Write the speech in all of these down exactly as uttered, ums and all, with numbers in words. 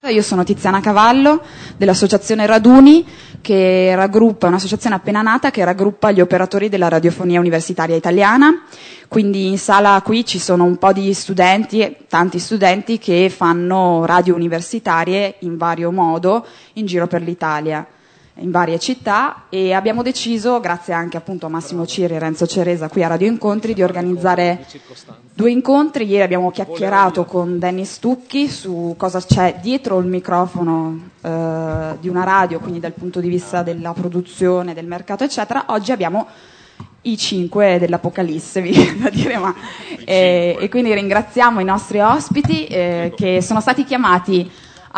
Io sono Tiziana Cavallo dell'associazione Raduni, che raggruppa, è un'associazione appena nata che raggruppa gli operatori della radiofonia universitaria italiana. Quindi in sala qui ci sono un po' di studenti, tanti studenti che fanno radio universitarie in vario modo in giro per l'Italia, in varie città, e abbiamo deciso, grazie anche appunto a Massimo Ciri e Renzo Ceresa qui a Radio Incontri, di organizzare due incontri. Ieri abbiamo chiacchierato con Dennis Stucchi su cosa c'è dietro il microfono eh, di una radio, quindi dal punto di vista della produzione, del mercato eccetera. Oggi abbiamo i cinque dell'Apocalisse, vi viene da dire, ma eh, e quindi ringraziamo i nostri ospiti eh, che sono stati chiamati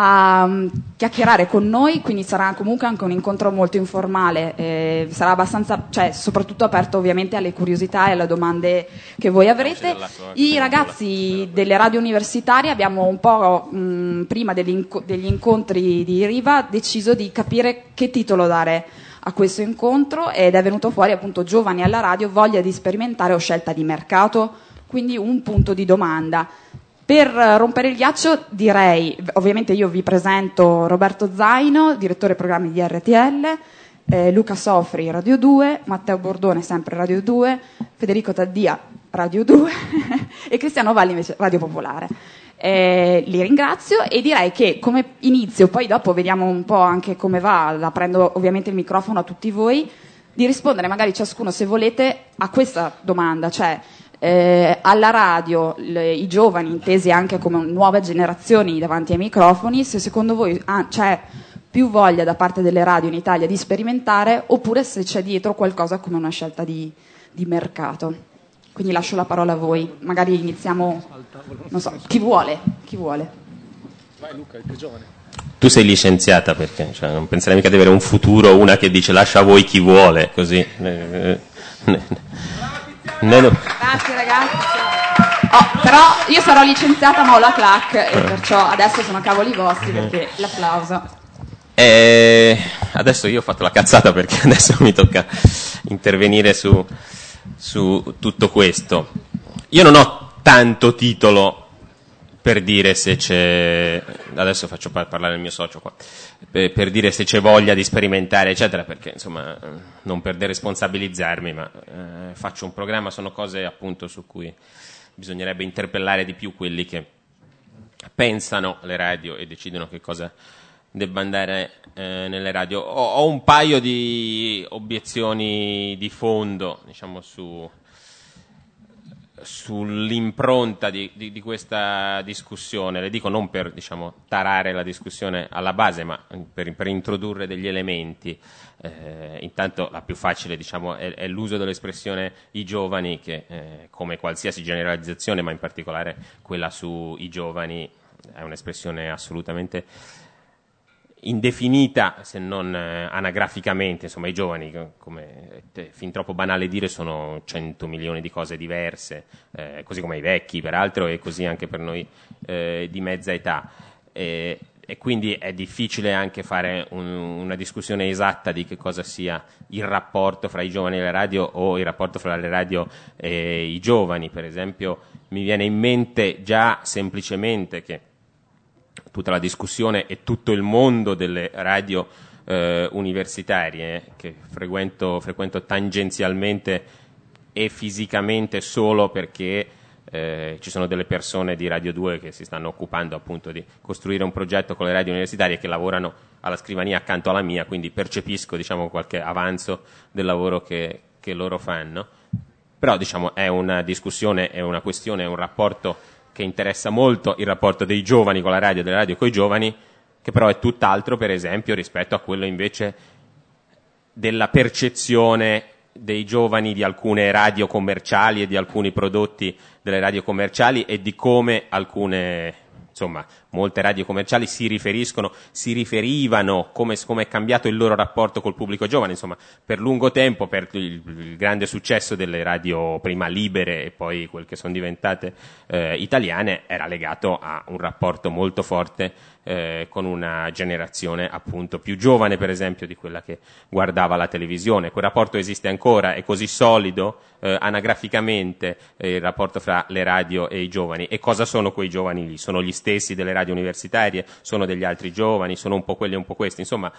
a um, chiacchierare con noi, quindi sarà comunque anche un incontro molto informale, eh, sarà abbastanza, cioè soprattutto aperto ovviamente alle curiosità e alle domande che voi avrete. I ragazzi delle radio universitarie abbiamo un po' mh, prima degli, inco- degli incontri di Riva deciso di capire che titolo dare a questo incontro, ed è venuto fuori appunto giovani alla radio, voglia di sperimentare o scelta di mercato, quindi un punto di domanda. Per rompere il ghiaccio direi, ovviamente io vi presento Roberto Zaino, direttore programmi di R T L, eh, Luca Sofri, Radio due, Matteo Bordone, sempre Radio due, Federico Taddia, Radio due e Cristiano Valli invece Radio Popolare. Eh, li ringrazio e direi che come inizio, poi dopo vediamo un po' anche come va, la prendo ovviamente il microfono a tutti voi, di rispondere magari ciascuno se volete a questa domanda, cioè Eh, alla radio le, i giovani intesi anche come nuove generazioni davanti ai microfoni, se secondo voi ah, c'è più voglia da parte delle radio in Italia di sperimentare, oppure se c'è dietro qualcosa come una scelta di, di mercato. Quindi lascio la parola a voi, magari iniziamo, non so, chi vuole, chi vuole. Vai Luca, il più giovane. Tu sei licenziata, perché cioè, non penserai mica di avere un futuro, una che dice lascia a voi chi vuole, così. Grazie ragazzi. Oh, però io sarò licenziata ma ho la clac e perciò adesso sono cavoli vostri, perché l'applauso. E adesso io ho fatto la cazzata perché adesso mi tocca intervenire su, su tutto questo. Io non ho tanto titolo per dire se c'è, adesso faccio parlare il mio socio qua, per, per dire se c'è voglia di sperimentare eccetera, perché insomma non per deresponsabilizzarmi, ma eh, faccio un programma, sono cose appunto su cui bisognerebbe interpellare di più quelli che pensano alle radio e decidono che cosa debba andare eh, nelle radio. Ho, ho un paio di obiezioni di fondo, diciamo, su sull'impronta di, di, di questa discussione. Le dico non per, diciamo, tarare la discussione alla base, ma per, per introdurre degli elementi. Eh, intanto la più facile, diciamo, è, è l'uso dell'espressione i giovani, che eh, come qualsiasi generalizzazione, ma in particolare quella sui giovani, è un'espressione assolutamente indefinita, se non eh, anagraficamente. Insomma, i giovani, come è fin troppo banale dire, sono cento milioni di cose diverse, eh, così come i vecchi peraltro, e così anche per noi eh, di mezza età, e, e quindi è difficile anche fare un, una discussione esatta di che cosa sia il rapporto fra i giovani e le radio, o il rapporto fra le radio e i giovani. Per esempio mi viene in mente già semplicemente che tutta la discussione e tutto il mondo delle radio eh, universitarie, che frequento, frequento tangenzialmente e fisicamente solo perché eh, ci sono delle persone di Radio due che si stanno occupando appunto di costruire un progetto con le radio universitarie, che lavorano alla scrivania accanto alla mia, quindi percepisco, diciamo, qualche avanzo del lavoro che, che loro fanno. Però, diciamo, è una discussione, è una questione, è un rapporto che interessa molto, il rapporto dei giovani con la radio e delle radio con i giovani, che però è tutt'altro, per esempio, rispetto a quello invece della percezione dei giovani di alcune radio commerciali e di alcuni prodotti delle radio commerciali, e di come alcune, insomma, molte radio commerciali si riferiscono, si riferivano, come, come è cambiato il loro rapporto col pubblico giovane. Insomma, per lungo tempo, per il, il grande successo delle radio prima libere e poi quel che sono diventate eh, italiane, era legato a un rapporto molto forte eh, con una generazione appunto più giovane, per esempio, di quella che guardava la televisione. Quel rapporto esiste ancora, è così solido eh, anagraficamente eh, il rapporto fra le radio e i giovani. E cosa sono quei giovani lì? Sono gli stessi delle radio radio universitarie, sono degli altri giovani, sono un po' quelli e un po' questi, insomma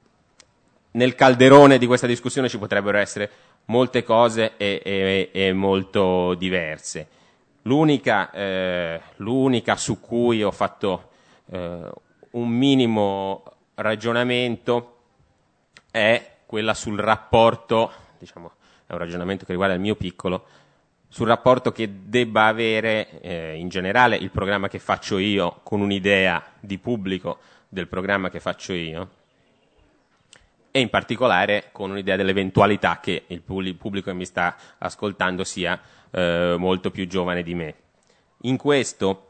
nel calderone di questa discussione ci potrebbero essere molte cose e, e, e molto diverse. L'unica, eh, l'unica su cui ho fatto eh, un minimo ragionamento è quella sul rapporto, diciamo, è un ragionamento che riguarda il mio piccolo, sul rapporto che debba avere eh, in generale il programma che faccio io con un'idea di pubblico del programma che faccio io, e in particolare con un'idea dell'eventualità che il pubblico che mi sta ascoltando sia eh, molto più giovane di me. In questo,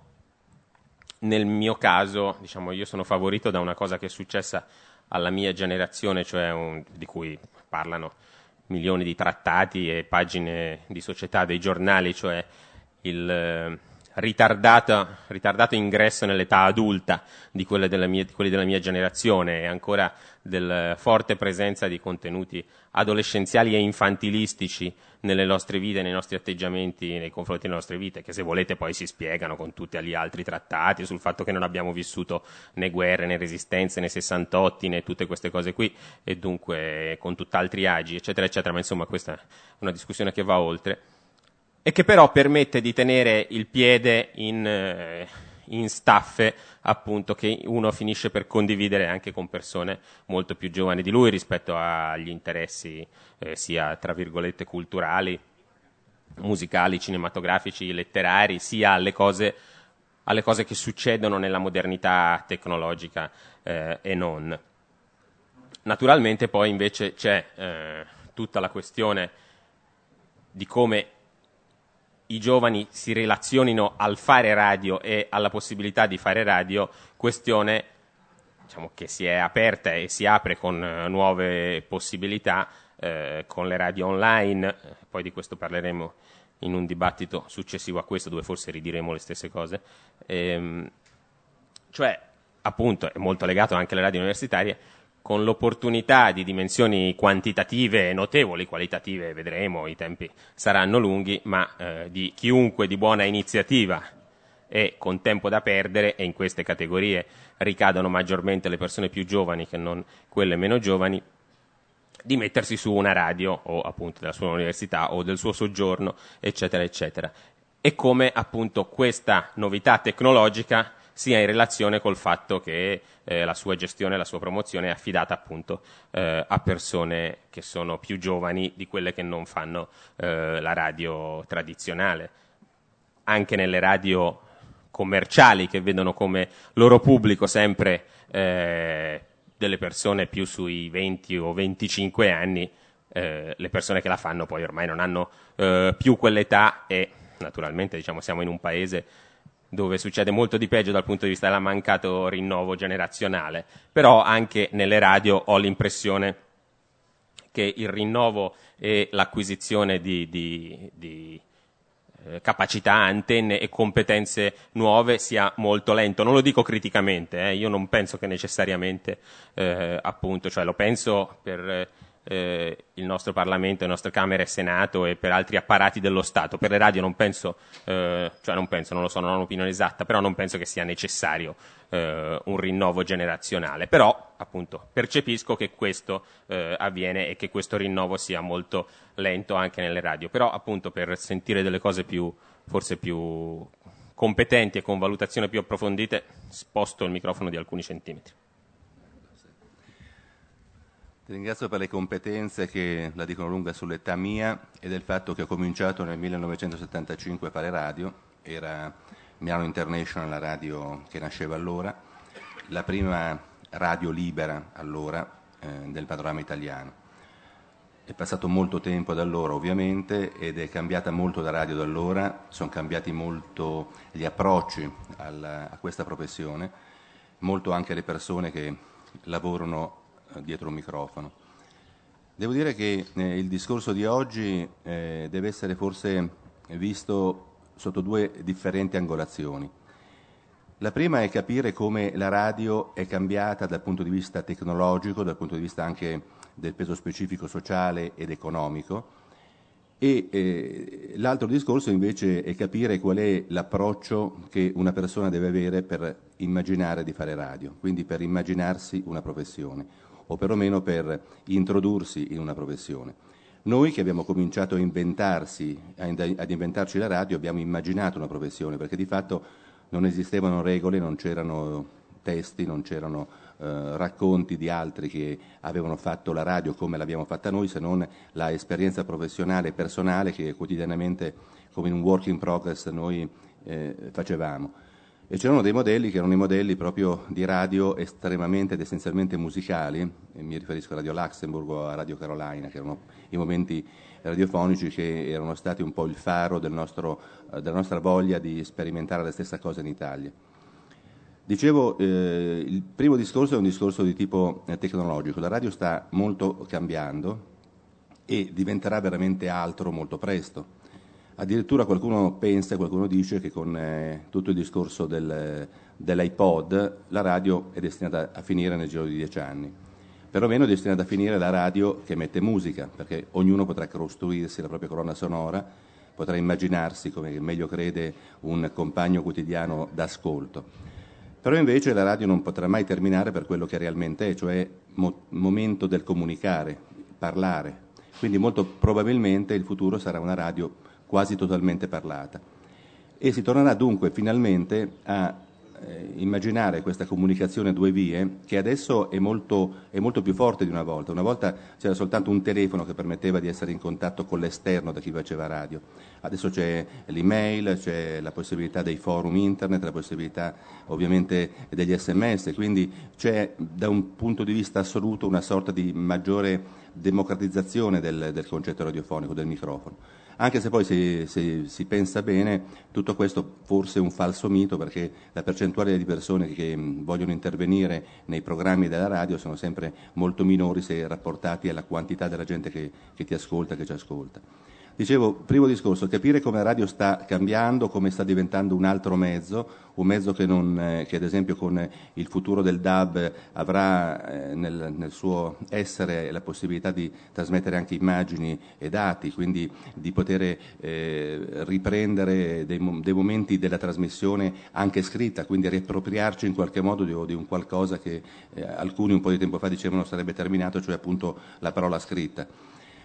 nel mio caso, diciamo, io sono favorito da una cosa che è successa alla mia generazione, cioè un, di cui parlano milioni di trattati e pagine di società dei giornali, cioè il eh, ritardato, ritardato ingresso nell'età adulta di, quelle della mia, di quelli della mia generazione e ancora della forte presenza di contenuti adolescenziali e infantilistici nelle nostre vite, nei nostri atteggiamenti nei confronti delle nostre vite, che se volete poi si spiegano con tutti gli altri trattati sul fatto che non abbiamo vissuto né guerre né resistenze né sessantotti né tutte queste cose qui, e dunque con tutt'altri agi eccetera eccetera, ma insomma questa è una discussione che va oltre e che però permette di tenere il piede in, eh, in staffe, appunto, che uno finisce per condividere anche con persone molto più giovani di lui rispetto agli interessi eh, sia tra virgolette culturali, musicali, cinematografici, letterari, sia alle cose, alle cose che succedono nella modernità tecnologica eh, e non. Naturalmente poi invece c'è eh, tutta la questione di come i giovani si relazionino al fare radio e alla possibilità di fare radio, questione, diciamo, che si è aperta e si apre con uh, nuove possibilità eh, con le radio online, poi di questo parleremo in un dibattito successivo a questo dove forse ridiremo le stesse cose, ehm, cioè appunto è molto legato anche alle radio universitarie, con l'opportunità di dimensioni quantitative notevoli, qualitative vedremo, i tempi saranno lunghi, ma eh, di chiunque di buona iniziativa e con tempo da perdere, e in queste categorie ricadono maggiormente le persone più giovani che non quelle meno giovani, di mettersi su una radio o appunto della sua università o del suo soggiorno, eccetera, eccetera. E come appunto questa novità tecnologica sia in relazione col fatto che eh, la sua gestione, la sua promozione è affidata appunto eh, a persone che sono più giovani di quelle che non fanno eh, la radio tradizionale. Anche nelle radio commerciali, che vedono come loro pubblico sempre eh, delle persone più sui venti o venticinque anni, eh, le persone che la fanno poi ormai non hanno eh, più quell'età e naturalmente, diciamo, siamo in un paese dove succede molto di peggio dal punto di vista del mancato rinnovo generazionale, però anche nelle radio ho l'impressione che il rinnovo e l'acquisizione di, di, di eh, capacità, antenne e competenze nuove sia molto lento. Non lo dico criticamente, eh, io non penso che necessariamente, eh, appunto, cioè lo penso per eh, il nostro Parlamento, le nostre Camere e Senato e per altri apparati dello Stato. Per le radio non penso, eh, cioè non penso, non lo so, non ho un'opinione esatta, però non penso che sia necessario eh, un rinnovo generazionale. Però, appunto, percepisco che questo eh, avviene e che questo rinnovo sia molto lento anche nelle radio. Però, appunto, per sentire delle cose più, forse più competenti e con valutazioni più approfondite, sposto il microfono di alcuni centimetri. Ti ringrazio per le competenze che la dicono lunga sull'età mia e del fatto che ho cominciato nel millenovecentosettantacinque a fare radio, era Milano International la radio che nasceva allora, la prima radio libera allora eh, del panorama italiano. È passato molto tempo da allora ovviamente ed è cambiata molto la radio da allora, sono cambiati molto gli approcci alla, a questa professione, molto anche le persone che lavorano dietro un microfono. Devo dire che eh, il discorso di oggi eh, deve essere forse visto sotto due differenti angolazioni. La prima è capire come la radio è cambiata dal punto di vista tecnologico, dal punto di vista anche del peso specifico sociale ed economico, E eh, l'altro discorso invece è capire qual è l'approccio che una persona deve avere per immaginare di fare radio, quindi per immaginarsi una professione, o perlomeno per introdursi in una professione. Noi che abbiamo cominciato a inventarsi, ad inventarci la radio, abbiamo immaginato una professione, perché di fatto non esistevano regole, non c'erano testi, non c'erano eh, racconti di altri che avevano fatto la radio come l'abbiamo fatta noi, se non la esperienza professionale e personale che quotidianamente, come in un work in progress, noi eh, facevamo. E c'erano dei modelli che erano i modelli proprio di radio estremamente ed essenzialmente musicali, e mi riferisco a Radio Luxemburg o a Radio Carolina, che erano i momenti radiofonici che erano stati un po' il faro del nostro, eh, della nostra voglia di sperimentare la stessa cosa in Italia. Dicevo, eh, il primo discorso è un discorso di tipo eh, tecnologico. La radio sta molto cambiando e diventerà veramente altro molto presto. Addirittura qualcuno pensa, qualcuno dice che con eh, tutto il discorso del, dell'iPod la radio è destinata a finire nel giro di dieci anni. Perlomeno è destinata a finire la radio che mette musica, perché ognuno potrà costruirsi la propria colonna sonora, potrà immaginarsi, come meglio crede, un compagno quotidiano d'ascolto. Però invece la radio non potrà mai terminare per quello che realmente è, cioè mo- momento del comunicare, parlare. Quindi molto probabilmente il futuro sarà una radio quasi totalmente parlata. E si tornerà dunque finalmente a eh, immaginare questa comunicazione a due vie, che adesso è molto, è molto più forte di una volta. Una volta c'era soltanto un telefono che permetteva di essere in contatto con l'esterno da chi faceva radio. Adesso c'è l'email, c'è la possibilità dei forum internet, la possibilità ovviamente degli sms, quindi c'è da un punto di vista assoluto una sorta di maggiore democratizzazione del, del concetto radiofonico, del microfono. Anche se poi se, se si pensa bene, tutto questo forse è un falso mito, perché la percentuale di persone che vogliono intervenire nei programmi della radio sono sempre molto minori se rapportati alla quantità della gente che, che ti ascolta, che ci ascolta. Dicevo, primo discorso, capire come la radio sta cambiando, come sta diventando un altro mezzo, un mezzo che, non, eh, che ad esempio con il futuro del D A B avrà eh, nel, nel suo essere la possibilità di trasmettere anche immagini e dati, quindi di poter eh, riprendere dei, dei momenti della trasmissione anche scritta, quindi riappropriarci in qualche modo di, di un qualcosa che eh, alcuni un po' di tempo fa dicevano sarebbe terminato, cioè appunto la parola scritta.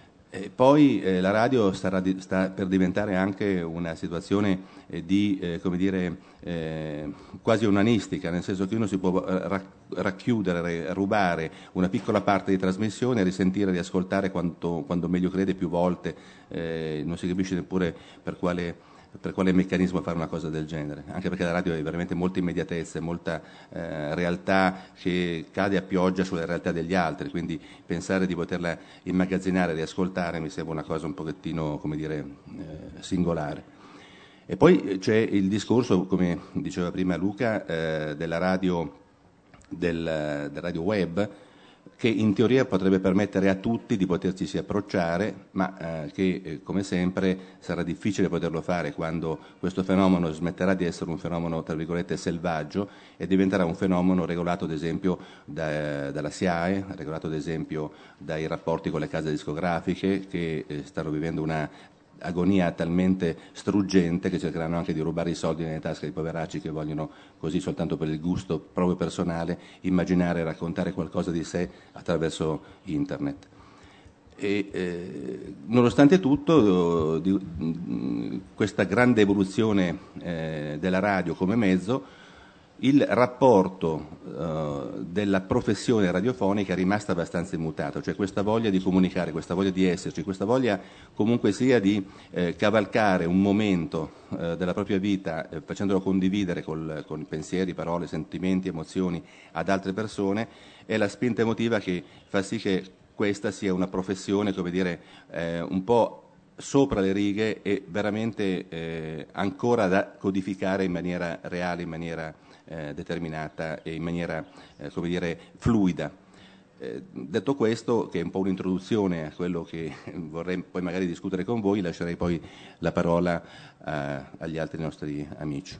E poi eh, la radio starà di, sta per diventare anche una situazione eh, di, eh, come dire, eh, quasi onanistica, nel senso che uno si può rac- racchiudere, rubare una piccola parte di trasmissione, risentire, riascoltare quanto, quando meglio crede più volte, eh, non si capisce neppure per quale per quale meccanismo fare una cosa del genere, anche perché la radio è veramente molta immediatezza, molta eh, realtà che cade a pioggia sulle realtà degli altri, quindi pensare di poterla immagazzinare e riascoltare mi sembra una cosa un pochettino, come dire, eh, singolare. E poi c'è il discorso, come diceva prima Luca, eh, della radio, del, del radio web, che in teoria potrebbe permettere a tutti di poterci approcciare, ma eh, che eh, come sempre sarà difficile poterlo fare quando questo fenomeno smetterà di essere un fenomeno tra virgolette selvaggio e diventerà un fenomeno regolato ad esempio da, dalla S I A E, regolato ad esempio dai rapporti con le case discografiche che eh, stanno vivendo una agonia talmente struggente che cercheranno anche di rubare i soldi nelle tasche dei poveracci che vogliono, così soltanto per il gusto proprio personale, immaginare e raccontare qualcosa di sé attraverso internet. E, eh, nonostante tutto, di, questa grande evoluzione eh, della radio come mezzo, il rapporto eh, della professione radiofonica è rimasto abbastanza immutato, cioè questa voglia di comunicare, questa voglia di esserci, questa voglia comunque sia di eh, cavalcare un momento eh, della propria vita eh, facendolo condividere col, con pensieri, parole, sentimenti, emozioni ad altre persone, è la spinta emotiva che fa sì che questa sia una professione, come dire, eh, un po' sopra le righe e veramente eh, ancora da codificare in maniera reale, in maniera eh, determinata e in maniera eh, come dire, fluida. Eh, detto questo, che è un po' un'introduzione a quello che vorrei poi magari discutere con voi, lascerei poi la parola eh, agli altri nostri amici.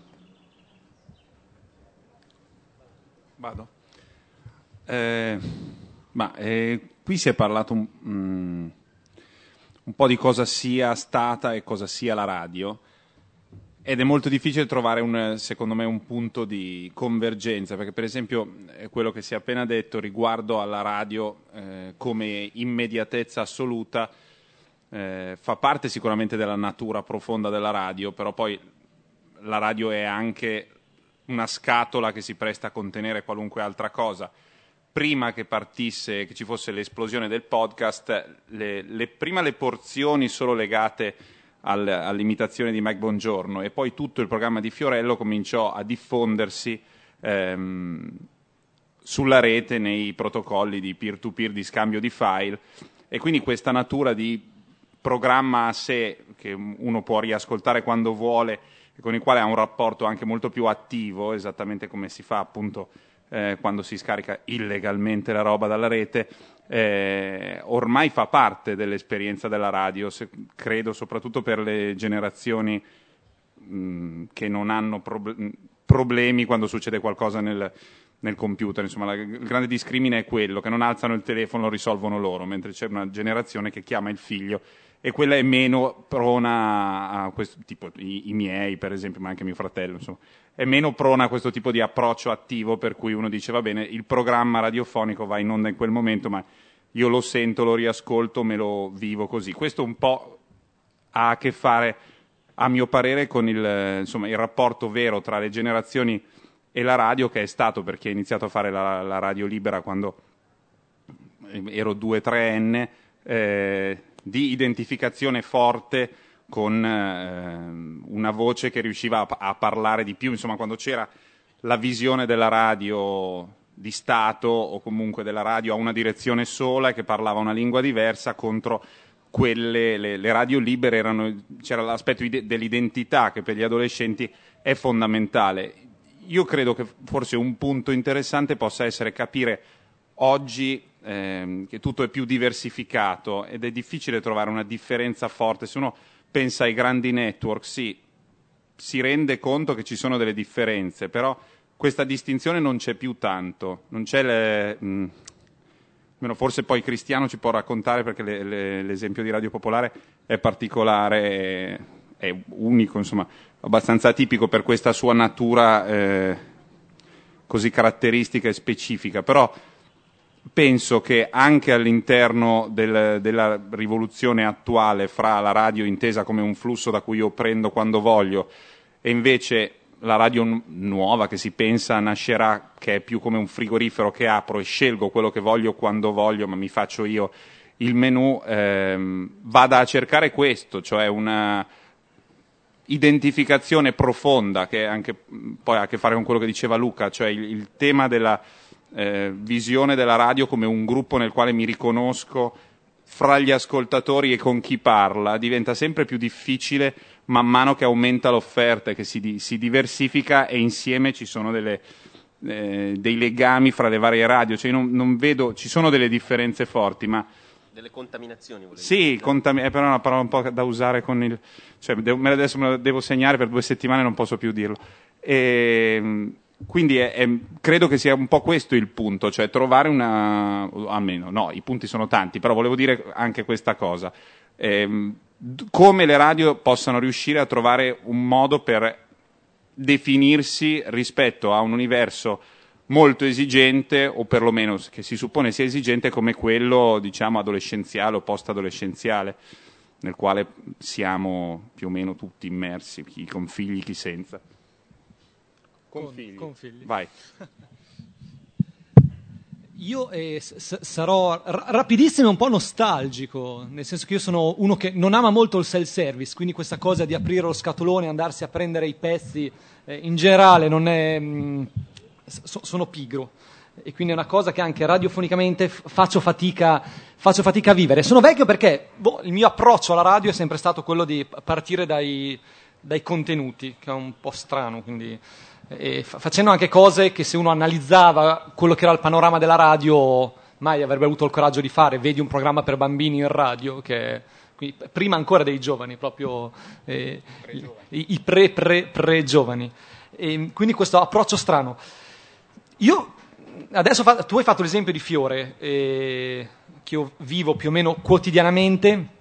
Vado. Eh, ma eh, qui si è parlato un, um, un po' di cosa sia stata e cosa sia la radio, ed è molto difficile trovare un, secondo me, un punto di convergenza, perché per esempio quello che si è appena detto riguardo alla radio eh, come immediatezza assoluta eh, fa parte sicuramente della natura profonda della radio, però poi la radio è anche una scatola che si presta a contenere qualunque altra cosa. Prima che partisse, che ci fosse l'esplosione del podcast, le, le, prima le porzioni solo legate al, all'imitazione di Mike Bongiorno e poi tutto il programma di Fiorello cominciò a diffondersi ehm, sulla rete nei protocolli di peer-to-peer di scambio di file, e quindi questa natura di programma a sé che uno può riascoltare quando vuole e con il quale ha un rapporto anche molto più attivo, esattamente come si fa appunto eh, quando si scarica illegalmente la roba dalla rete, eh, ormai fa parte dell'esperienza della radio, se, credo soprattutto per le generazioni mh, che non hanno prob- problemi quando succede qualcosa nel, nel computer. Insomma, la, il grande discrimine è quello, che non alzano il telefono, lo risolvono loro, mentre c'è una generazione che chiama il figlio e quella è meno prona a questo tipo, i, i miei per esempio, ma anche mio fratello, insomma, è meno prona a questo tipo di approccio attivo, per cui uno dice va bene, il programma radiofonico va in onda in quel momento, ma io lo sento, lo riascolto, me lo vivo così. Questo un po' ha a che fare, a mio parere, con il, insomma, il rapporto vero tra le generazioni e la radio, che è stato, perché ho iniziato a fare la, la radio libera quando ero due treenne, eh, di identificazione forte con eh, una voce che riusciva a, a parlare di più, insomma, quando c'era la visione della radio di Stato o comunque della radio a una direzione sola e che parlava una lingua diversa contro quelle, le, le radio libere, erano, c'era l'aspetto ide- dell'identità che per gli adolescenti è fondamentale. Io credo che forse un punto interessante possa essere capire oggi ehm, che tutto è più diversificato ed è difficile trovare una differenza forte. Se uno pensa ai grandi network, sì, si rende conto che ci sono delle differenze, però questa distinzione non c'è più tanto, non c'è le, mh, almeno forse poi Cristiano ci può raccontare, perché le, le, l'esempio di Radio Popolare è particolare, è, è unico, insomma, abbastanza atipico per questa sua natura eh, così caratteristica e specifica, però penso che anche all'interno del, della rivoluzione attuale fra la radio intesa come un flusso da cui io prendo quando voglio e invece la radio nuova che si pensa nascerà, che è più come un frigorifero che apro e scelgo quello che voglio quando voglio, ma mi faccio io il menù, ehm, vada a cercare questo, cioè una identificazione profonda, che anche poi ha a che fare con quello che diceva Luca, cioè il, il tema della eh, visione della radio come un gruppo nel quale mi riconosco fra gli ascoltatori e con chi parla, diventa sempre più difficile man mano che aumenta l'offerta e che si, si diversifica, e insieme ci sono delle, eh, dei legami fra le varie radio, cioè non, non vedo, ci sono delle differenze forti, ma delle contaminazioni, volevo sì, dire. contami- è però una parola un po' da usare con il, cioè devo, me adesso me lo devo segnare per due settimane, non posso più dirlo. E, quindi è, è, credo che sia un po' questo il punto, cioè trovare una, almeno no, i punti sono tanti, però volevo dire anche questa cosa, eh, come le radio possano riuscire a trovare un modo per definirsi rispetto a un universo molto esigente, o perlomeno che si suppone sia esigente, come quello, diciamo, adolescenziale o post-adolescenziale, nel quale siamo più o meno tutti immersi, chi con figli, chi senza. Con, con, figli. con figli. Vai. Io eh, s- sarò r- rapidissimo e un po' nostalgico, nel senso che io sono uno che non ama molto il self-service, quindi questa cosa di aprire lo scatolone e andarsi a prendere i pezzi, eh, in generale non è... Mh, so- sono pigro. E quindi è una cosa che anche radiofonicamente f- faccio fatica faccio fatica a vivere. Sono vecchio perché boh, il mio approccio alla radio è sempre stato quello di partire dai, dai contenuti, che è un po' strano, quindi... E facendo anche cose che, se uno analizzava quello che era il panorama della radio, mai avrebbe avuto il coraggio di fare. Vedi un programma per bambini in radio, che quindi, prima ancora dei giovani, proprio eh, i, i pre pre pre giovani, e quindi questo approccio strano. Io adesso fa, tu hai fatto l'esempio di Fiore, eh, che io vivo più o meno quotidianamente.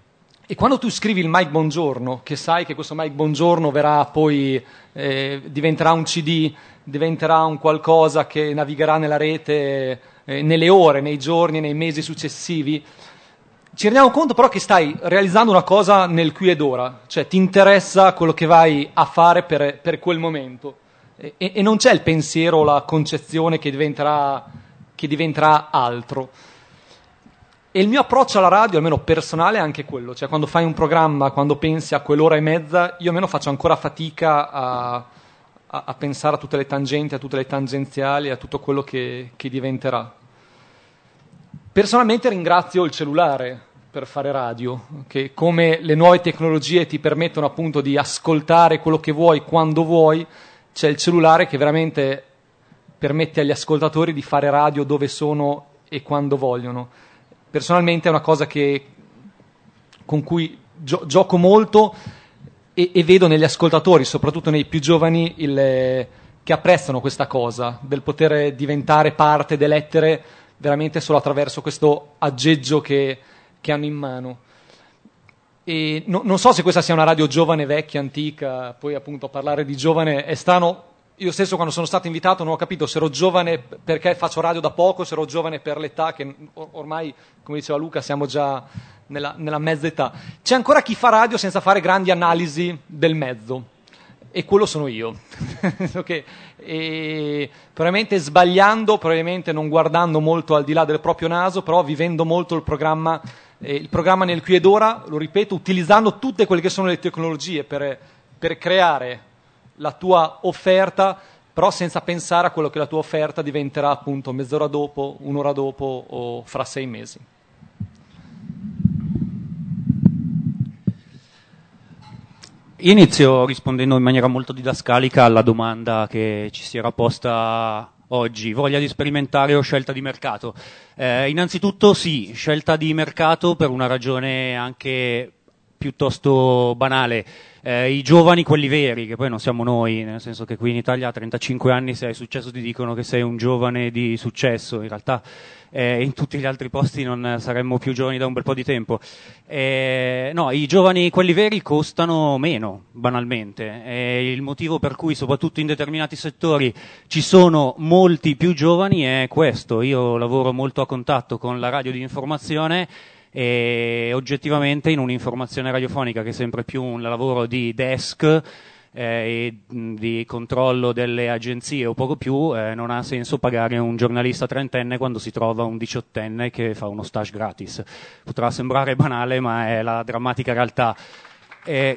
E quando tu scrivi il Mike Bongiorno, che sai che questo Mike Bongiorno verrà poi, eh, diventerà un C D, diventerà un qualcosa che navigherà nella rete eh, nelle ore, nei giorni, nei mesi successivi, ci rendiamo conto però che stai realizzando una cosa nel qui ed ora, cioè ti interessa quello che vai a fare per, per quel momento e, e non c'è il pensiero o la concezione che diventerà, che diventerà altro. E il mio approccio alla radio, almeno personale, è anche quello, cioè quando fai un programma, quando pensi a quell'ora e mezza, io almeno faccio ancora fatica a, a, a pensare a tutte le tangenti, a tutte le tangenziali, a tutto quello che, che diventerà. Personalmente ringrazio il cellulare per fare radio, che come le nuove tecnologie ti permettono appunto di ascoltare quello che vuoi quando vuoi, c'è il cellulare che veramente permette agli ascoltatori di fare radio dove sono e quando vogliono. Personalmente è una cosa che, con cui gio- gioco molto e, e vedo negli ascoltatori, soprattutto nei più giovani, il, che apprezzano questa cosa, del poter diventare parte dell'etere veramente solo attraverso questo aggeggio che, che hanno in mano. E no, non so se questa sia una radio giovane, vecchia, antica, poi appunto parlare di giovane è strano. Io stesso quando sono stato invitato non ho capito se ero giovane perché faccio radio da poco, se ero giovane per l'età, che ormai, come diceva Luca, siamo già nella, nella mezza età. C'è ancora chi fa radio senza fare grandi analisi del mezzo, e quello sono io. Okay. E probabilmente sbagliando, probabilmente non guardando molto al di là del proprio naso, però vivendo molto il programma, eh, il programma nel qui ed ora, lo ripeto, utilizzando tutte quelle che sono le tecnologie per, per creare la tua offerta, però senza pensare a quello che la tua offerta diventerà appunto mezz'ora dopo, un'ora dopo o fra sei mesi. Inizio rispondendo in maniera molto didascalica alla domanda che ci si era posta oggi: voglia di sperimentare o scelta di mercato? Eh, innanzitutto sì, scelta di mercato per una ragione anche piuttosto banale. Eh, I giovani, quelli veri, che poi non siamo noi, nel senso che qui in Italia a trentacinque anni se hai successo ti dicono che sei un giovane di successo, in realtà eh, in tutti gli altri posti non saremmo più giovani da un bel po' di tempo. Eh, no, i giovani, quelli veri, costano meno, banalmente. È il motivo per cui soprattutto in determinati settori ci sono molti più giovani è questo. Io lavoro molto a contatto con la radio di informazione e oggettivamente in un'informazione radiofonica che è sempre più un lavoro di desk eh, e di controllo delle agenzie o poco più, eh, non ha senso pagare un giornalista trentenne quando si trova un diciottenne che fa uno stage gratis. Potrà sembrare banale, ma è la drammatica realtà. Eh,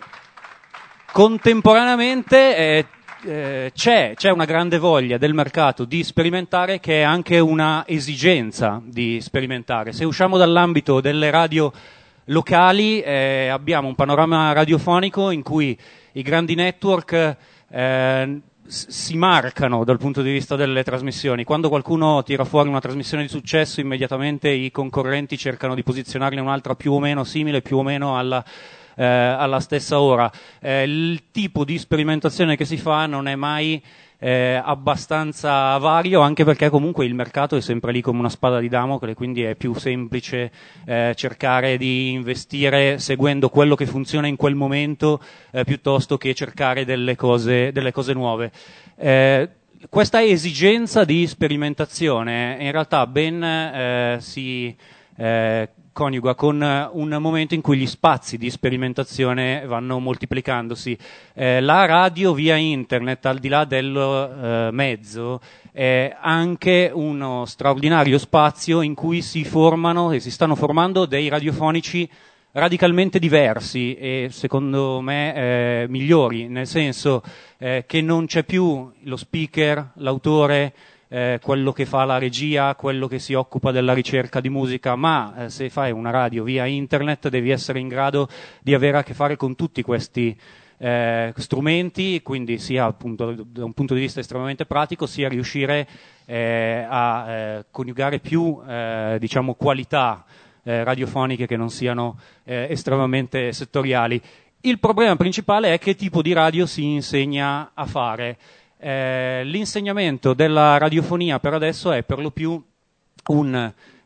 contemporaneamente eh, Eh, c'è, c'è una grande voglia del mercato di sperimentare, che è anche una esigenza di sperimentare. Se usciamo dall'ambito delle radio locali eh, abbiamo un panorama radiofonico in cui i grandi network eh, si marcano dal punto di vista delle trasmissioni. Quando qualcuno tira fuori una trasmissione di successo, immediatamente i concorrenti cercano di posizionarne un'altra più o meno simile, più o meno alla Eh, alla stessa ora. Eh, il tipo di sperimentazione che si fa non è mai eh, abbastanza vario, anche perché comunque il mercato è sempre lì come una spada di Damocle, quindi è più semplice eh, cercare di investire seguendo quello che funziona in quel momento eh, piuttosto che cercare delle cose, delle cose nuove. Eh, questa esigenza di sperimentazione in realtà ben eh, si eh, coniuga con un momento in cui gli spazi di sperimentazione vanno moltiplicandosi. Eh, la radio via internet, al di là del eh, mezzo, è anche uno straordinario spazio in cui si formano e si stanno formando dei radiofonici radicalmente diversi e secondo me eh, migliori, nel senso eh, che non c'è più lo speaker, l'autore, Eh, quello che fa la regia, quello che si occupa della ricerca di musica, ma eh, se fai una radio via internet devi essere in grado di avere a che fare con tutti questi eh, strumenti, quindi sia appunto da un punto di vista estremamente pratico, sia riuscire eh, a eh, coniugare più eh, diciamo qualità eh, radiofoniche che non siano eh, estremamente settoriali. Il problema principale è che tipo di radio si insegna a fare. Eh, l'insegnamento della radiofonia per adesso è per lo più un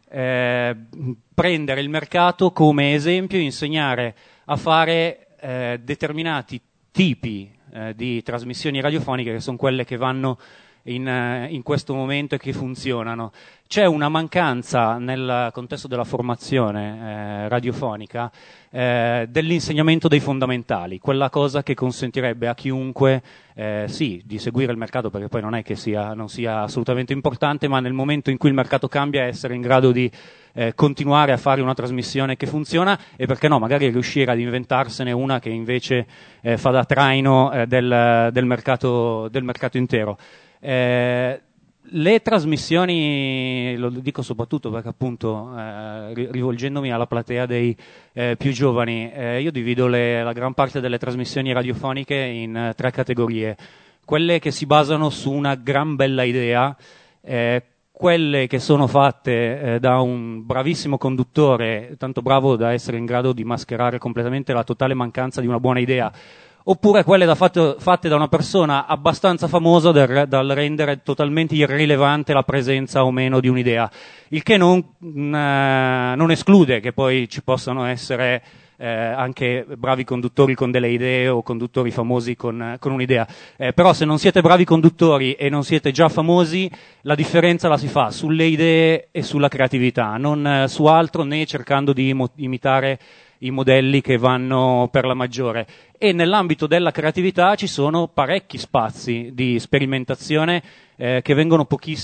eh, prendere il mercato come esempio e insegnare a fare eh, determinati tipi eh, di trasmissioni radiofoniche che sono quelle che vanno in, eh, in questo momento e che funzionano. C'è una mancanza nel contesto della formazione eh, radiofonica eh, dell'insegnamento dei fondamentali, quella cosa che consentirebbe a chiunque eh, sì, di seguire il mercato, perché poi non è che sia, non sia assolutamente importante, ma nel momento in cui il mercato cambia essere in grado di eh, continuare a fare una trasmissione che funziona e perché no, magari riuscire ad inventarsene una che invece eh, fa da traino eh, del, del, mercato, del mercato intero. Eh, le trasmissioni, lo dico soprattutto perché appunto eh, rivolgendomi alla platea dei eh, più giovani, eh, io divido le, la gran parte delle trasmissioni radiofoniche in eh, tre categorie: quelle che si basano su una gran bella idea, eh, quelle che sono fatte eh, da un bravissimo conduttore, tanto bravo da essere in grado di mascherare completamente la totale mancanza di una buona idea, oppure quelle da fatto, fatte da una persona abbastanza famosa del, dal rendere totalmente irrilevante la presenza o meno di un'idea, il che non, mh, non esclude che poi ci possano essere eh, anche bravi conduttori con delle idee o conduttori famosi con, con un'idea, eh, però se non siete bravi conduttori e non siete già famosi, la differenza la si fa sulle idee e sulla creatività, non eh, su altro, né cercando di imo- imitare i modelli che vanno per la maggiore. E nell'ambito della creatività ci sono parecchi spazi di sperimentazione eh, che vengono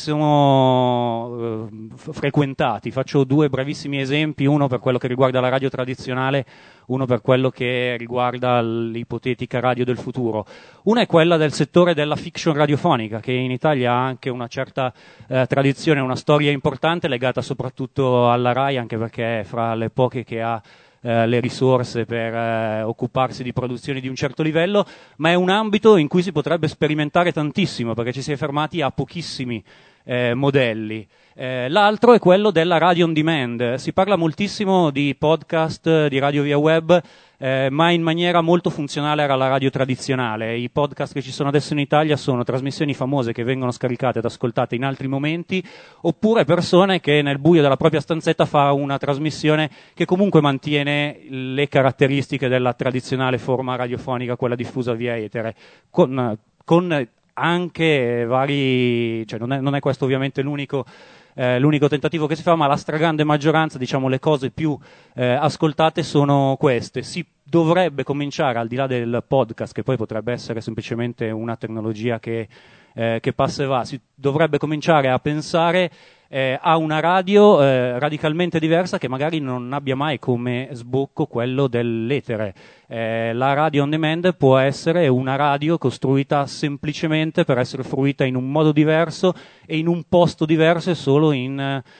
pochissimo eh, f- frequentati. Faccio due brevissimi esempi, uno per quello che riguarda la radio tradizionale, uno per quello che riguarda l'ipotetica radio del futuro. Una è quella del settore della fiction radiofonica, che in Italia ha anche una certa eh, tradizione, una storia importante legata soprattutto alla RAI, anche perché è fra le poche che ha Eh, le risorse per eh, occuparsi di produzioni di un certo livello, ma è un ambito in cui si potrebbe sperimentare tantissimo perché ci si è fermati a pochissimi eh, modelli. Eh, l'altro è quello della radio on demand. Si parla moltissimo di podcast, di radio via web, eh, ma in maniera molto funzionale alla radio tradizionale. I podcast che ci sono adesso in Italia sono trasmissioni famose che vengono scaricate ed ascoltate in altri momenti, oppure persone che nel buio della propria stanzetta fa una trasmissione che comunque mantiene le caratteristiche della tradizionale forma radiofonica, quella diffusa via etere, con, con anche vari, cioè non è, non è questo ovviamente l'unico Eh, l'unico tentativo che si fa, ma la stragrande maggioranza, diciamo, le cose più eh, ascoltate sono queste. Si dovrebbe cominciare, al di là del podcast, che poi potrebbe essere semplicemente una tecnologia che, eh, che passa e va, si dovrebbe cominciare a pensare eh, a una radio eh, radicalmente diversa che magari non abbia mai come sbocco quello dell'etere. Eh, la radio on demand può essere una radio costruita semplicemente per essere fruita in un modo diverso e in un posto diverso e solo in,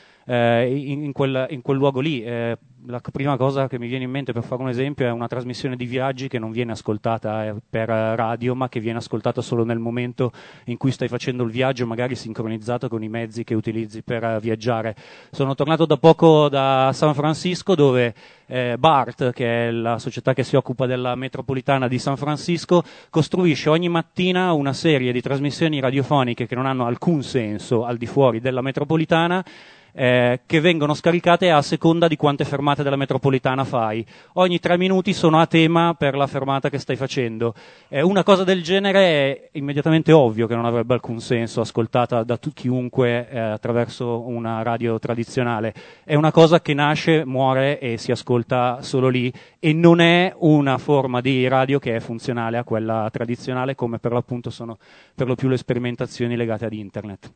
eh, in, in, quel, in quel luogo lì. Eh, la prima cosa che mi viene in mente, per fare un esempio, è una trasmissione di viaggi che non viene ascoltata eh, per radio, ma che viene ascoltata solo nel momento in cui stai facendo il viaggio, magari sincronizzato con i mezzi che utilizzi per uh, viaggiare. Sono tornato da poco da San Francisco, dove eh, BART, che è la società che si occupa della metropolitana di San Francisco, costruisce ogni mattina una serie di trasmissioni radiofoniche che non hanno alcun senso al di fuori della metropolitana, Eh, che vengono scaricate a seconda di quante fermate della metropolitana fai. Ogni tre minuti sono a tema per la fermata che stai facendo. Eh, una cosa del genere è immediatamente ovvio che non avrebbe alcun senso ascoltata da tu, chiunque eh, attraverso una radio tradizionale. È una cosa che nasce, muore e si ascolta solo lì, e non è una forma di radio che è funzionale a quella tradizionale, come per l'appunto sono per lo più le sperimentazioni legate ad internet.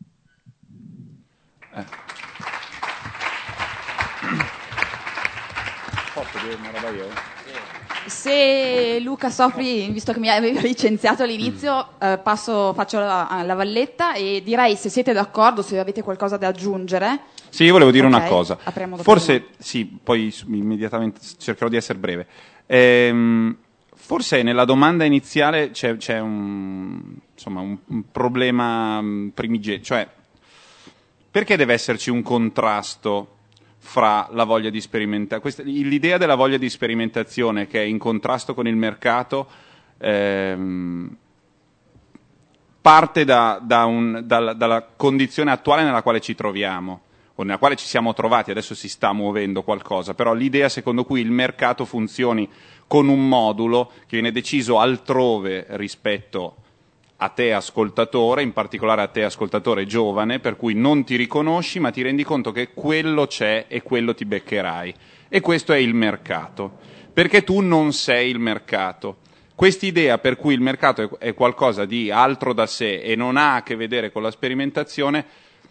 Eh. Posso dire una roba io? Se Luca Sopri, visto che mi avevi licenziato all'inizio, mm. eh, passo, faccio la, la valletta e direi, se siete d'accordo, se avete qualcosa da aggiungere. Sì, io volevo dire okay, una cosa. Forse, prima. sì, poi immediatamente cercherò di essere breve. Ehm, forse nella domanda iniziale c'è, c'è un, insomma, un, un problema primigenio, cioè perché deve esserci un contrasto fra la voglia di sperimentare, l'idea della voglia di sperimentazione che è in contrasto con il mercato, ehm, parte da, da un, dalla, dalla condizione attuale nella quale ci troviamo, o nella quale ci siamo trovati, adesso si sta muovendo qualcosa, però l'idea secondo cui il mercato funzioni con un modulo che viene deciso altrove rispetto a te ascoltatore, in particolare a te ascoltatore giovane, per cui non ti riconosci ma ti rendi conto che quello c'è e quello ti beccherai. E questo è il mercato, perché tu non sei il mercato. Quest'idea per cui il mercato è qualcosa di altro da sé e non ha a che vedere con la sperimentazione,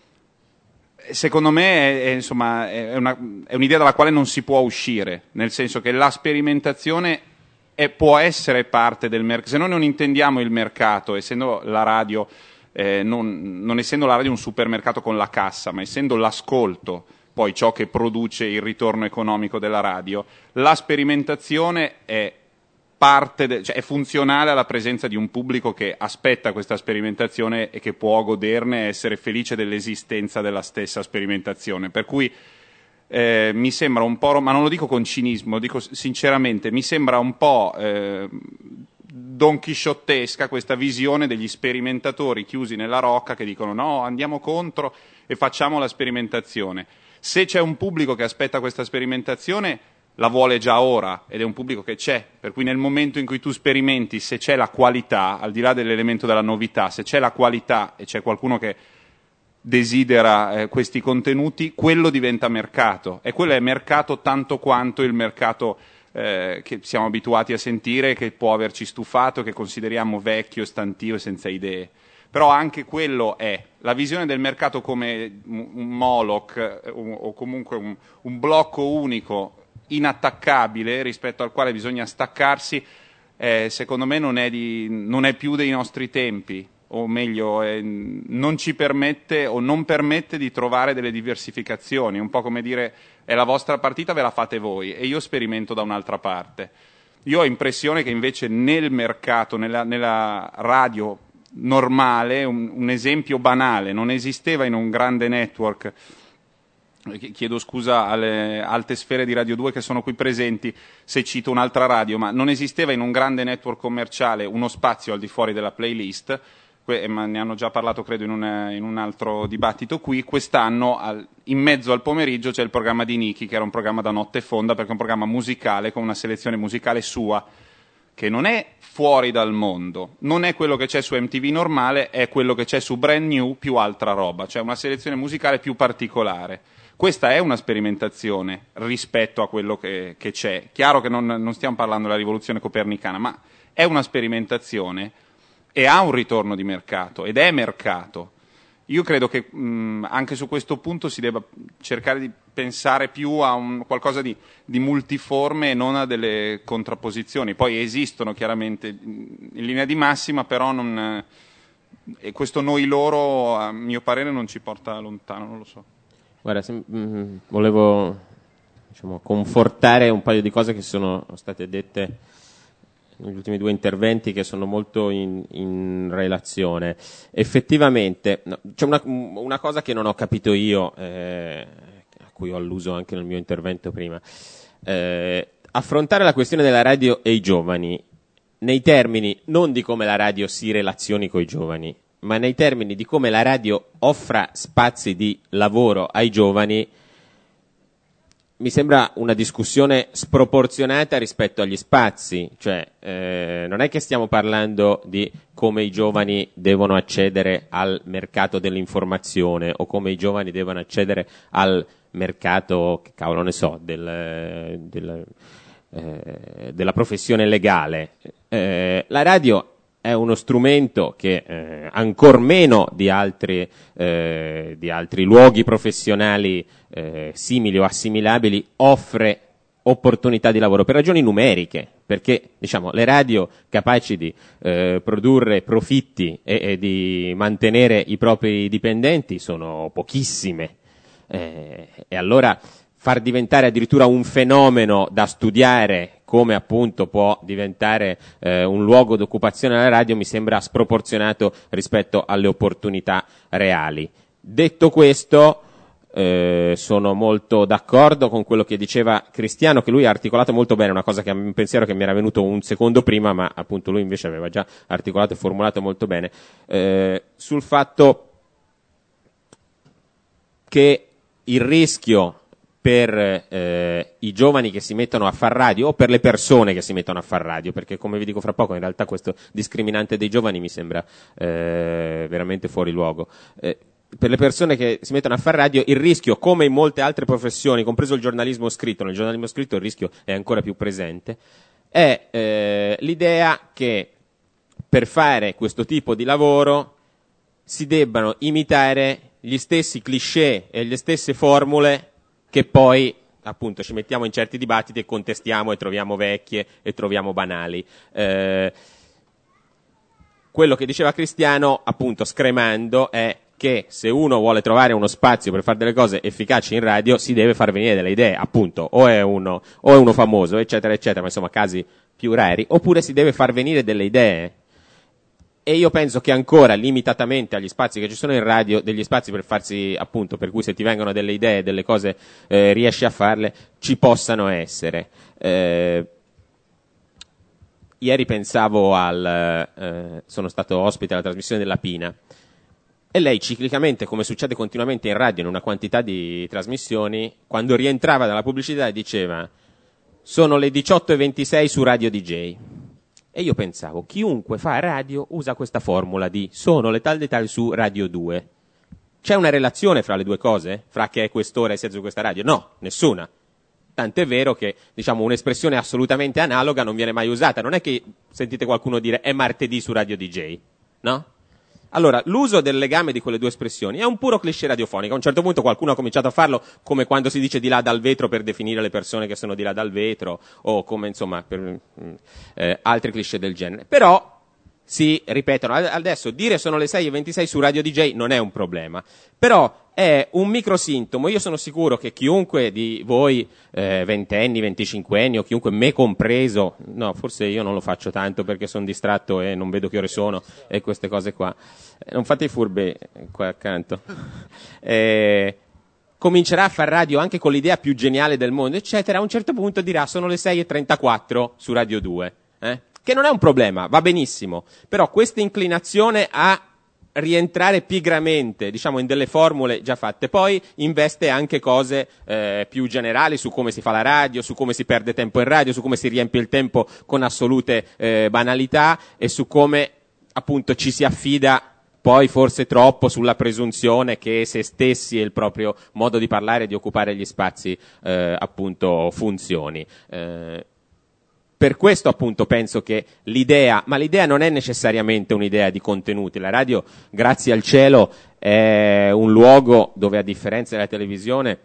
secondo me è, è, insomma, è, una, è un'idea dalla quale non si può uscire, nel senso che la sperimentazione è, può essere parte del mercato. Se noi non intendiamo il mercato, essendo la radio, eh, non, non essendo la radio un supermercato con la cassa, ma essendo l'ascolto poi ciò che produce il ritorno economico della radio, la sperimentazione è parte de- cioè è funzionale alla presenza di un pubblico che aspetta questa sperimentazione e che può goderne e essere felice dell'esistenza della stessa sperimentazione. Per cui eh, mi sembra un po', ma non lo dico con cinismo, lo dico sinceramente, mi sembra un po' eh, donchisciottesca questa visione degli sperimentatori chiusi nella rocca che dicono no, andiamo contro e facciamo la sperimentazione. Se c'è un pubblico che aspetta questa sperimentazione, la vuole già ora, ed è un pubblico che c'è, per cui nel momento in cui tu sperimenti, se c'è la qualità, al di là dell'elemento della novità, se c'è la qualità e c'è qualcuno che desidera eh, questi contenuti, quello diventa mercato, e quello è mercato tanto quanto il mercato eh, che siamo abituati a sentire, che può averci stufato, che consideriamo vecchio, stantio e senza idee. Però anche quello è la visione del mercato come un Moloch eh, o comunque un, un blocco unico inattaccabile rispetto al quale bisogna staccarsi, eh, secondo me non è, di, non è più dei nostri tempi, o meglio eh, non ci permette o non permette di trovare delle diversificazioni, un po' come dire è la vostra partita, ve la fate voi e io sperimento da un'altra parte. Io ho impressione che invece nel mercato, nella, nella radio normale, un, un esempio banale, non esisteva in un grande network. Chiedo scusa alle alte sfere di Radio due che sono qui presenti se cito un'altra radio, ma non esisteva in un grande network commerciale uno spazio al di fuori della playlist, que- ma ne hanno già parlato credo in un, in un altro dibattito qui. Quest'anno al, in mezzo al pomeriggio c'è il programma di Niki, che era un programma da notte fonda, perché è un programma musicale con una selezione musicale sua, che non è fuori dal mondo, non è quello che c'è su M T V normale, è quello che c'è su Brand New più altra roba, cioè una selezione musicale più particolare. Questa è una sperimentazione rispetto a quello che, che c'è. Chiaro che non, non stiamo parlando della rivoluzione copernicana, ma è una sperimentazione e ha un ritorno di mercato, ed è mercato. Io credo che mh, anche su questo punto si debba cercare di pensare più a un, qualcosa di, di multiforme e non a delle contrapposizioni. Poi esistono chiaramente in linea di massima, però non, e questo noi loro, a mio parere, non ci porta lontano, non lo so. Guarda, se, mh, volevo diciamo, confortare un paio di cose che sono state dette negli ultimi due interventi, che sono molto in, in relazione. Effettivamente, no, c'è una, una cosa che non ho capito io, eh, a cui ho alluso anche nel mio intervento prima. Eh, affrontare la questione della radio e i giovani nei termini non di come la radio si relazioni coi giovani, ma nei termini di come la radio offra spazi di lavoro ai giovani, mi sembra una discussione sproporzionata rispetto agli spazi. Cioè, eh, non è che stiamo parlando di come i giovani devono accedere al mercato dell'informazione o come i giovani devono accedere al mercato, che cavolo ne so, del, del, eh, della professione legale. Eh, la radio è uno strumento che, eh, ancor meno di altri, eh, di altri luoghi professionali eh, simili o assimilabili, offre opportunità di lavoro per ragioni numeriche, perché diciamo le radio capaci di eh, produrre profitti e, e di mantenere i propri dipendenti sono pochissime, eh, e allora far diventare addirittura un fenomeno da studiare, come appunto può diventare eh, un luogo d'occupazione alla radio, mi sembra sproporzionato rispetto alle opportunità reali. Detto questo, eh, sono molto d'accordo con quello che diceva Cristiano, che lui ha articolato molto bene una cosa che un pensiero che mi era venuto un secondo prima, ma appunto lui invece aveva già articolato e formulato molto bene, eh, sul fatto che il rischio per eh, i giovani che si mettono a far radio o per le persone che si mettono a far radio, perché come vi dico fra poco in realtà questo discriminante dei giovani mi sembra eh, veramente fuori luogo. Eh, per le persone che si mettono a far radio il rischio, come in molte altre professioni, compreso il giornalismo scritto, nel giornalismo scritto il rischio è ancora più presente, è eh, l'idea che per fare questo tipo di lavoro si debbano imitare gli stessi cliché e le stesse formule che poi appunto ci mettiamo in certi dibattiti e contestiamo e troviamo vecchie e troviamo banali. Eh, quello che diceva Cristiano, appunto scremando, è che se uno vuole trovare uno spazio per fare delle cose efficaci in radio si deve far venire delle idee, appunto, o è uno, o è uno famoso, eccetera, eccetera, ma insomma casi più rari, oppure si deve far venire delle idee. E io penso che ancora, limitatamente agli spazi che ci sono in radio, degli spazi per farsi, appunto, per cui se ti vengono delle idee, delle cose, eh, riesci a farle, ci possano essere. Eh, ieri pensavo al, eh, sono stato ospite alla trasmissione della Pina, e lei ciclicamente, come succede continuamente in radio, in una quantità di trasmissioni, quando rientrava dalla pubblicità diceva, sono le diciotto e ventisei su Radio D J. E io pensavo, chiunque fa radio usa questa formula di sono le tal dei tal su Radio due. C'è una relazione fra le due cose? Fra che è quest'ora e sia su questa radio? No, nessuna. Tant'è vero che, diciamo, un'espressione assolutamente analoga non viene mai usata. Non è che sentite qualcuno dire è martedì su Radio D J, no? Allora, l'uso del legame di quelle due espressioni è un puro cliché radiofonico. A un certo punto qualcuno ha cominciato a farlo, come quando si dice di là dal vetro per definire le persone che sono di là dal vetro, o come, insomma, per, eh, altri cliché del genere. Però si ripetono. Adesso dire sono le sei e ventisei su Radio D J non è un problema, però è un microsintomo. Io sono sicuro che chiunque di voi, eh, ventenni, venticinquenni o chiunque, me compreso, no, forse io non lo faccio tanto perché sono distratto e non vedo che ore sono e queste cose qua, eh, non fate i furbi qua accanto, eh, comincerà a far radio anche con l'idea più geniale del mondo, eccetera, a un certo punto dirà sono le sei e trentaquattro su Radio due, eh? Che non è un problema, va benissimo, però questa inclinazione a rientrare pigramente, diciamo, in delle formule già fatte, poi investe anche cose eh, più generali su come si fa la radio, su come si perde tempo in radio, su come si riempie il tempo con assolute eh, banalità e su come appunto ci si affida poi forse troppo sulla presunzione che se stessi e il proprio modo di parlare e di occupare gli spazi eh, appunto funzioni. Eh, Per questo appunto penso che l'idea, ma l'idea non è necessariamente un'idea di contenuti, la radio, grazie al cielo, è un luogo dove a differenza della televisione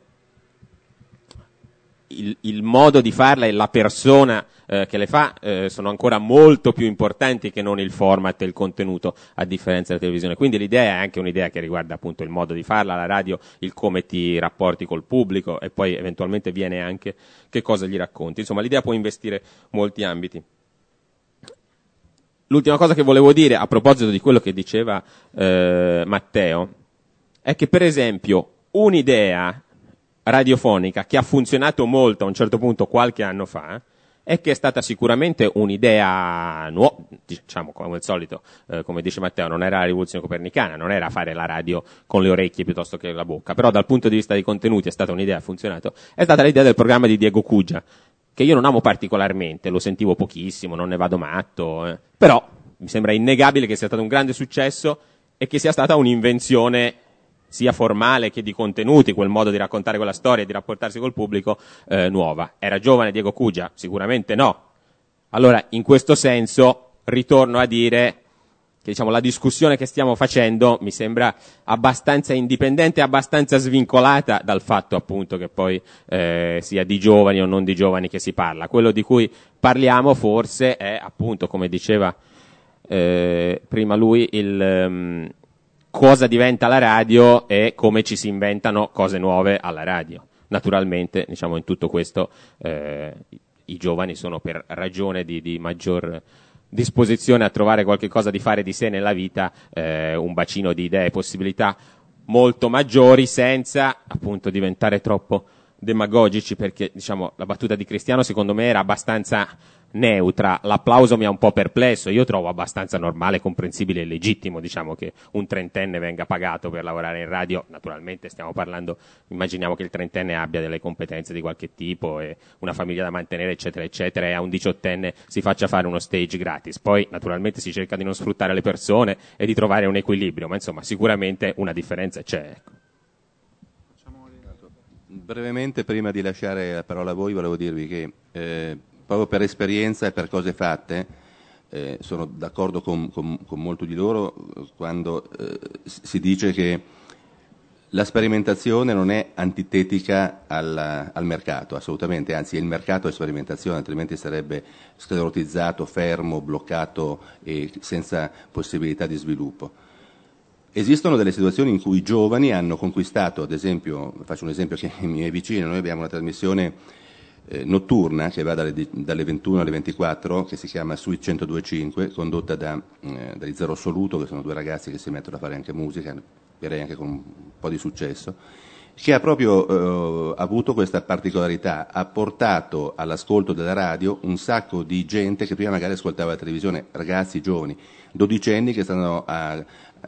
il, il modo di farla e la persona eh, che le fa eh, sono ancora molto più importanti che non il format e il contenuto, a differenza della televisione. Quindi l'idea è anche un'idea che riguarda appunto il modo di farla, la radio, il come ti rapporti col pubblico e poi eventualmente viene anche che cosa gli racconti. Insomma, l'idea può investire molti ambiti. L'ultima cosa che volevo dire a proposito di quello che diceva eh, Matteo è che per esempio un'idea radiofonica che ha funzionato molto a un certo punto qualche anno fa è che è stata sicuramente un'idea nuova, diciamo come al solito, eh, come dice Matteo, non era la rivoluzione copernicana, non era fare la radio con le orecchie piuttosto che la bocca, però dal punto di vista dei contenuti è stata un'idea, ha funzionato, è stata l'idea del programma di Diego Cugia, che io non amo particolarmente, lo sentivo pochissimo, non ne vado matto, eh, però mi sembra innegabile che sia stato un grande successo e che sia stata un'invenzione sia formale che di contenuti, quel modo di raccontare quella storia e di rapportarsi col pubblico, eh, nuova. Era giovane Diego Cugia? Sicuramente no. Allora, in questo senso, ritorno a dire che, diciamo, la discussione che stiamo facendo mi sembra abbastanza indipendente, abbastanza svincolata dal fatto, appunto, che poi eh, sia di giovani o non di giovani che si parla. Quello di cui parliamo, forse, è, appunto, come diceva eh, prima lui, il... Um, cosa diventa la radio e come ci si inventano cose nuove alla radio. Naturalmente, diciamo, in tutto questo eh, i giovani sono per ragione di, di maggior disposizione a trovare qualche cosa di fare di sé nella vita, eh, un bacino di idee e possibilità molto maggiori senza appunto diventare troppo demagogici, perché diciamo la battuta di Cristiano secondo me era abbastanza neutra, l'applauso mi ha un po' perplesso, io trovo abbastanza normale, comprensibile e legittimo, diciamo, che un trentenne venga pagato per lavorare in radio. Naturalmente stiamo parlando, immaginiamo che il trentenne abbia delle competenze di qualche tipo e una famiglia da mantenere, eccetera eccetera, e a un diciottenne si faccia fare uno stage gratis. Poi naturalmente si cerca di non sfruttare le persone e di trovare un equilibrio, ma insomma sicuramente una differenza c'è, ecco. Brevemente, prima di lasciare la parola a voi, volevo dirvi che eh, proprio per esperienza e per cose fatte, eh, sono d'accordo con, con, con molto di loro quando eh, si dice che la sperimentazione non è antitetica al, al mercato, assolutamente, anzi il mercato è sperimentazione, altrimenti sarebbe sclerotizzato, fermo, bloccato e senza possibilità di sviluppo. Esistono delle situazioni in cui i giovani hanno conquistato, ad esempio, faccio un esempio che mi è vicino, noi abbiamo una trasmissione Eh, notturna che va dalle, dalle ventuno alle ventiquattro, che si chiama Suite centodue virgola cinque, condotta da, eh, dagli Zero Assoluto, che sono due ragazzi che si mettono a fare anche musica, direi anche con un po' di successo, che ha proprio eh, avuto questa particolarità, ha portato all'ascolto della radio un sacco di gente che prima magari ascoltava la televisione, ragazzi giovani, dodicenni che stanno a, a,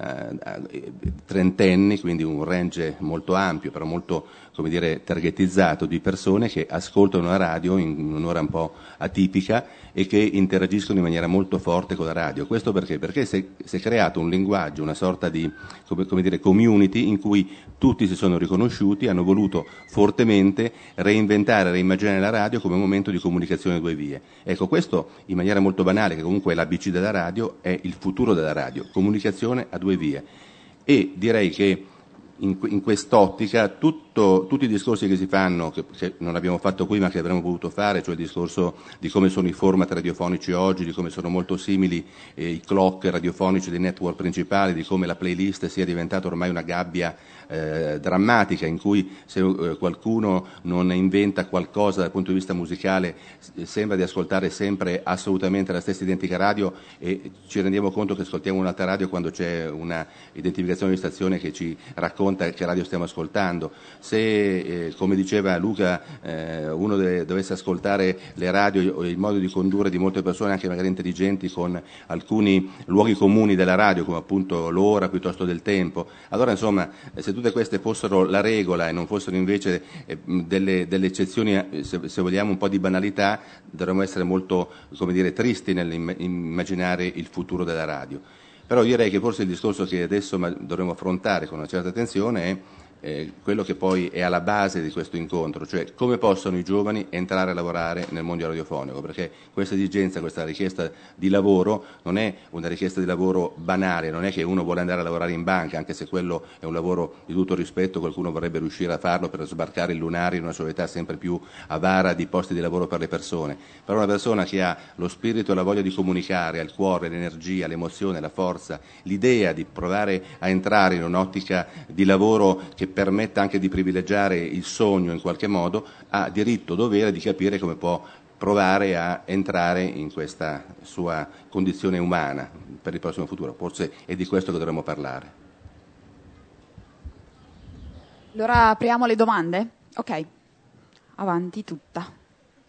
a trentenni, quindi un range molto ampio, però molto, come dire, targetizzato di persone che ascoltano la radio in un'ora un po' atipica e che interagiscono in maniera molto forte con la radio. Questo perché? Perché si è creato un linguaggio, una sorta di, come, come dire, community in cui tutti si sono riconosciuti, hanno voluto fortemente reinventare, reimmaginare la radio come un momento di comunicazione a due vie. Ecco, questo in maniera molto banale, che comunque è l'A B C della radio, è il futuro della radio, comunicazione a due vie. E direi che in, in quest'ottica tutto, tutti i discorsi che si fanno, che, che non abbiamo fatto qui ma che avremmo potuto fare, cioè il discorso di come sono i format radiofonici oggi, di come sono molto simili eh, i clock radiofonici dei network principali, di come la playlist sia diventata ormai una gabbia eh, drammatica in cui se eh, qualcuno non inventa qualcosa dal punto di vista musicale sembra di ascoltare sempre assolutamente la stessa identica radio e ci rendiamo conto che ascoltiamo un'altra radio quando c'è una identificazione di stazione che ci racconta che radio stiamo ascoltando. Se, eh, come diceva Luca, eh, uno de- dovesse ascoltare le radio e il modo di condurre di molte persone, anche magari intelligenti, con alcuni luoghi comuni della radio, come appunto l'ora piuttosto del tempo, allora insomma, se tutte queste fossero la regola e non fossero invece eh, delle, delle eccezioni, se, se vogliamo un po' di banalità, dovremmo essere molto, come dire, tristi nell'immaginare il futuro della radio. Però direi che forse il discorso che adesso dovremo affrontare con una certa attenzione è eh, quello che poi è alla base di questo incontro, cioè come possono i giovani entrare a lavorare nel mondo radiofonico, perché questa esigenza, questa richiesta di lavoro non è una richiesta di lavoro banale, non è che uno vuole andare a lavorare in banca, anche se quello è un lavoro di tutto rispetto, qualcuno vorrebbe riuscire a farlo per sbarcare il lunario in una società sempre più avara di posti di lavoro per le persone, però una persona che ha lo spirito e la voglia di comunicare, ha il cuore, l'energia, l'emozione, la forza, l'idea di provare a entrare in un'ottica di lavoro che permetta anche di privilegiare il sogno in qualche modo, ha diritto, dovere di capire come può provare a entrare in questa sua condizione umana per il prossimo futuro. Forse è di questo che dovremmo parlare. Allora apriamo le domande? Ok, avanti tutta.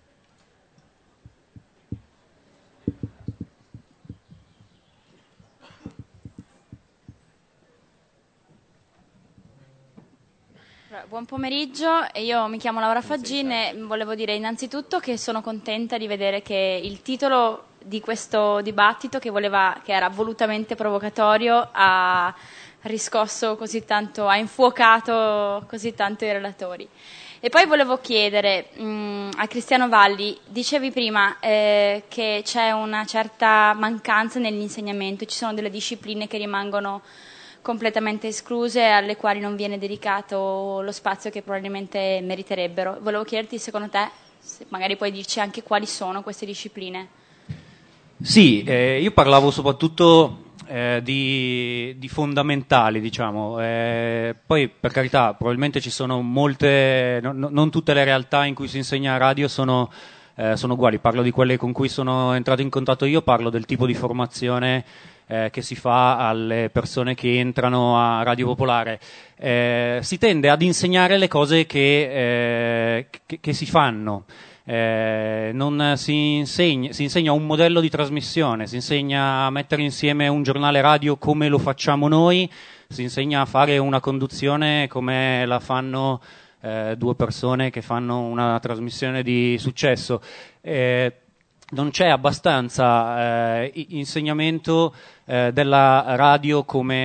Buon pomeriggio, io mi chiamo Laura Faggin e volevo dire innanzitutto che sono contenta di vedere che il titolo di questo dibattito, che, voleva, che era volutamente provocatorio, ha riscosso così tanto, ha infuocato così tanto i relatori. E poi volevo chiedere mh, a Cristiano Valli, dicevi prima eh, che c'è una certa mancanza nell'insegnamento, ci sono delle discipline che rimangono completamente escluse, alle quali non viene dedicato lo spazio che probabilmente meriterebbero. Volevo chiederti, secondo te, se magari puoi dirci anche quali sono queste discipline. Sì, eh, io parlavo soprattutto eh, di, di fondamentali, diciamo. Eh, poi, per carità, probabilmente ci sono molte, no, no, non tutte le realtà in cui si insegna radio sono, eh, sono uguali. Parlo di quelle con cui sono entrato in contatto io, parlo del tipo di formazione eh, che si fa alle persone che entrano a Radio Popolare. Eh, si tende ad insegnare le cose che, eh, che, che si fanno. Eh, non si insegna, si insegna un modello di trasmissione, si insegna a mettere insieme un giornale radio come lo facciamo noi, si insegna a fare una conduzione come la fanno eh, due persone che fanno una trasmissione di successo. Eh, non c'è abbastanza eh, insegnamento eh, della radio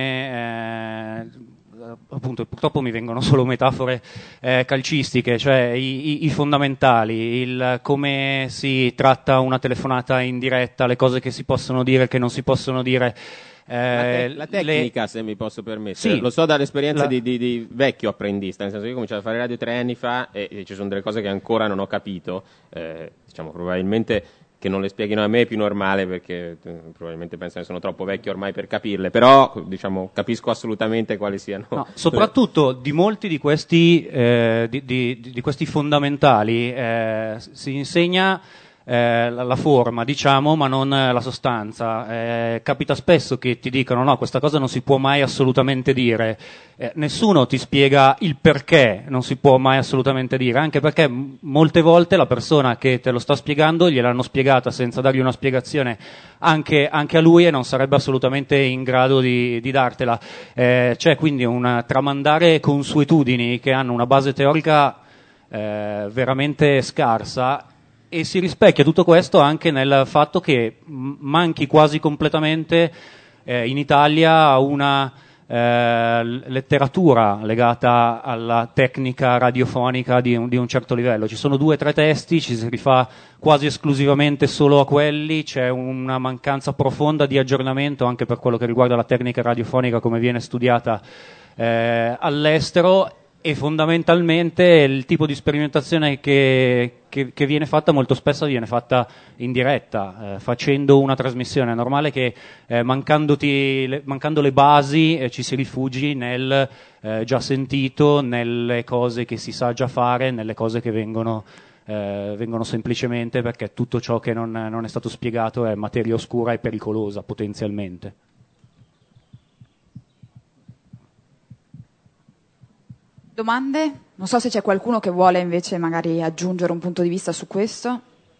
come eh, appunto, purtroppo mi vengono solo metafore eh, calcistiche, cioè i, i, i fondamentali, il come si tratta una telefonata in diretta, le cose che si possono dire e che non si possono dire. Eh, la, te- la tecnica, le... se mi posso permettere, sì, lo so dall'esperienza la... di, di, di vecchio apprendista, nel senso che io ho cominciato a fare radio tre anni fa e, e ci sono delle cose che ancora non ho capito, eh, diciamo probabilmente che non le spieghino a me è più normale, perché eh, probabilmente pensano che sono troppo vecchio ormai per capirle, però diciamo capisco assolutamente quali siano. No, soprattutto di molti di questi, eh, di, di, di questi fondamentali eh, si insegna eh, la, la forma, diciamo, ma non la sostanza. Eh, capita spesso che ti dicano no, questa cosa non si può mai assolutamente dire. Eh, nessuno ti spiega il perché non si può mai assolutamente dire, anche perché m- molte volte la persona che te lo sta spiegando gliel'hanno spiegata senza dargli una spiegazione anche, anche a lui, e non sarebbe assolutamente in grado di, di dartela. Eh, c'è quindi un tramandare consuetudini che hanno una base teorica eh, veramente scarsa, e si rispecchia tutto questo anche nel fatto che m- manchi quasi completamente eh, in Italia una eh, letteratura legata alla tecnica radiofonica di un, di un certo livello. Ci sono due o tre testi, ci si rifà quasi esclusivamente solo a quelli, c'è una mancanza profonda di aggiornamento anche per quello che riguarda la tecnica radiofonica come viene studiata eh, all'estero, e fondamentalmente il tipo di sperimentazione che, che, che viene fatta molto spesso viene fatta in diretta, eh, facendo una trasmissione. È normale che eh, mancandoti le, mancando le basi eh, ci si rifugi nel eh, già sentito, nelle cose che si sa già fare, nelle cose che vengono, eh, vengono semplicemente perché tutto ciò che non, non è stato spiegato è materia oscura e pericolosa potenzialmente. Domande? Non so se c'è qualcuno che vuole invece magari aggiungere un punto di vista su questo.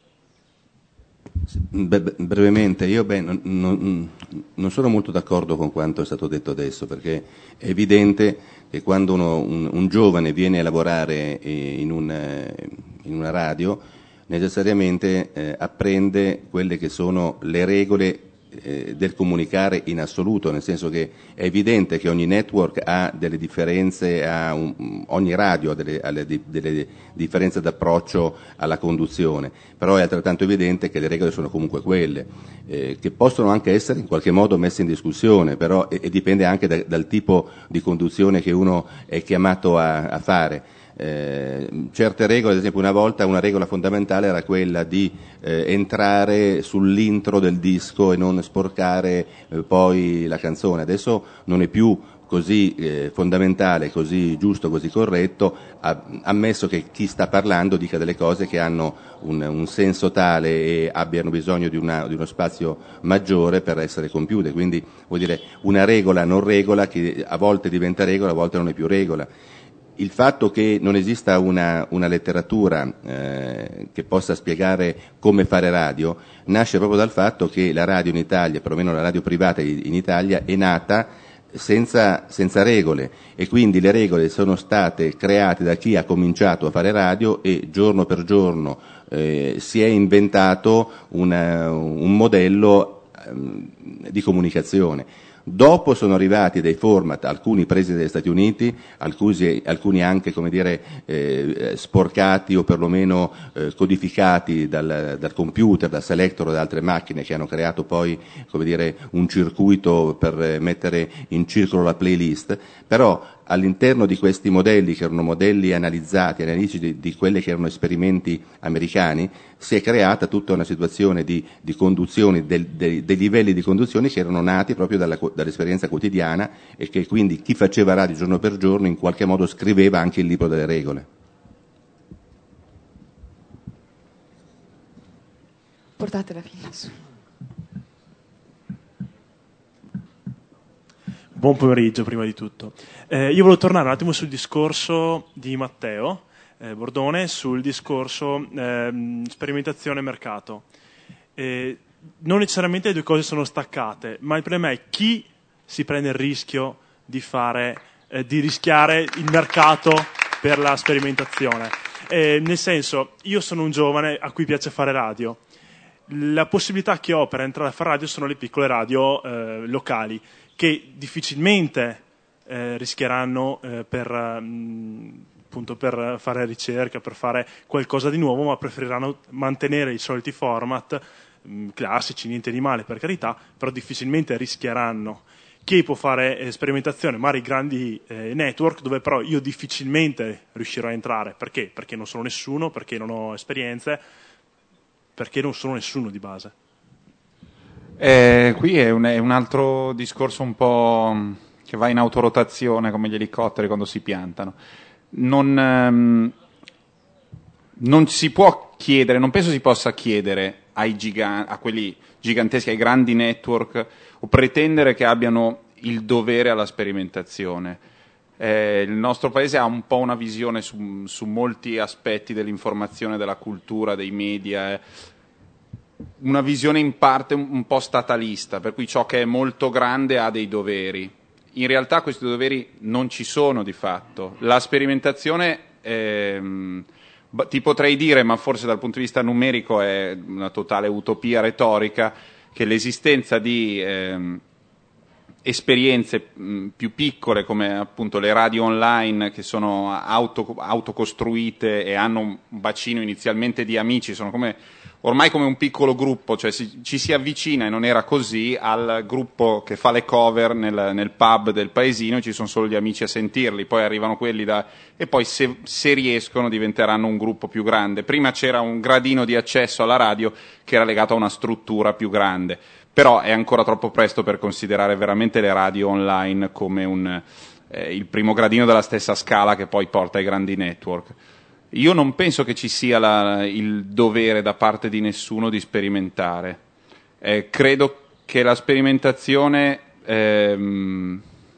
Be- brevemente, io beh, non, non, non sono molto d'accordo con quanto è stato detto adesso, perché è evidente che quando uno, un, un giovane viene a lavorare in, un, in una radio, necessariamente eh, apprende quelle che sono le regole del comunicare in assoluto, nel senso che è evidente che ogni network ha delle differenze, ha un, ogni radio ha delle, ha delle differenze d'approccio alla conduzione, però è altrettanto evidente che le regole sono comunque quelle, eh, che possono anche essere in qualche modo messe in discussione, però e, e dipende anche da, dal tipo di conduzione che uno è chiamato a, a fare. Eh, certe regole, ad esempio una volta una regola fondamentale era quella di eh, entrare sull'intro del disco e non sporcare eh, poi la canzone. Adesso non è più così eh, fondamentale, così giusto, così corretto, a, ammesso che chi sta parlando dica delle cose che hanno un, un senso tale e abbiano bisogno di, una, di uno spazio maggiore per essere compiute. Quindi vuol dire una regola non regola che a volte diventa regola, a volte non è più regola. Il fatto che non esista una, una letteratura eh, che possa spiegare come fare radio nasce proprio dal fatto che la radio in Italia, perlomeno la radio privata in Italia, è nata senza, senza regole, e quindi le regole sono state create da chi ha cominciato a fare radio e giorno per giorno eh, si è inventato una, un modello eh, di comunicazione. Dopo sono arrivati dei format, alcuni presi dagli Stati Uniti, alcuni, alcuni anche, come dire, eh, sporcati o perlomeno eh, codificati dal, dal computer, dal selector o da altre macchine, che hanno creato poi, come dire, un circuito per mettere in circolo la playlist. Però all'interno di questi modelli, che erano modelli analizzati, analitici di, di quelli che erano esperimenti americani, si è creata tutta una situazione di, di conduzioni, del, dei, dei livelli di conduzione che erano nati proprio dalla, dall'esperienza quotidiana, e che quindi chi faceva radio giorno per giorno in qualche modo scriveva anche il libro delle regole. Portatela fino su. Buon pomeriggio, prima di tutto. Eh, io volevo tornare un attimo sul discorso di Matteo eh, Bordone, sul discorso eh, sperimentazione e mercato. Eh, non necessariamente le due cose sono staccate, ma il problema è chi si prende il rischio di fare, eh, di rischiare il mercato per la sperimentazione. Eh, nel senso, io sono un giovane a cui piace fare radio. La possibilità che ho per entrare a fare radio sono le piccole radio eh, locali, che difficilmente eh, rischieranno eh, per, mh, appunto per fare ricerca, per fare qualcosa di nuovo, ma preferiranno mantenere i soliti format mh, classici, niente di male per carità, però difficilmente rischieranno. Chi può fare eh, sperimentazione, magari grandi eh, network, dove però io difficilmente riuscirò a entrare. Perché? Perché non sono nessuno, perché non ho esperienze, perché non sono nessuno di base. Eh, qui è un, è un altro discorso un po' che va in autorotazione come gli elicotteri quando si piantano. Non, ehm, non si può chiedere, non penso si possa chiedere ai giganti, a quelli giganteschi, ai grandi network, o pretendere che abbiano il dovere alla sperimentazione. Eh, il nostro paese ha un po' una visione su, su molti aspetti dell'informazione, della cultura, dei media, eh, una visione in parte un, un po' statalista, per cui ciò che è molto grande ha dei doveri. In realtà questi doveri non ci sono di fatto. La sperimentazione, ehm, ti potrei dire, ma forse dal punto di vista numerico è una totale utopia retorica, che l'esistenza di ehm, esperienze mh, più piccole come appunto le radio online, che sono auto, autocostruite e hanno un bacino inizialmente di amici, sono come ormai come un piccolo gruppo, cioè si, ci si avvicina, e non era così, al gruppo che fa le cover nel, nel pub del paesino, e ci sono solo gli amici a sentirli, poi arrivano quelli da, e poi se, se riescono diventeranno un gruppo più grande. Prima c'era un gradino di accesso alla radio che era legato a una struttura più grande, però è ancora troppo presto per considerare veramente le radio online come un, eh, il primo gradino della stessa scala che poi porta ai grandi network. Io non penso che ci sia la, il dovere da parte di nessuno di sperimentare. Eh, credo che la sperimentazione ehm,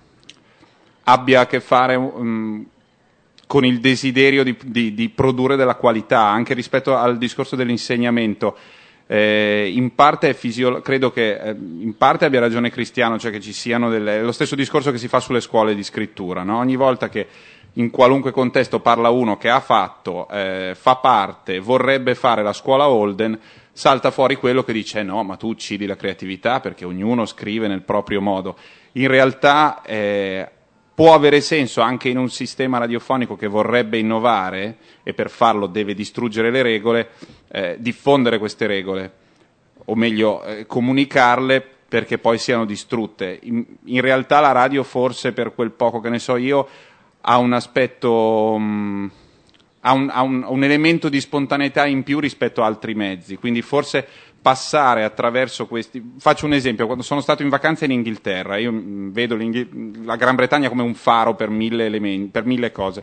abbia a che fare um, con il desiderio di, di, di produrre della qualità, anche rispetto al discorso dell'insegnamento. Eh, in parte è fisiolo- credo che eh, in parte abbia ragione Cristiano, cioè che ci siano delle, lo stesso discorso che si fa sulle scuole di scrittura, no? Ogni volta che in qualunque contesto parla uno che ha fatto, eh, fa parte, vorrebbe fare la scuola Holden, salta fuori quello che dice no, ma tu uccidi la creatività perché ognuno scrive nel proprio modo. In realtà eh, può avere senso anche in un sistema radiofonico che vorrebbe innovare, e per farlo deve distruggere le regole, eh, diffondere queste regole, o meglio eh, comunicarle perché poi siano distrutte. In, in realtà la radio, forse per quel poco che ne so io, ha un aspetto, mh, ha, un, ha un, un elemento di spontaneità in più rispetto a altri mezzi, quindi forse passare attraverso questi. Faccio un esempio: quando sono stato in vacanza in Inghilterra, io mh, vedo la Gran Bretagna come un faro per mille elementi, per mille cose.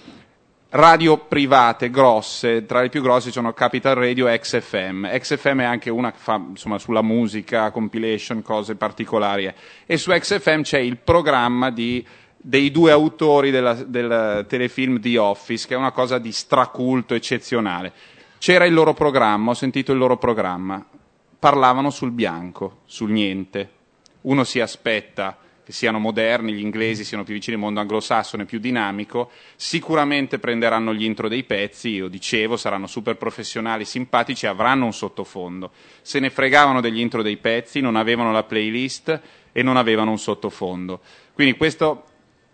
Radio private grosse, tra le più grosse sono Capital Radio e X F M. X F M è anche una che fa insomma sulla musica, compilation, cose particolari, e su X F M c'è il programma di dei due autori della, del telefilm The Office, che è una cosa di straculto eccezionale. C'era il loro programma, ho sentito il loro programma, parlavano sul bianco, sul niente. Uno si aspetta che siano moderni, gli inglesi siano più vicini al mondo anglosassone, più dinamico, sicuramente prenderanno gli intro dei pezzi, io dicevo, saranno super professionali, simpatici, avranno un sottofondo. Se ne fregavano degli intro dei pezzi, non avevano la playlist e non avevano un sottofondo. Quindi questo,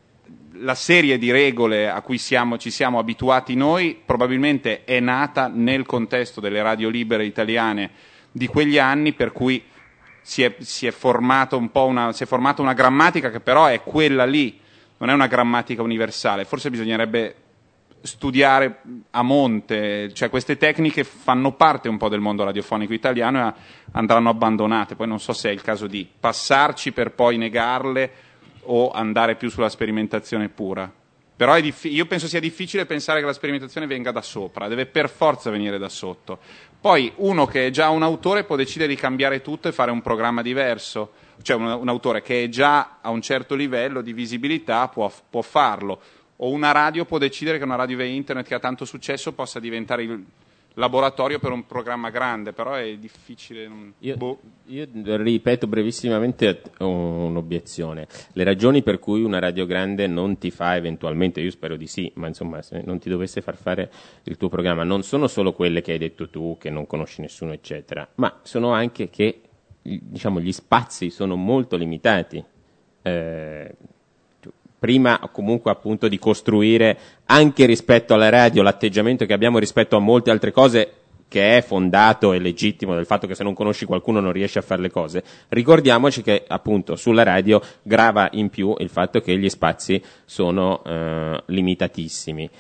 la serie di regole a cui siamo, ci siamo abituati noi probabilmente è nata nel contesto delle radio libere italiane di quegli anni, per cui si è, si è formato un po' una, si è formata una grammatica che però è quella lì, non è una grammatica universale. Forse bisognerebbe studiare a monte, cioè queste tecniche fanno parte un po' del mondo radiofonico italiano e andranno abbandonate. Poi non so se è il caso di passarci per poi negarle o andare più sulla sperimentazione pura. Però è diffi- io penso sia difficile pensare che la sperimentazione venga da sopra, deve per forza venire da sotto. Poi uno che è già un autore può decidere di cambiare tutto e fare un programma diverso, cioè un, un autore che è già a un certo livello di visibilità può, può farlo, o una radio può decidere che una radio via internet che ha tanto successo possa diventare il laboratorio per un programma grande, però è difficile. Non... Io, boh. io ripeto brevissimamente un'obiezione. Le ragioni per cui una radio grande non ti fa eventualmente, io spero di sì, ma insomma se non ti dovesse far fare il tuo programma, non sono solo quelle che hai detto tu, che non conosci nessuno eccetera, ma sono anche che diciamo gli spazi sono molto limitati. Eh, prima comunque appunto di costruire anche rispetto alla radio l'atteggiamento che abbiamo rispetto a molte altre cose, che è fondato e legittimo del fatto che se non conosci qualcuno non riesci a fare le cose, ricordiamoci che appunto sulla radio grava in più il fatto che gli spazi sono eh, limitatissimi.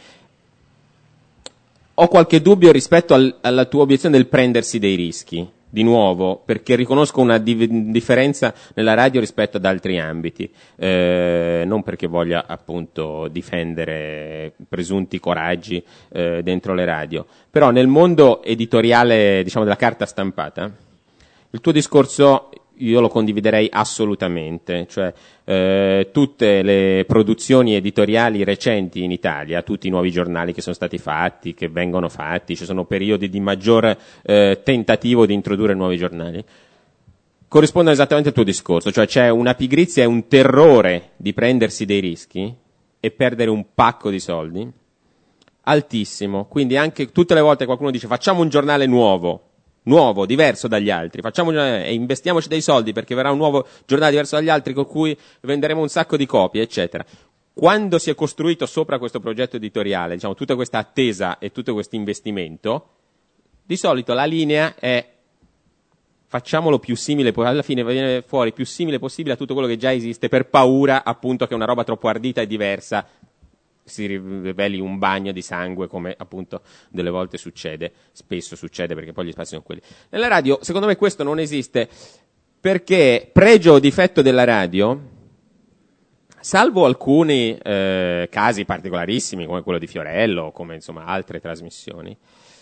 Ho qualche dubbio rispetto al, alla tua obiezione del prendersi dei rischi. Di nuovo, perché riconosco una di- differenza nella radio rispetto ad altri ambiti, eh, non perché voglia appunto difendere presunti coraggi eh, dentro le radio, però nel mondo editoriale, diciamo, della carta stampata, il tuo discorso io lo condividerei assolutamente, cioè eh, tutte le produzioni editoriali recenti in Italia, tutti i nuovi giornali che sono stati fatti, che vengono fatti, ci sono periodi di maggior eh, tentativo di introdurre nuovi giornali, corrispondono esattamente al tuo discorso, cioè c'è una pigrizia e un terrore di prendersi dei rischi e perdere un pacco di soldi altissimo, quindi anche tutte le volte che qualcuno dice facciamo un giornale nuovo, nuovo, diverso dagli altri, facciamo e investiamoci dei soldi perché verrà un nuovo giornale diverso dagli altri con cui venderemo un sacco di copie, eccetera. Quando si è costruito sopra questo progetto editoriale, diciamo, tutta questa attesa e tutto questo investimento, di solito la linea è facciamolo più simile, alla fine viene fuori più simile possibile a tutto quello che già esiste, per paura appunto che una roba troppo ardita e diversa si riveli un bagno di sangue, come appunto delle volte succede, spesso succede perché poi gli spazi sono quelli. Nella radio, secondo me questo non esiste, perché pregio o difetto della radio, salvo alcuni eh, casi particolarissimi come quello di Fiorello o come insomma altre trasmissioni,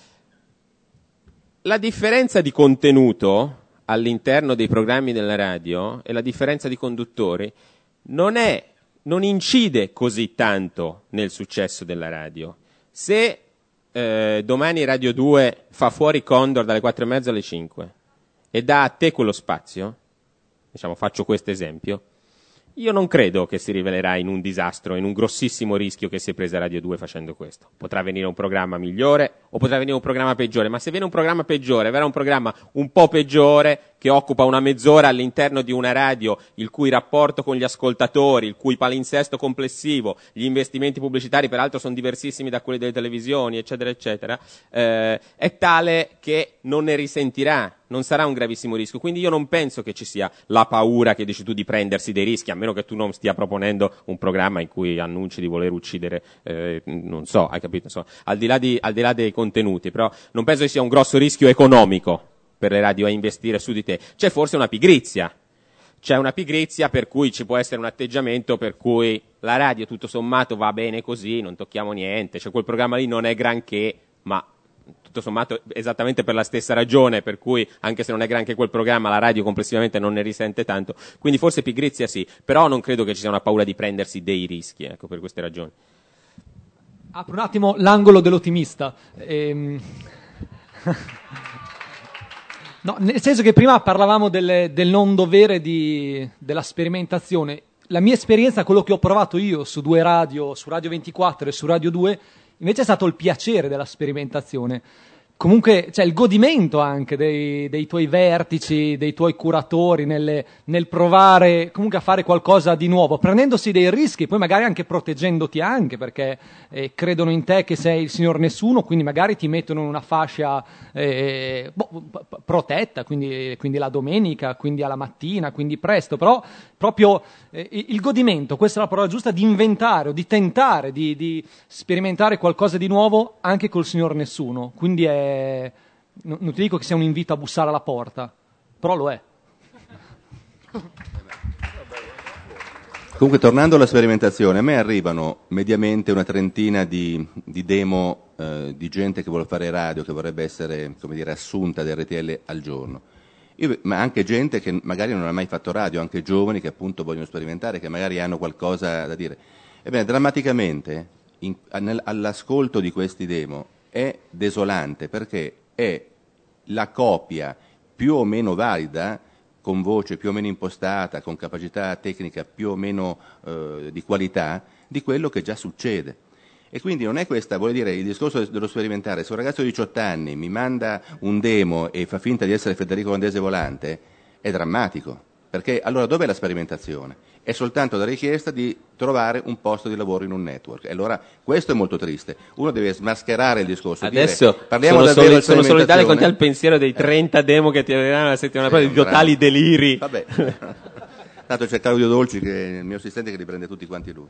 la differenza di contenuto all'interno dei programmi della radio e la differenza di conduttori non è non incide così tanto nel successo della radio. Se eh, domani Radio due fa fuori Condor dalle quattro e mezza alle cinque e dà a te quello spazio, diciamo, faccio questo esempio, io non credo che si rivelerà in un disastro, in un grossissimo rischio che si è presa Radio due facendo questo. Potrà venire un programma migliore o potrà venire un programma peggiore, ma se viene un programma peggiore, verrà un programma un po' peggiore che occupa una mezz'ora all'interno di una radio il cui rapporto con gli ascoltatori, il cui palinsesto complessivo, gli investimenti pubblicitari peraltro sono diversissimi da quelli delle televisioni, eccetera, eccetera, eh, è tale che non ne risentirà, non sarà un gravissimo rischio. Quindi io non penso che ci sia la paura che dici tu di prendersi dei rischi, a meno che tu non stia proponendo un programma in cui annunci di voler uccidere, eh, non so, hai capito? Insomma, al di là di, al di là dei contenuti, però non penso che sia un grosso rischio economico per le radio a investire su di te. C'è forse una pigrizia, c'è una pigrizia per cui ci può essere un atteggiamento per cui la radio tutto sommato va bene così, non tocchiamo niente, cioè quel programma lì non è granché, ma tutto sommato esattamente per la stessa ragione per cui anche se non è granché quel programma la radio complessivamente non ne risente tanto, quindi forse pigrizia sì, però non credo che ci sia una paura di prendersi dei rischi, ecco, per queste ragioni. Apro un attimo l'angolo dell'ottimista. Ehm... No, nel senso che prima parlavamo del, del non dovere di, della sperimentazione. La mia esperienza, quello che ho provato io su due radio, su Radio ventiquattro e su Radio due, invece è stato il piacere della sperimentazione. Comunque, cioè il godimento anche dei, dei tuoi vertici, dei tuoi curatori nelle, nel provare comunque a fare qualcosa di nuovo, prendendosi dei rischi, poi magari anche proteggendoti anche, perché eh, credono in te che sei il signor nessuno, quindi magari ti mettono in una fascia eh, boh, p- protetta, quindi, quindi la domenica, quindi alla mattina, quindi presto, però proprio eh, il godimento, questa è la parola giusta, di inventare o di tentare di, di sperimentare qualcosa di nuovo anche col signor nessuno, quindi è non ti dico che sia un invito a bussare alla porta, però lo è. Comunque, tornando alla sperimentazione, a me arrivano mediamente una trentina di, di demo eh, di gente che vuole fare radio, che vorrebbe essere, come dire, assunta da R T L al giorno. Io, ma anche gente che magari non ha mai fatto radio, anche giovani che appunto vogliono sperimentare, che magari hanno qualcosa da dire. Ebbene, drammaticamente, in, nel, all'ascolto di questi demo è desolante, perché è la copia più o meno valida, con voce più o meno impostata, con capacità tecnica più o meno eh, di qualità, di quello che già succede. E quindi non è questa, vuol dire, il discorso dello sperimentare. Se un ragazzo di diciotto anni mi manda un demo e fa finta di essere Federico Landese Volante, è drammatico, perché allora dov'è la sperimentazione? È soltanto la richiesta di trovare un posto di lavoro in un network. E allora questo è molto triste. Uno deve smascherare il discorso. Adesso dire, parliamo sono, davvero solo, di sono solidale con te al sperimentazione. pensiero dei trenta demo che ti arriveranno la settimana prossima, di totali deliri. Vabbè. Tanto c'è Claudio Dolci, che è il mio assistente, che li prende tutti quanti lui.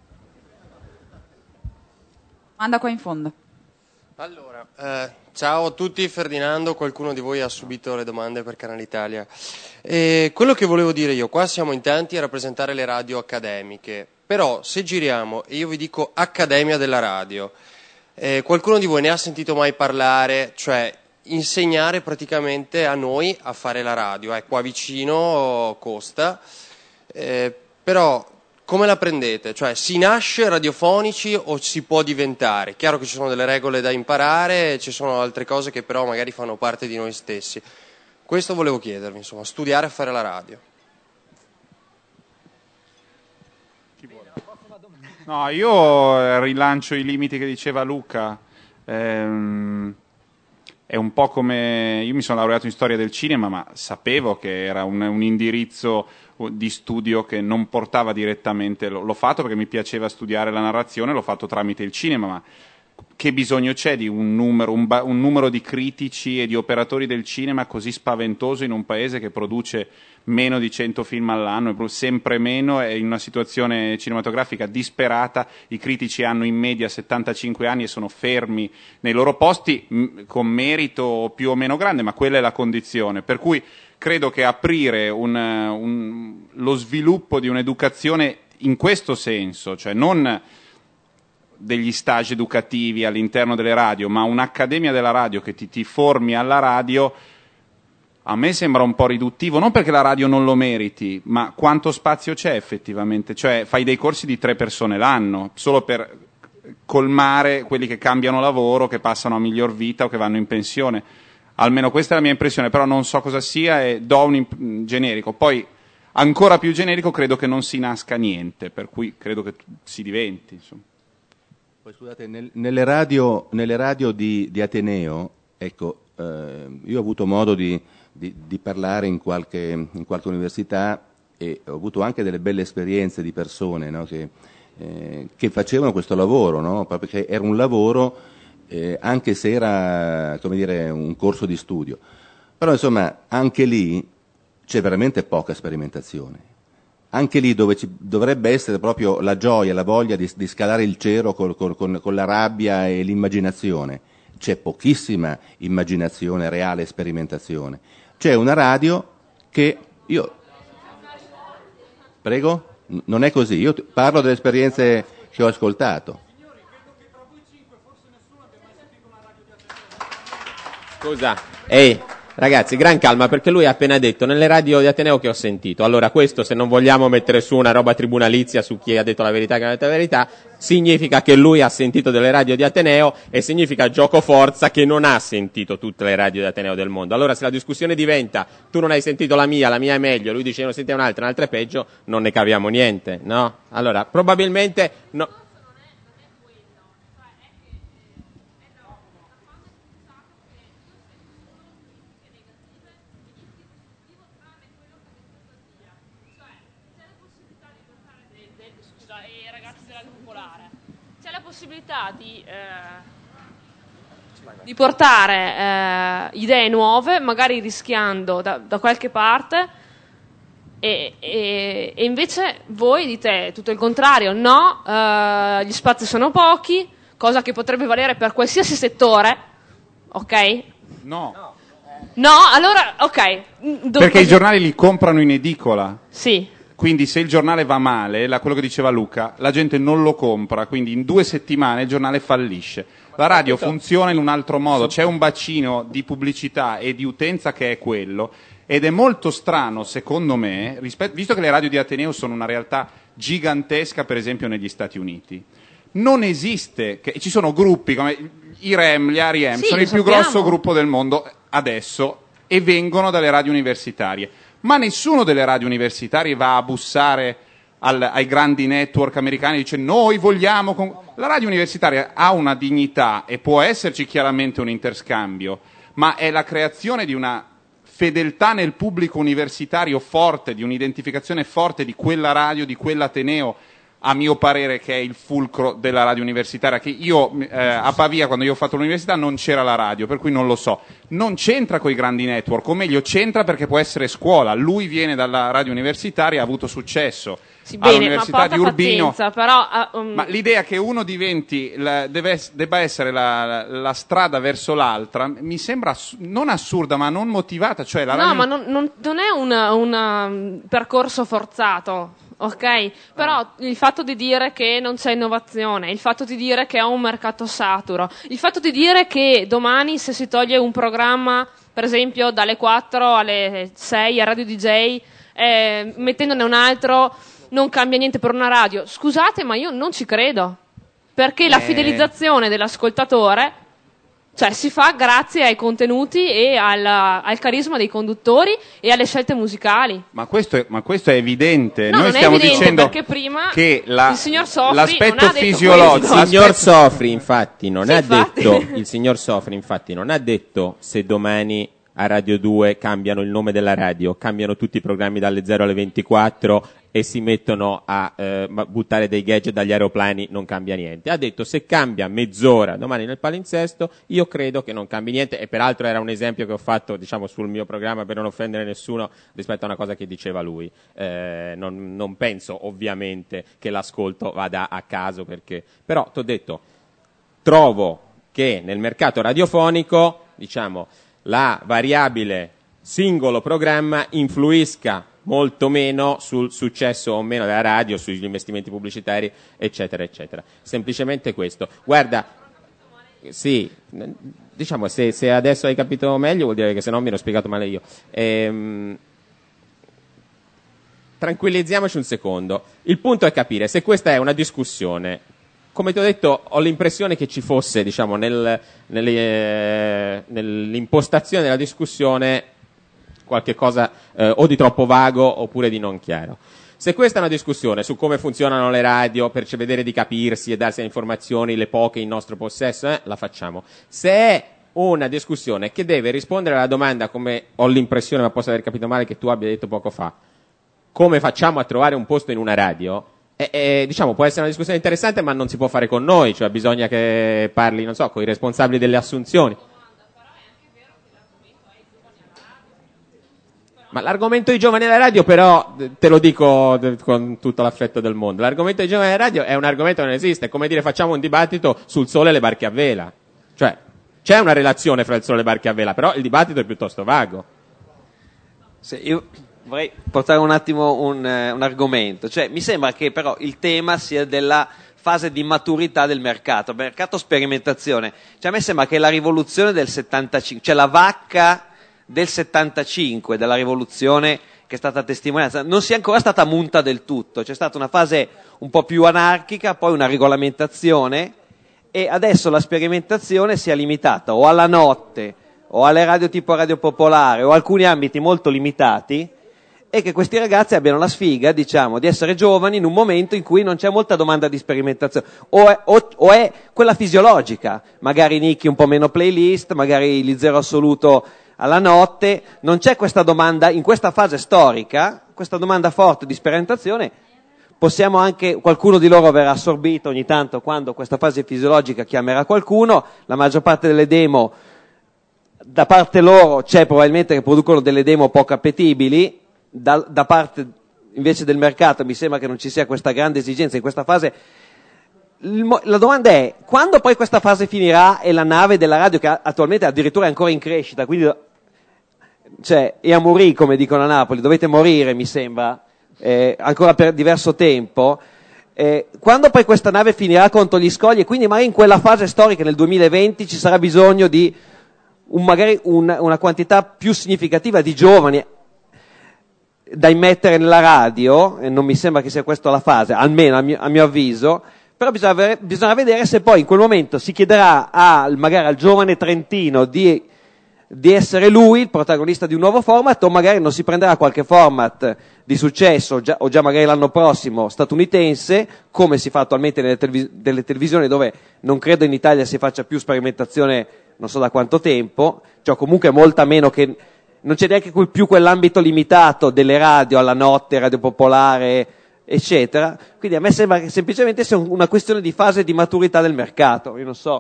Manda qua in fondo. Allora, eh, ciao a tutti, Ferdinando, qualcuno di voi ha subito le domande per Canale Italia. E quello che volevo dire io, qua siamo in tanti a rappresentare le radio accademiche, però se giriamo, e io vi dico Accademia della Radio, eh, qualcuno di voi ne ha sentito mai parlare, cioè insegnare praticamente a noi a fare la radio, è qua vicino costa, eh, però... Come la prendete? Cioè, si nasce radiofonici o si può diventare? Chiaro che ci sono delle regole da imparare, ci sono altre cose che però magari fanno parte di noi stessi. Questo volevo chiedervi, insomma, studiare a fare la radio. No, io rilancio i limiti che diceva Luca. Ehm, è un po' come... Io mi sono laureato in storia del cinema, ma sapevo che era un, un indirizzo di studio che non portava direttamente, l'ho fatto perché mi piaceva studiare la narrazione, l'ho fatto tramite il cinema, ma che bisogno c'è di un numero, un, ba- un numero di critici e di operatori del cinema così spaventoso in un paese che produce meno di cento film all'anno, sempre meno, è in una situazione cinematografica disperata, i critici hanno in media settantacinque anni e sono fermi nei loro posti, m- con merito più o meno grande, ma quella è la condizione, per cui credo che aprire un, un, lo sviluppo di un'educazione in questo senso, cioè non degli stage educativi all'interno delle radio, ma un'accademia della radio che ti, ti formi alla radio, a me sembra un po' riduttivo, non perché la radio non lo meriti, ma quanto spazio c'è effettivamente? Cioè fai dei corsi di tre persone l'anno, solo per colmare quelli che cambiano lavoro, che passano a miglior vita o che vanno in pensione. Almeno questa è la mia impressione, però non so cosa sia e do un imp- generico. Poi, ancora più generico, credo che non si nasca niente, per cui credo che si diventi. Insomma. Poi scusate, nel, nelle radio, nelle radio di, di Ateneo, ecco, eh, io ho avuto modo di, di, di parlare in qualche, in qualche università e ho avuto anche delle belle esperienze di persone, no, che, eh, che facevano questo lavoro, no, proprio che era un lavoro... Eh, anche se era, come dire, un corso di studio. Però insomma anche lì c'è veramente poca sperimentazione. Anche lì dove ci dovrebbe essere proprio la gioia, la voglia di, di scalare il cielo col, col, con, con la rabbia e l'immaginazione, c'è pochissima immaginazione, reale sperimentazione. C'è una radio che io... Prego? N- non è così, io t- parlo delle esperienze che ho ascoltato. Scusa, ehi, ragazzi, gran calma, perché lui ha appena detto nelle radio di Ateneo che ho sentito. Allora, questo, se non vogliamo mettere su una roba tribunalizia su chi ha detto la verità e chi non ha detto la verità, significa che lui ha sentito delle radio di Ateneo e significa gioco forza che non ha sentito tutte le radio di Ateneo del mondo. Allora, se la discussione diventa tu non hai sentito la mia, la mia è meglio, lui dice non senti un'altra, un'altra è peggio, non ne caviamo niente, no? Allora, probabilmente... no. Possibilità di, eh, di portare eh, idee nuove, magari rischiando da, da qualche parte, e, e, e invece voi dite tutto il contrario, no, eh, gli spazi sono pochi, cosa che potrebbe valere per qualsiasi settore, ok? No. No, allora, ok. Dove Perché i giornali li comprano in edicola. Sì. Quindi se il giornale va male, la, quello che diceva Luca, la gente non lo compra, quindi in due settimane il giornale fallisce. La radio funziona in un altro modo, c'è un bacino di pubblicità e di utenza che è quello, ed è molto strano, secondo me, rispetto, visto che le radio di Ateneo sono una realtà gigantesca, per esempio negli Stati Uniti, non esiste, che, ci sono gruppi come i Rem, gli A R I M, Sì, sono lo il più sappiamo. grosso gruppo del mondo adesso e vengono dalle radio universitarie, ma nessuno delle radio universitarie va a bussare al, ai grandi network americani e dice noi vogliamo... Con... La radio universitaria ha una dignità e può esserci chiaramente un interscambio, ma è la creazione di una fedeltà nel pubblico universitario forte, di un'identificazione forte di quella radio, di quell'Ateneo, a mio parere, che è il fulcro della radio universitaria, che io eh, a Pavia, quando io ho fatto l'università, non c'era la radio, per cui non lo so. Non c'entra con i grandi network, o meglio c'entra perché può essere scuola. Lui viene dalla radio universitaria, ha avuto successo Sì, bene, all'Università ma di porta Urbino. pazienza, però, uh, um, Ma l'idea che uno diventi, la, deve, debba essere la, la strada verso l'altra, mi sembra ass- non assurda, ma non motivata. Cioè la no, radio... ma non, non- non è un, un, um, percorso forzato. Ok, però il fatto di dire che non c'è innovazione, il fatto di dire che è un mercato saturo, il fatto di dire che domani se si toglie un programma, per esempio dalle quattro alle sei a Radio D J, eh, mettendone un altro, non cambia niente per una radio. Scusate, ma io non ci credo, perché la Eh. fidelizzazione dell'ascoltatore, cioè, si fa grazie ai contenuti e al, al carisma dei conduttori e alle scelte musicali. Ma questo, è, ma questo è evidente. No, Noi non è stiamo evidente, dicendo perché prima che la- il signor Sofri l'aspetto non ha detto fisiologico- questo. Il signor Sofri infatti non Sì, ha infatti. detto il signor Sofri infatti non ha detto se domani a Radio due cambiano il nome della radio, cambiano tutti i programmi dalle zero alle ventiquattro e si mettono a eh, ma- buttare dei gadget dagli aeroplani, non cambia niente. Ha detto se cambia mezz'ora domani nel palinsesto, io credo che non cambi niente, e peraltro era un esempio che ho fatto, diciamo, sul mio programma per non offendere nessuno rispetto a una cosa che diceva lui. Eh, non, non penso ovviamente che l'ascolto vada a caso, perché però t'ho detto, trovo che nel mercato radiofonico, diciamo, la variabile singolo programma influisca molto meno sul successo o meno della radio, sugli investimenti pubblicitari, eccetera, eccetera. Semplicemente questo. Guarda, sì, diciamo, se, se adesso hai capito meglio vuol dire che se no mi ero spiegato male io. Ehm, tranquillizziamoci un secondo. Il punto è capire se questa è una discussione. Come ti ho detto, ho l'impressione che ci fosse, diciamo, nel, nelle, eh, nell'impostazione della discussione qualche cosa eh, o di troppo vago oppure di non chiaro. Se questa è una discussione su come funzionano le radio per vedere di capirsi e darsi le informazioni, le poche in nostro possesso, eh, la facciamo. Se è una discussione che deve rispondere alla domanda, come ho l'impressione, ma posso aver capito male, che tu abbia detto poco fa, come facciamo a trovare un posto in una radio, eh, eh, diciamo, può essere una discussione interessante, ma non si può fare con noi, cioè bisogna che parli, non so, con i responsabili delle assunzioni. Ma l'argomento dei giovani alla radio, però, te lo dico con tutto l'affetto del mondo, l'argomento dei giovani alla radio è un argomento che non esiste, è come dire facciamo un dibattito sul sole e le barche a vela. Cioè, c'è una relazione fra il sole e le barche a vela, però il dibattito è piuttosto vago. Sì, io vorrei portare un attimo un, eh, un argomento, cioè mi sembra che però il tema sia della fase di maturità del mercato, mercato sperimentazione. Cioè a me sembra che la rivoluzione del settantacinque, cioè la vacca del settantacinque, della rivoluzione che è stata testimonianza, non sia ancora stata munta del tutto. C'è stata una fase un po' più anarchica, poi una regolamentazione, e adesso la sperimentazione si è limitata o alla notte o alle radio tipo Radio Popolare o alcuni ambiti molto limitati, e che questi ragazzi abbiano la sfiga, diciamo, di essere giovani in un momento in cui non c'è molta domanda di sperimentazione, o è, o, o è quella fisiologica, magari nicchi un po' meno playlist, magari gli zero assoluto alla notte, non c'è questa domanda in questa fase storica, questa domanda forte di sperimentazione. Possiamo anche, qualcuno di loro verrà assorbito ogni tanto quando questa fase fisiologica chiamerà qualcuno. La maggior parte delle demo da parte loro c'è probabilmente che producono delle demo poco appetibili, da, da parte invece del mercato mi sembra che non ci sia questa grande esigenza in questa fase. La domanda è, quando poi questa fase finirà e la nave della radio, che attualmente addirittura è ancora in crescita, quindi cioè, e a morire, come dicono a Napoli, dovete morire, mi sembra, eh, ancora per diverso tempo. Eh, quando poi questa nave finirà contro gli scogli, e quindi magari in quella fase storica nel duemilaventi ci sarà bisogno di un, magari un, una quantità più significativa di giovani da immettere nella radio, e non mi sembra che sia questa la fase, almeno a mio, a mio avviso, però bisogna, avere, bisogna vedere se poi in quel momento si chiederà a, magari al giovane trentino di, di essere lui il protagonista di un nuovo format, o magari non si prenderà qualche format di successo, già, o già magari l'anno prossimo statunitense, come si fa attualmente nelle televis- delle televisioni, dove non credo in Italia si faccia più sperimentazione non so da quanto tempo, cioè comunque molta meno, che non c'è neanche più quell'ambito limitato delle radio alla notte, Radio Popolare, eccetera. Quindi a me sembra che semplicemente sia una questione di fase di maturità del mercato. Io non so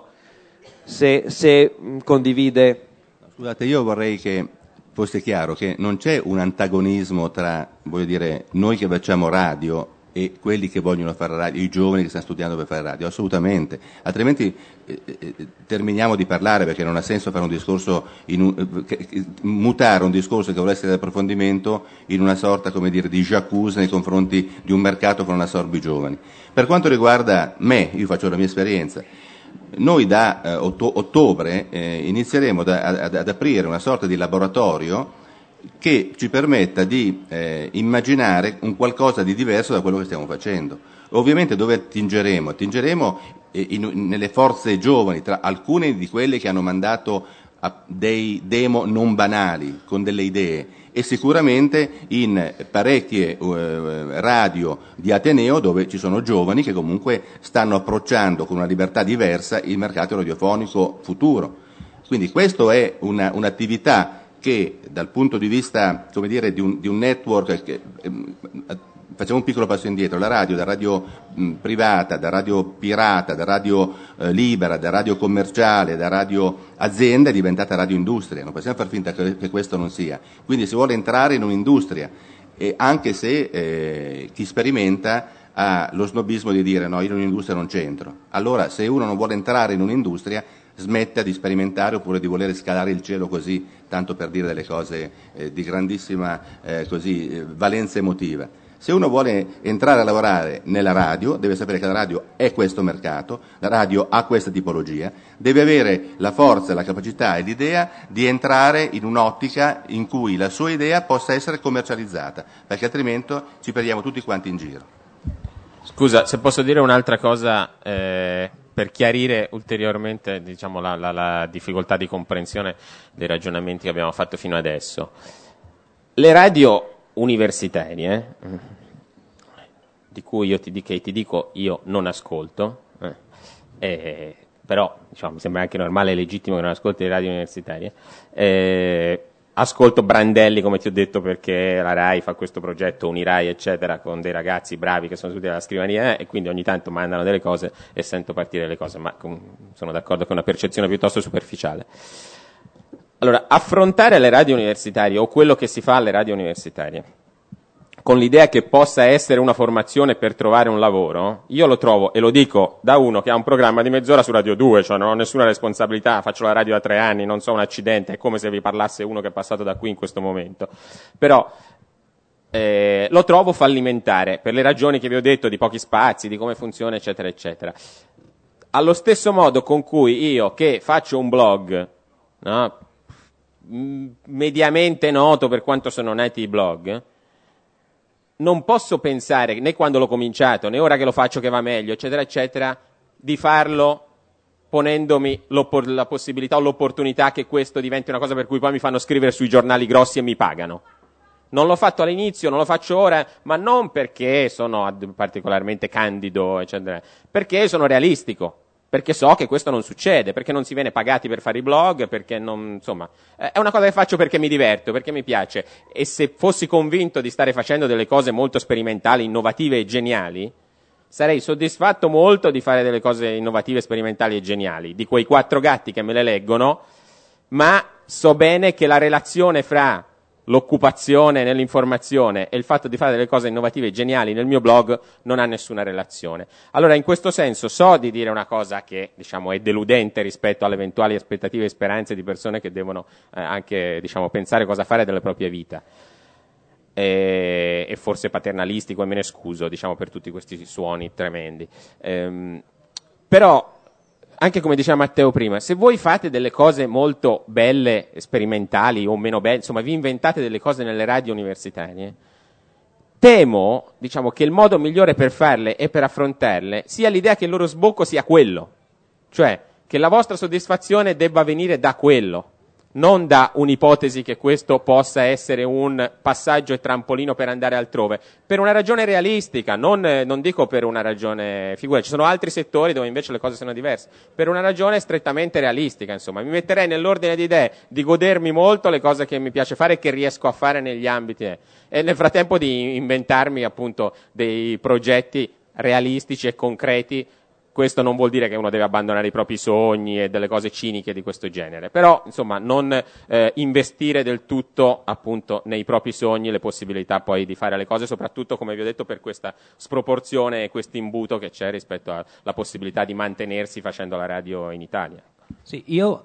se, se condivide. Scusate, io vorrei che fosse chiaro che non c'è un antagonismo tra, voglio dire, noi che facciamo radio e quelli che vogliono fare radio, i giovani che stanno studiando per fare radio, assolutamente, altrimenti eh, eh, terminiamo di parlare, perché non ha senso fare un discorso, in un, eh, mutare un discorso che vuole essere di approfondimento in una sorta, come dire, di j'accuse nei confronti di un mercato che non assorbe i giovani. Per quanto riguarda me, io faccio la mia esperienza, noi da eh, otto- ottobre eh, inizieremo da, ad, ad aprire una sorta di laboratorio che ci permetta di eh, immaginare un qualcosa di diverso da quello che stiamo facendo. Ovviamente dove attingeremo? Attingeremo eh, in, nelle forze giovani, tra alcune di quelle che hanno mandato a dei demo non banali, con delle idee, e sicuramente in parecchie eh, radio di Ateneo dove ci sono giovani che comunque stanno approcciando con una libertà diversa il mercato radiofonico futuro. Quindi questo è una, un'attività che dal punto di vista, come dire, di un, di un network, che, eh, facciamo un piccolo passo indietro, la radio da radio mh, privata, da radio pirata, da radio eh, libera, da radio commerciale, da radio azienda è diventata radio industria, non possiamo far finta che, che questo non sia, quindi si vuole entrare in un'industria, e anche se eh, chi sperimenta ha lo snobismo di dire no, io in un'industria non c'entro. Allora se uno non vuole entrare in un'industria smetta di sperimentare, oppure di voler scalare il cielo così, tanto per dire delle cose eh, di grandissima eh, così, eh, valenza emotiva. Se uno vuole entrare a lavorare nella radio, deve sapere che la radio è questo mercato, la radio ha questa tipologia, deve avere la forza, la capacità e l'idea di entrare in un'ottica in cui la sua idea possa essere commercializzata, perché altrimenti ci perdiamo tutti quanti in giro. Scusa, se posso dire un'altra cosa eh, per chiarire ulteriormente, diciamo, la, la, la difficoltà di comprensione dei ragionamenti che abbiamo fatto fino adesso. Le radio universitarie, eh, di cui io ti, di, che ti dico io non ascolto, eh, eh, però diciamo, mi sembra anche normale e legittimo che non ascolti le radio universitarie, eh, ascolto Brandelli, come ti ho detto, perché la RAI fa questo progetto Unirai eccetera con dei ragazzi bravi che sono tutti alla scrivania eh, e quindi ogni tanto mandano delle cose e sento partire le cose, ma com- sono d'accordo che è una percezione piuttosto superficiale. Allora, affrontare le radio universitarie o quello che si fa alle radio universitarie con l'idea che possa essere una formazione per trovare un lavoro, io lo trovo, e lo dico da uno che ha un programma di mezz'ora su Radio due, cioè non ho nessuna responsabilità, faccio la radio da tre anni, non so un accidente, è come se vi parlasse uno che è passato da qui in questo momento. Però eh, lo trovo fallimentare, per le ragioni che vi ho detto, di pochi spazi, di come funziona, eccetera, eccetera. Allo stesso modo con cui io, che faccio un blog, no, mediamente noto per quanto sono nati i blog, non posso pensare, né quando l'ho cominciato, né ora che lo faccio che va meglio, eccetera, eccetera, di farlo ponendomi la possibilità o l'opportunità che questo diventi una cosa per cui poi mi fanno scrivere sui giornali grossi e mi pagano. Non l'ho fatto all'inizio, non lo faccio ora, ma non perché sono particolarmente candido, eccetera, perché sono realistico. Perché so che questo non succede, perché non si viene pagati per fare i blog, perché non, insomma, è una cosa che faccio perché mi diverto, perché mi piace, e se fossi convinto di stare facendo delle cose molto sperimentali, innovative e geniali, sarei soddisfatto molto di fare delle cose innovative, sperimentali e geniali, di quei quattro gatti che me le leggono, ma so bene che la relazione fra l'occupazione nell'informazione e il fatto di fare delle cose innovative e geniali nel mio blog non ha nessuna relazione. Allora, in questo senso, so di dire una cosa che, diciamo, è deludente rispetto alle eventuali aspettative e speranze di persone che devono eh, anche, diciamo, pensare cosa fare della propria vita. e, e forse paternalistico, e me ne scuso, diciamo, per tutti questi suoni tremendi. Ehm, però, anche come diceva Matteo prima, se voi fate delle cose molto belle, sperimentali o meno belle, insomma vi inventate delle cose nelle radio universitarie, temo, diciamo, che il modo migliore per farle e per affrontarle sia l'idea che il loro sbocco sia quello, cioè che la vostra soddisfazione debba venire da quello, non da un'ipotesi che questo possa essere un passaggio e trampolino per andare altrove, per una ragione realistica, non, non dico per una ragione figura, ci sono altri settori dove invece le cose sono diverse, per una ragione strettamente realistica, insomma, mi metterei nell'ordine di idee di godermi molto le cose che mi piace fare e che riesco a fare negli ambiti, eh, e nel frattempo di inventarmi appunto dei progetti realistici e concreti. Questo non vuol dire che uno deve abbandonare i propri sogni e delle cose ciniche di questo genere, però insomma non eh, investire del tutto appunto nei propri sogni, le possibilità poi di fare le cose, soprattutto come vi ho detto per questa sproporzione e questo imbuto che c'è rispetto alla possibilità di mantenersi facendo la radio in Italia. Sì, io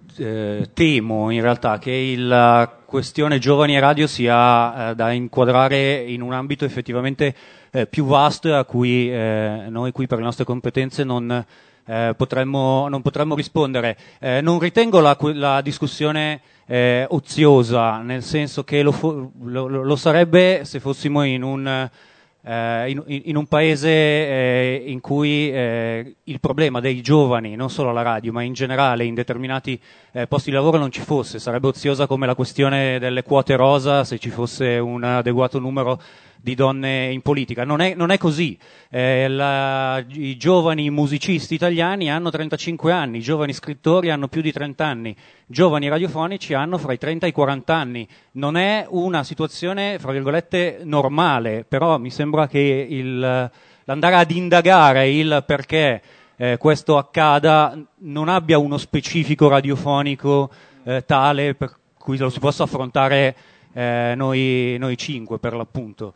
eh, temo in realtà che il, la questione giovani e radio sia eh, da inquadrare in un ambito effettivamente eh, più vasto e a cui eh, noi qui per le nostre competenze non, eh, potremmo, non potremmo rispondere. Eh, non ritengo la, la discussione eh, oziosa, nel senso che lo, lo, lo sarebbe se fossimo in un Uh, in, in un paese eh, in cui eh, il problema dei giovani, non solo alla radio, ma in generale in determinati eh, posti di lavoro non ci fosse. Sarebbe oziosa come la questione delle quote rosa se ci fosse un adeguato numero di donne in politica. Non è, non è così. Eh, la, i giovani musicisti italiani hanno trentacinque anni, i giovani scrittori hanno più di trenta anni, i giovani radiofonici hanno fra i trenta e i quaranta anni. Non è una situazione, fra virgolette, normale, però mi sembra che il, l'andare ad indagare il perché eh, questo accada non abbia uno specifico radiofonico eh, tale per cui lo si possa affrontare eh, noi, noi cinque, per l'appunto.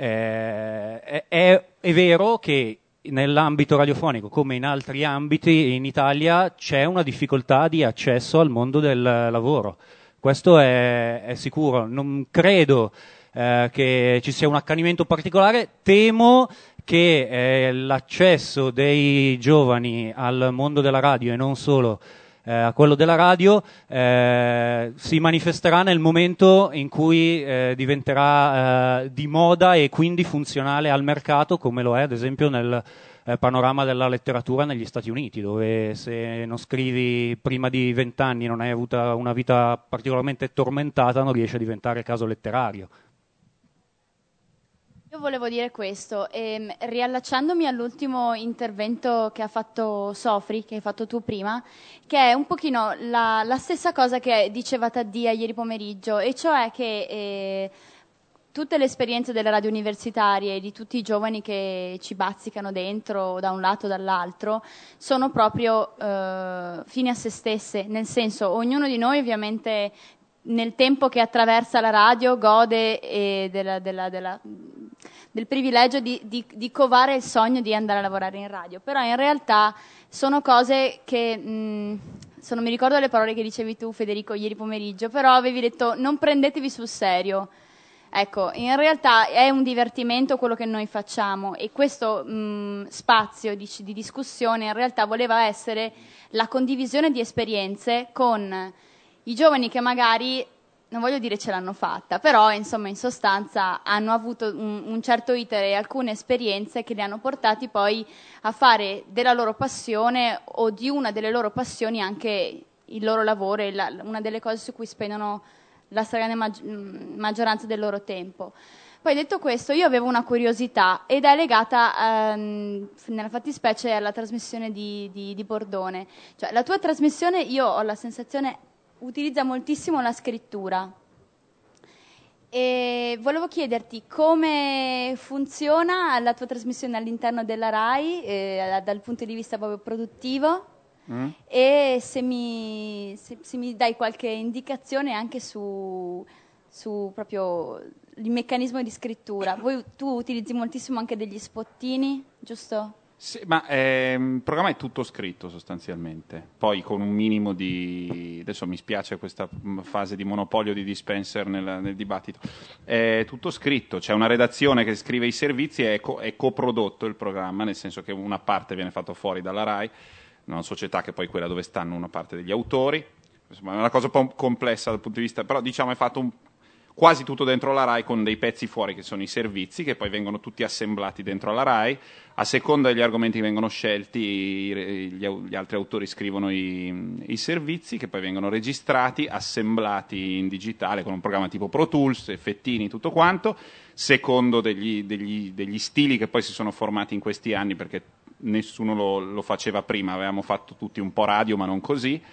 Eh, è, è vero che nell'ambito radiofonico, come in altri ambiti in Italia, c'è una difficoltà di accesso al mondo del lavoro. Questo è, è sicuro. Non credo eh, che ci sia un accanimento particolare. Temo che eh, l'accesso dei giovani al mondo della radio e non solo eh, a quello della radio eh, si manifesterà nel momento in cui eh, diventerà eh, di moda e quindi funzionale al mercato, come lo è ad esempio nel eh, panorama della letteratura negli Stati Uniti, dove se non scrivi prima di vent'anni e non hai avuto una vita particolarmente tormentata non riesci a diventare caso letterario. Io volevo dire questo, ehm, riallacciandomi all'ultimo intervento che ha fatto Sofri, che hai fatto tu prima, che è un pochino la, la stessa cosa che diceva Taddia ieri pomeriggio, e cioè che eh, tutte le esperienze delle radio universitarie, di tutti i giovani che ci bazzicano dentro da un lato o dall'altro, sono proprio eh, fini a se stesse, nel senso, ognuno di noi ovviamente nel tempo che attraversa la radio gode eh, della, della, della, del privilegio di, di, di covare il sogno di andare a lavorare in radio, però in realtà sono cose che, mh, se non mi ricordo le parole che dicevi tu Federico ieri pomeriggio, però avevi detto non prendetevi sul serio. Ecco, in realtà è un divertimento quello che noi facciamo, e questo mh, spazio di, di discussione in realtà voleva essere la condivisione di esperienze con i giovani che magari, non voglio dire ce l'hanno fatta, però insomma in sostanza hanno avuto un, un certo iter e alcune esperienze che li hanno portati poi a fare della loro passione o di una delle loro passioni anche il loro lavoro e la, una delle cose su cui spendono la stragrande maggi- maggioranza del loro tempo. Poi detto questo, io avevo una curiosità ed è legata ehm, nella fattispecie alla trasmissione di, di, di Bordone. Cioè, la tua trasmissione, io ho la sensazione, utilizza moltissimo la scrittura, e volevo chiederti come funziona la tua trasmissione all'interno della RAI eh, dal punto di vista proprio produttivo mm. e se mi, se, se mi dai qualche indicazione anche su, su proprio il meccanismo di scrittura. Voi, tu utilizzi moltissimo anche degli spottini, giusto? Sì, ma ehm, il programma è tutto scritto sostanzialmente, poi con un minimo di... adesso mi spiace questa fase di monopolio di dispenser nel, nel dibattito, è tutto scritto, c'è una redazione che scrive i servizi e è, co- è coprodotto il programma, nel senso che una parte viene fatta fuori dalla RAI, una società che poi è quella dove stanno una parte degli autori, insomma è una cosa un po' complessa dal punto di vista, però diciamo è fatto un quasi tutto dentro la RAI con dei pezzi fuori che sono i servizi che poi vengono tutti assemblati dentro la RAI a seconda degli argomenti che vengono scelti gli, gli altri autori scrivono i, i servizi che poi vengono registrati, assemblati in digitale con un programma tipo Pro Tools, effettini, tutto quanto secondo degli, degli, degli stili che poi si sono formati in questi anni perché nessuno lo, lo faceva prima, avevamo fatto tutti un po' radio ma non così.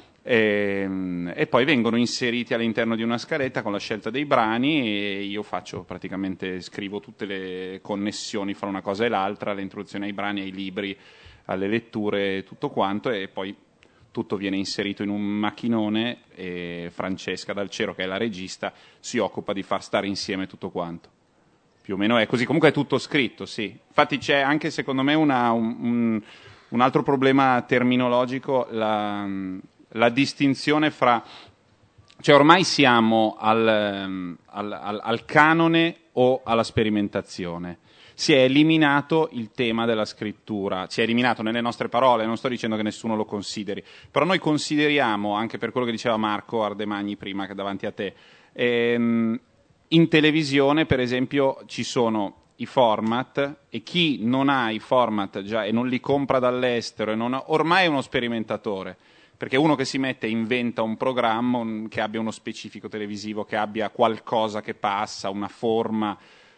E, e poi vengono inseriti all'interno di una scaletta con la scelta dei brani e io faccio praticamente scrivo tutte le connessioni fra una cosa e l'altra, l'introduzione ai brani, ai libri, alle letture, tutto quanto e poi tutto viene inserito in un macchinone e Francesca Dalcero che è la regista si occupa di far stare insieme tutto quanto. Più o meno è così, comunque è tutto scritto, sì. Infatti c'è anche secondo me una, un, un, un altro problema terminologico, la la distinzione fra, cioè ormai siamo al, al, al, al canone o alla sperimentazione. Si è eliminato il tema della scrittura, si è eliminato nelle nostre parole, non sto dicendo che nessuno lo consideri, però noi consideriamo, anche per quello che diceva Marco Ardemagni prima che davanti a te, ehm, in televisione per esempio ci sono i format e chi non ha i format già e non li compra dall'estero e non ha, ormai è uno sperimentatore. Perché uno che si mette e inventa un programma un, che abbia uno specifico televisivo, che abbia qualcosa che passa, una forma,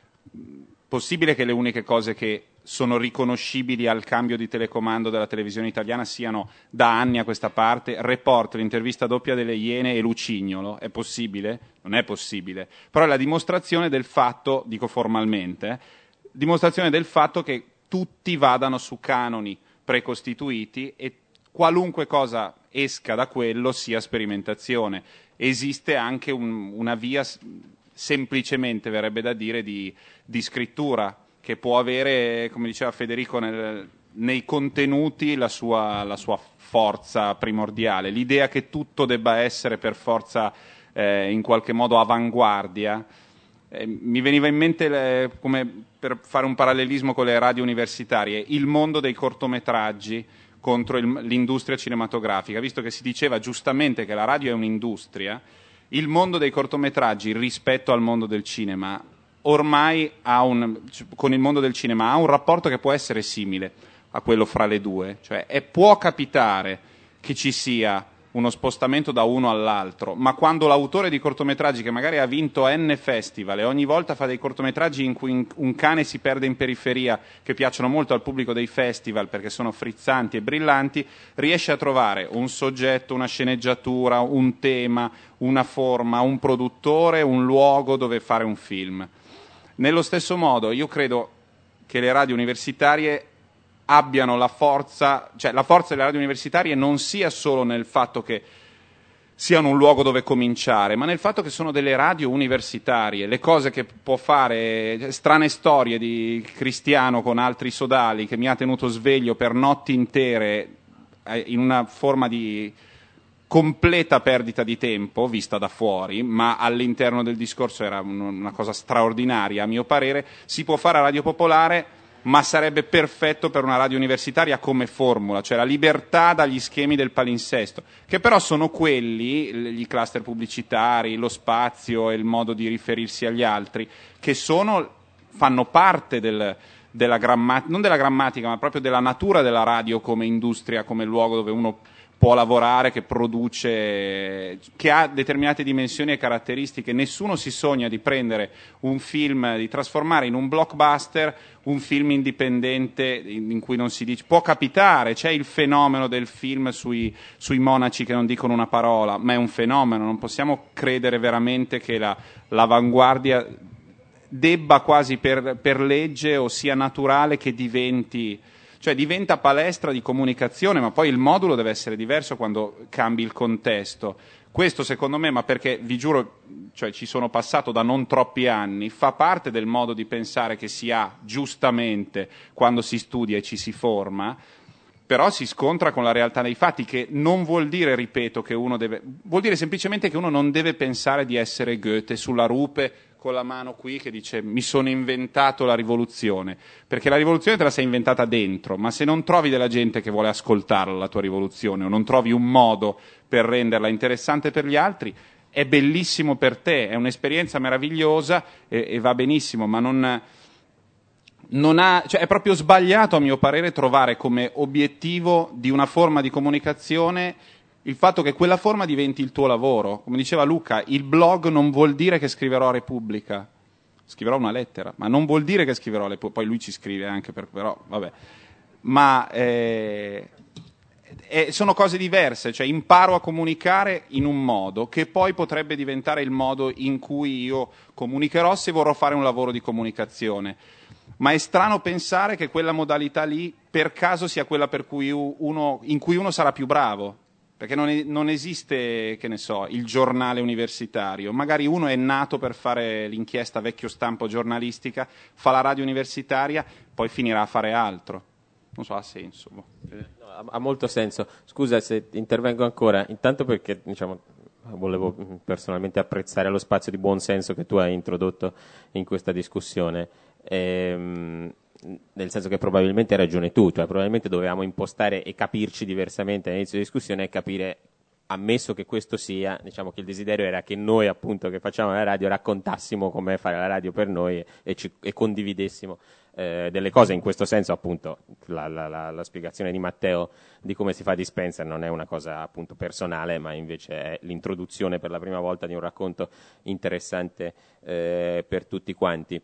possibile che le uniche cose che sono riconoscibili al cambio di telecomando della televisione italiana siano da anni a questa parte Report, l'intervista doppia delle Iene e Lucignolo, è possibile? Non è possibile, però è la dimostrazione del fatto, dico formalmente, eh, dimostrazione del fatto che tutti vadano su canoni precostituiti e qualunque cosa esca da quello sia sperimentazione. Esiste anche un, una via semplicemente, verrebbe da dire, di, di scrittura che può avere, come diceva Federico, nel, nei contenuti la sua, la sua forza primordiale. L'idea che tutto debba essere per forza eh, in qualche modo avanguardia. Eh, mi veniva in mente, le, come per fare un parallelismo con le radio universitarie, il mondo dei cortometraggi contro il, l'industria cinematografica, visto che si diceva giustamente che la radio è un'industria, il mondo dei cortometraggi rispetto al mondo del cinema ormai ha un, con il mondo del cinema ha un rapporto che può essere simile a quello fra le due, cioè è, può capitare che ci sia uno spostamento da uno all'altro, ma quando l'autore di cortometraggi che magari ha vinto N festival e ogni volta fa dei cortometraggi in cui un cane si perde in periferia che piacciono molto al pubblico dei festival perché sono frizzanti e brillanti, riesce a trovare un soggetto, una sceneggiatura, un tema, una forma, un produttore, un luogo dove fare un film. Nello stesso modo io credo che le radio universitarie abbiano la forza, cioè la forza delle radio universitarie non sia solo nel fatto che siano un luogo dove cominciare, ma nel fatto che sono delle radio universitarie. Le cose che può fare, strane storie di Cristiano con altri sodali che mi ha tenuto sveglio per notti intere in una forma di completa perdita di tempo vista da fuori, ma all'interno del discorso era una cosa straordinaria a mio parere, si può fare a Radio Popolare, ma sarebbe perfetto per una radio universitaria come formula, cioè la libertà dagli schemi del palinsesto, che però sono quelli, i cluster pubblicitari, lo spazio e il modo di riferirsi agli altri, che sono, fanno parte del, della grammatica, non della grammatica, ma proprio della natura della radio come industria, come luogo dove uno può lavorare, che produce, che ha determinate dimensioni e caratteristiche. Nessuno si sogna di prendere un film, di trasformare in un blockbuster un film indipendente in cui non si dice, può capitare, c'è il fenomeno del film sui, sui monaci che non dicono una parola, ma è un fenomeno, non possiamo credere veramente che la, l'avanguardia debba quasi per, per legge o sia naturale che diventi, cioè diventa palestra di comunicazione, ma poi il modulo deve essere diverso quando cambi il contesto. Questo secondo me, ma perché vi giuro, cioè ci sono passato da non troppi anni, fa parte del modo di pensare che si ha giustamente quando si studia e ci si forma, però si scontra con la realtà dei fatti, che non vuol dire, ripeto, che uno deve, vuol dire semplicemente che uno non deve pensare di essere Goethe sulla rupe con la mano qui che dice mi sono inventato la rivoluzione, perché la rivoluzione te la sei inventata dentro, ma se non trovi della gente che vuole ascoltarla la tua rivoluzione, o non trovi un modo per renderla interessante per gli altri, è bellissimo per te, è un'esperienza meravigliosa e, e va benissimo, ma non, non ha, cioè è proprio sbagliato a mio parere trovare come obiettivo di una forma di comunicazione il fatto che quella forma diventi il tuo lavoro. Come diceva Luca, il blog non vuol dire che scriverò a Repubblica, scriverò una lettera, ma non vuol dire che scriverò a Repubblica, poi lui ci scrive anche, per, però vabbè. Ma eh, eh, sono cose diverse, cioè imparo a comunicare in un modo che poi potrebbe diventare il modo in cui io comunicherò se vorrò fare un lavoro di comunicazione. Ma è strano pensare che quella modalità lì per caso sia quella per cui uno, in cui uno sarà più bravo. Perché non, è, non esiste, che ne so, il giornale universitario. Magari uno è nato per fare l'inchiesta vecchio stampo giornalistica, fa la radio universitaria, poi finirà a fare altro. Non so, ha senso. Boh. No, ha, ha molto senso. Scusa se intervengo ancora, intanto perché diciamo, volevo personalmente apprezzare lo spazio di buonsenso che tu hai introdotto in questa discussione. Ehm, nel senso che probabilmente hai ragione tu, cioè probabilmente dovevamo impostare e capirci diversamente all'inizio di discussione e capire, ammesso che questo sia, diciamo che il desiderio era che noi appunto che facciamo la radio raccontassimo com'è fare la radio per noi e, e, ci, e condividessimo eh, delle cose. In questo senso appunto la, la, la, la spiegazione di Matteo di come si fa Dispenser non è una cosa appunto personale, ma invece è l'introduzione per la prima volta di un racconto interessante eh, per tutti quanti.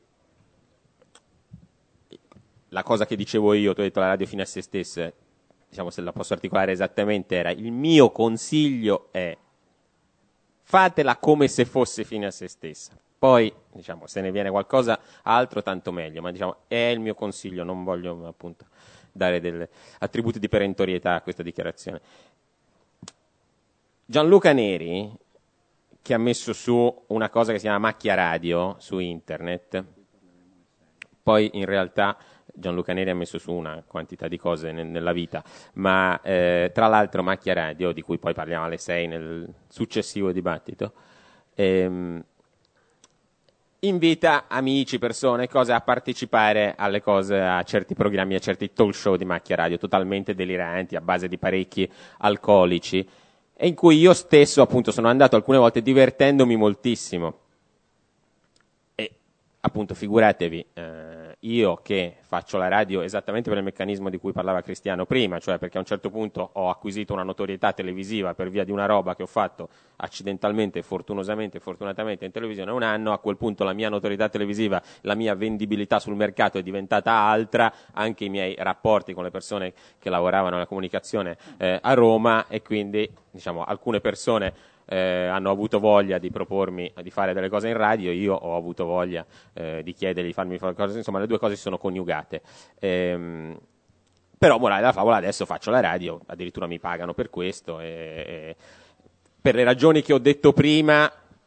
La cosa che dicevo io, tu hai detto la radio fine a se stessa, diciamo se la posso articolare esattamente, era il mio consiglio è fatela come se fosse fine a se stessa. Poi, diciamo, se ne viene qualcosa altro tanto meglio, ma diciamo è il mio consiglio, non voglio appunto dare degli attributi di perentorietà a questa dichiarazione. Gianluca Neri, che ha messo su una cosa che si chiama Macchia Radio su internet, poi in realtà Gianluca Neri ha messo su una quantità di cose ne- nella vita, ma eh, tra l'altro Macchia Radio, di cui poi parliamo alle sei nel successivo dibattito, ehm, invita amici, persone, cose a partecipare alle cose, a certi programmi, a certi talk show di Macchia Radio, totalmente deliranti, a base di parecchi alcolici, e in cui io stesso appunto sono andato alcune volte divertendomi moltissimo. E appunto figuratevi, eh, io che faccio la radio esattamente per il meccanismo di cui parlava Cristiano prima, cioè perché a un certo punto ho acquisito una notorietà televisiva per via di una roba che ho fatto accidentalmente, fortunosamente, fortunatamente in televisione un anno. A quel punto la mia notorietà televisiva, la mia vendibilità sul mercato è diventata altra, anche i miei rapporti con le persone che lavoravano nella comunicazione eh, a Roma, e quindi diciamo alcune persone Eh, hanno avuto voglia di propormi di fare delle cose in radio, io ho avuto voglia eh, di chiedergli di farmi fare cose, insomma le due cose si sono coniugate. Ehm, però morale della favola, adesso faccio la radio, addirittura mi pagano per questo e, e per le ragioni che ho detto prima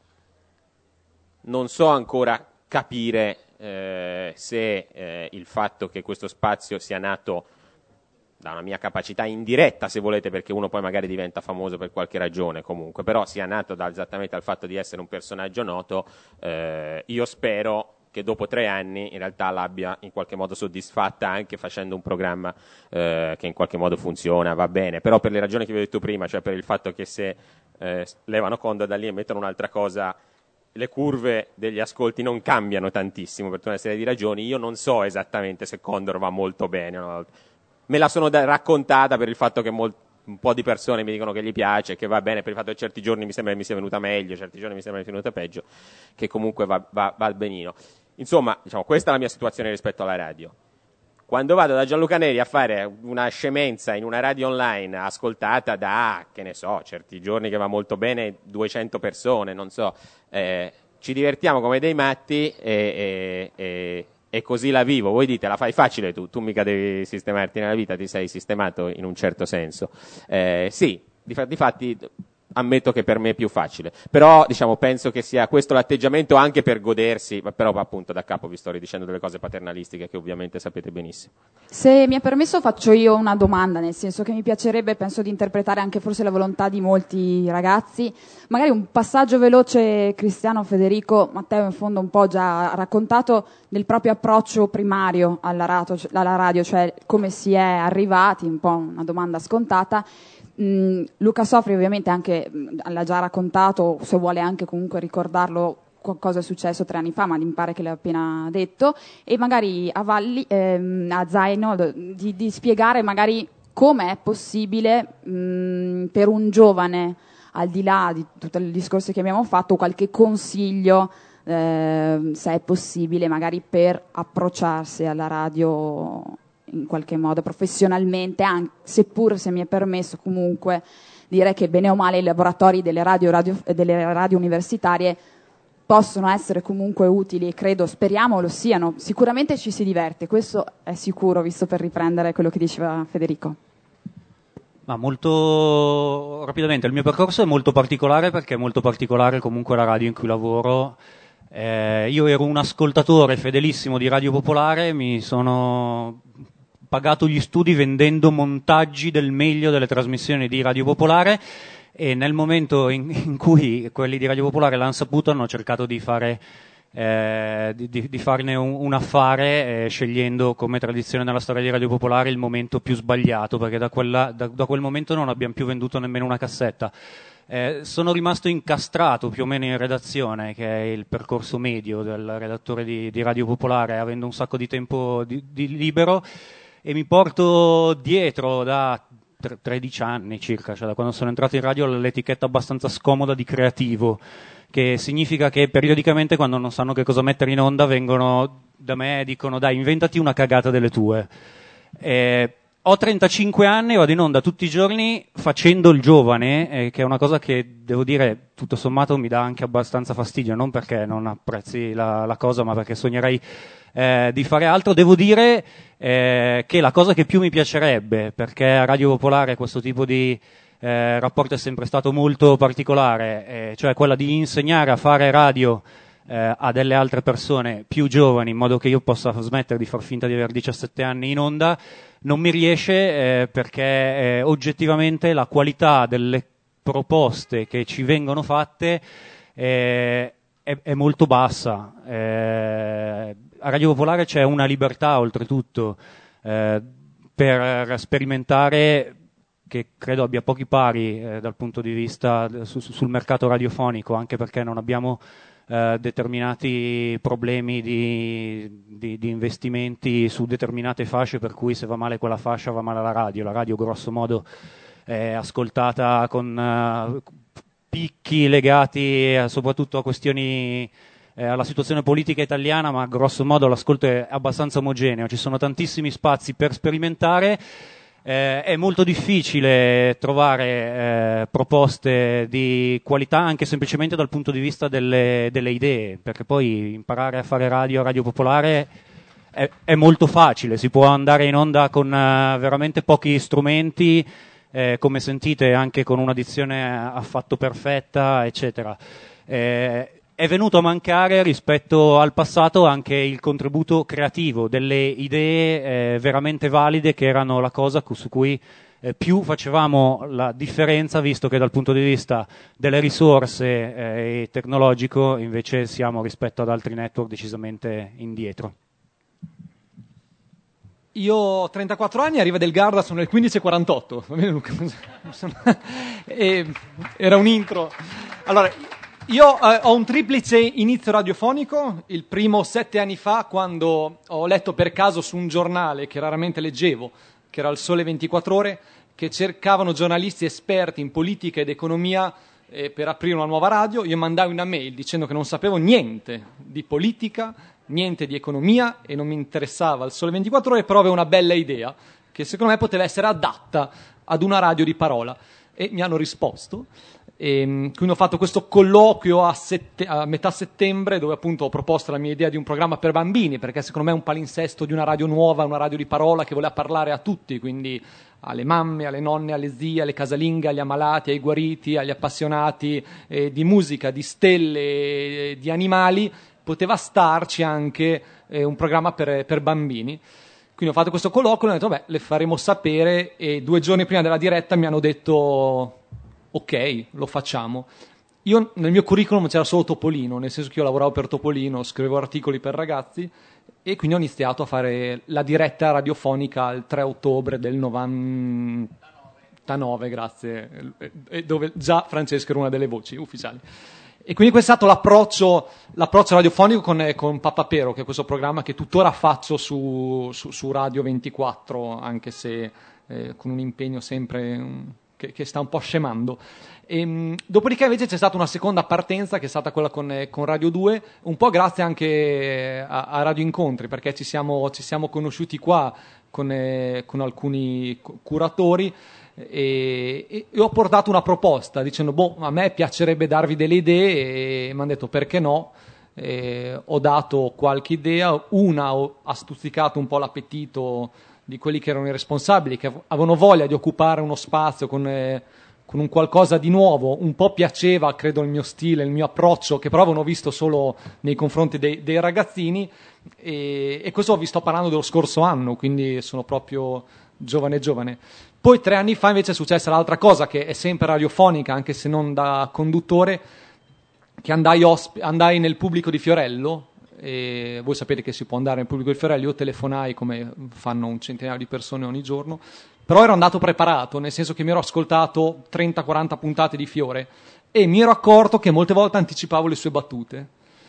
non so ancora capire eh, se eh, il fatto che questo spazio sia nato da una mia capacità indiretta, se volete, perché uno poi magari diventa famoso per qualche ragione comunque, però sia nato da, esattamente dal fatto di essere un personaggio noto, eh, io spero che dopo tre anni in realtà l'abbia in qualche modo soddisfatta anche facendo un programma eh, che in qualche modo funziona, va bene, però per le ragioni che vi ho detto prima, cioè per il fatto che se eh, levano Condor da lì e mettono un'altra cosa, le curve degli ascolti non cambiano tantissimo per tutta una serie di ragioni, io non so esattamente se Condor va molto bene una volta. Me la sono da- raccontata per il fatto che molt- un po' di persone mi dicono che gli piace, che va bene, per il fatto che certi giorni mi sembra che mi sia venuta meglio, certi giorni mi sembra che mi sia venuta peggio, che comunque va, va, va benino. Insomma, diciamo, questa è la mia situazione rispetto alla radio. Quando vado da Gianluca Neri a fare una scemenza in una radio online ascoltata da, che ne so, certi giorni che va molto bene, duecento persone, non so, eh, ci divertiamo come dei matti e... e, e e così la vivo. Voi dite, la fai facile tu, tu mica devi sistemarti nella vita, ti sei sistemato in un certo senso. Eh, sì, difatti ammetto che per me è più facile, però diciamo penso che sia questo l'atteggiamento anche per godersi, però appunto da capo vi sto ridicendo delle cose paternalistiche che ovviamente sapete benissimo. Se mi è permesso faccio io una domanda, nel senso che mi piacerebbe, penso di interpretare anche forse la volontà di molti ragazzi, magari un passaggio veloce. Cristiano, Federico, Matteo in fondo un po' già ha raccontato del proprio approccio primario alla radio, alla radio, cioè come si è arrivati, un po' una domanda scontata. Mm, Luca Sofri ovviamente anche mm, l'ha già raccontato, se vuole anche comunque ricordarlo cosa è successo tre anni fa, ma mi pare che l'ha appena detto, e magari a Valli, ehm, a Zaino di, di spiegare magari come è possibile mh, per un giovane, al di là di tutti i discorsi che abbiamo fatto, qualche consiglio, eh, se è possibile magari per approcciarsi alla radio in qualche modo professionalmente, anche, seppur, se mi è permesso comunque dire che bene o male i laboratori delle radio, radio, delle radio universitarie possono essere comunque utili, e credo, speriamo lo siano. Sicuramente ci si diverte, questo è sicuro, visto per riprendere quello che diceva Federico. Ma molto rapidamente, il mio percorso è molto particolare perché è molto particolare comunque la radio in cui lavoro. Eh, io ero un ascoltatore fedelissimo di Radio Popolare, mi sono pagato gli studi vendendo montaggi del meglio delle trasmissioni di Radio Popolare, e nel momento in, in cui quelli di Radio Popolare l'hanno saputo hanno cercato di fare eh, di, di, di farne un, un affare, eh, scegliendo come tradizione nella storia di Radio Popolare il momento più sbagliato, perché da, quella, da, da quel momento non abbiamo più venduto nemmeno una cassetta. Eh, sono rimasto incastrato più o meno in redazione, che è il percorso medio del redattore di, di Radio Popolare, avendo un sacco di tempo di, di libero, e mi porto dietro da tredici anni circa, cioè da quando sono entrato in radio, l'etichetta abbastanza scomoda di creativo, che significa che periodicamente, quando non sanno che cosa mettere in onda, vengono da me e dicono: dai, inventati una cagata delle tue. Eh, ho trentacinque anni, vado in onda tutti i giorni facendo il giovane, eh, che è una cosa che, devo dire, tutto sommato mi dà anche abbastanza fastidio, non perché non apprezzi la, la cosa, ma perché sognerei eh, di fare altro. Devo dire eh, che la cosa che più mi piacerebbe, perché a Radio Popolare questo tipo di eh, rapporto è sempre stato molto particolare, eh, cioè quella di insegnare a fare radio eh, a delle altre persone più giovani, in modo che io possa smettere di far finta di avere diciassette anni in onda, non mi riesce eh, perché eh, oggettivamente la qualità delle proposte che ci vengono fatte eh, è, è molto bassa. Eh, a Radio Popolare c'è una libertà, oltretutto, eh, per sperimentare, che credo abbia pochi pari eh, dal punto di vista su, sul mercato radiofonico, anche perché non abbiamo eh, determinati problemi di, di, di investimenti su determinate fasce, per cui se va male quella fascia va male la radio. La radio grosso modo è ascoltata con uh, picchi legati eh, soprattutto a questioni, eh, alla situazione politica italiana, ma grosso modo l'ascolto è abbastanza omogeneo, ci sono tantissimi spazi per sperimentare. Eh, è molto difficile trovare eh, proposte di qualità, anche semplicemente dal punto di vista delle, delle idee, perché poi imparare a fare radio a Radio Popolare è, è molto facile, si può andare in onda con uh, veramente pochi strumenti, eh, come sentite anche con una dizione affatto perfetta, eccetera. Eh, È venuto a mancare rispetto al passato anche il contributo creativo, delle idee eh, veramente valide, che erano la cosa su cui eh, più facevamo la differenza, visto che dal punto di vista delle risorse eh, e tecnologico invece siamo, rispetto ad altri network, decisamente indietro. Io ho trentaquattro anni, arriva del Garda, sono le quindici e quarantotto. Va bene, Luca? E, era un intro. Allora, io eh, ho un triplice inizio radiofonico. Il primo sette anni fa, quando ho letto per caso su un giornale che raramente leggevo, che era il Sole ventiquattro Ore, che cercavano giornalisti esperti in politica ed economia eh, per aprire una nuova radio. Io mandai una mail dicendo che non sapevo niente di politica, niente di economia, e non mi interessava il Sole ventiquattro Ore, però avevo una bella idea che secondo me poteva essere adatta ad una radio di parola, e mi hanno risposto. E, quindi ho fatto questo colloquio a, sette, a metà settembre, dove appunto ho proposto la mia idea di un programma per bambini, perché secondo me è un palinsesto di una radio nuova, una radio di parola che voleva parlare a tutti, quindi alle mamme, alle nonne, alle zie, alle casalinghe, agli ammalati, ai guariti, agli appassionati eh, di musica, di stelle, eh, di animali. Poteva starci anche eh, un programma per, per bambini. Quindi ho fatto questo colloquio e ho detto, vabbè, le faremo sapere, e due giorni prima della diretta mi hanno detto, ok, lo facciamo. Io nel mio curriculum c'era solo Topolino, nel senso che io lavoravo per Topolino, scrivevo articoli per ragazzi, e quindi ho iniziato a fare la diretta radiofonica il tre ottobre del novantanove, grazie, dove già Francesca era una delle voci ufficiali. E quindi questo è stato l'approccio, l'approccio radiofonico con, con Papapero, che è questo programma che tuttora faccio su, su, su Radio ventiquattro, anche se eh, con un impegno sempre um, che, che sta un po' scemando. E, mh, dopodiché invece c'è stata una seconda partenza, che è stata quella con, eh, con Radio due, un po' grazie anche a, a Radio Incontri, perché ci siamo, ci siamo conosciuti qua con, eh, con alcuni curatori. E, e, e ho portato una proposta dicendo, boh, a me piacerebbe darvi delle idee, e mi hanno detto perché no. E ho dato qualche idea, una ho, ha stuzzicato un po' l'appetito di quelli che erano i responsabili, che avevano voglia di occupare uno spazio con, eh, con un qualcosa di nuovo, un po' piaceva, credo, il mio stile, il mio approccio, che però avevano visto solo nei confronti dei, dei ragazzini, e, e questo vi sto parlando dello scorso anno, quindi sono proprio giovane giovane. Poi tre anni fa invece è successa l'altra cosa, che è sempre radiofonica, anche se non da conduttore, che andai, osp- andai nel pubblico di Fiorello, e voi sapete che si può andare nel pubblico di Fiorello, io telefonai come fanno un centinaio di persone ogni giorno, però ero andato preparato, nel senso che mi ero ascoltato trenta quaranta puntate di Fiore, e mi ero accorto che molte volte anticipavo le sue battute,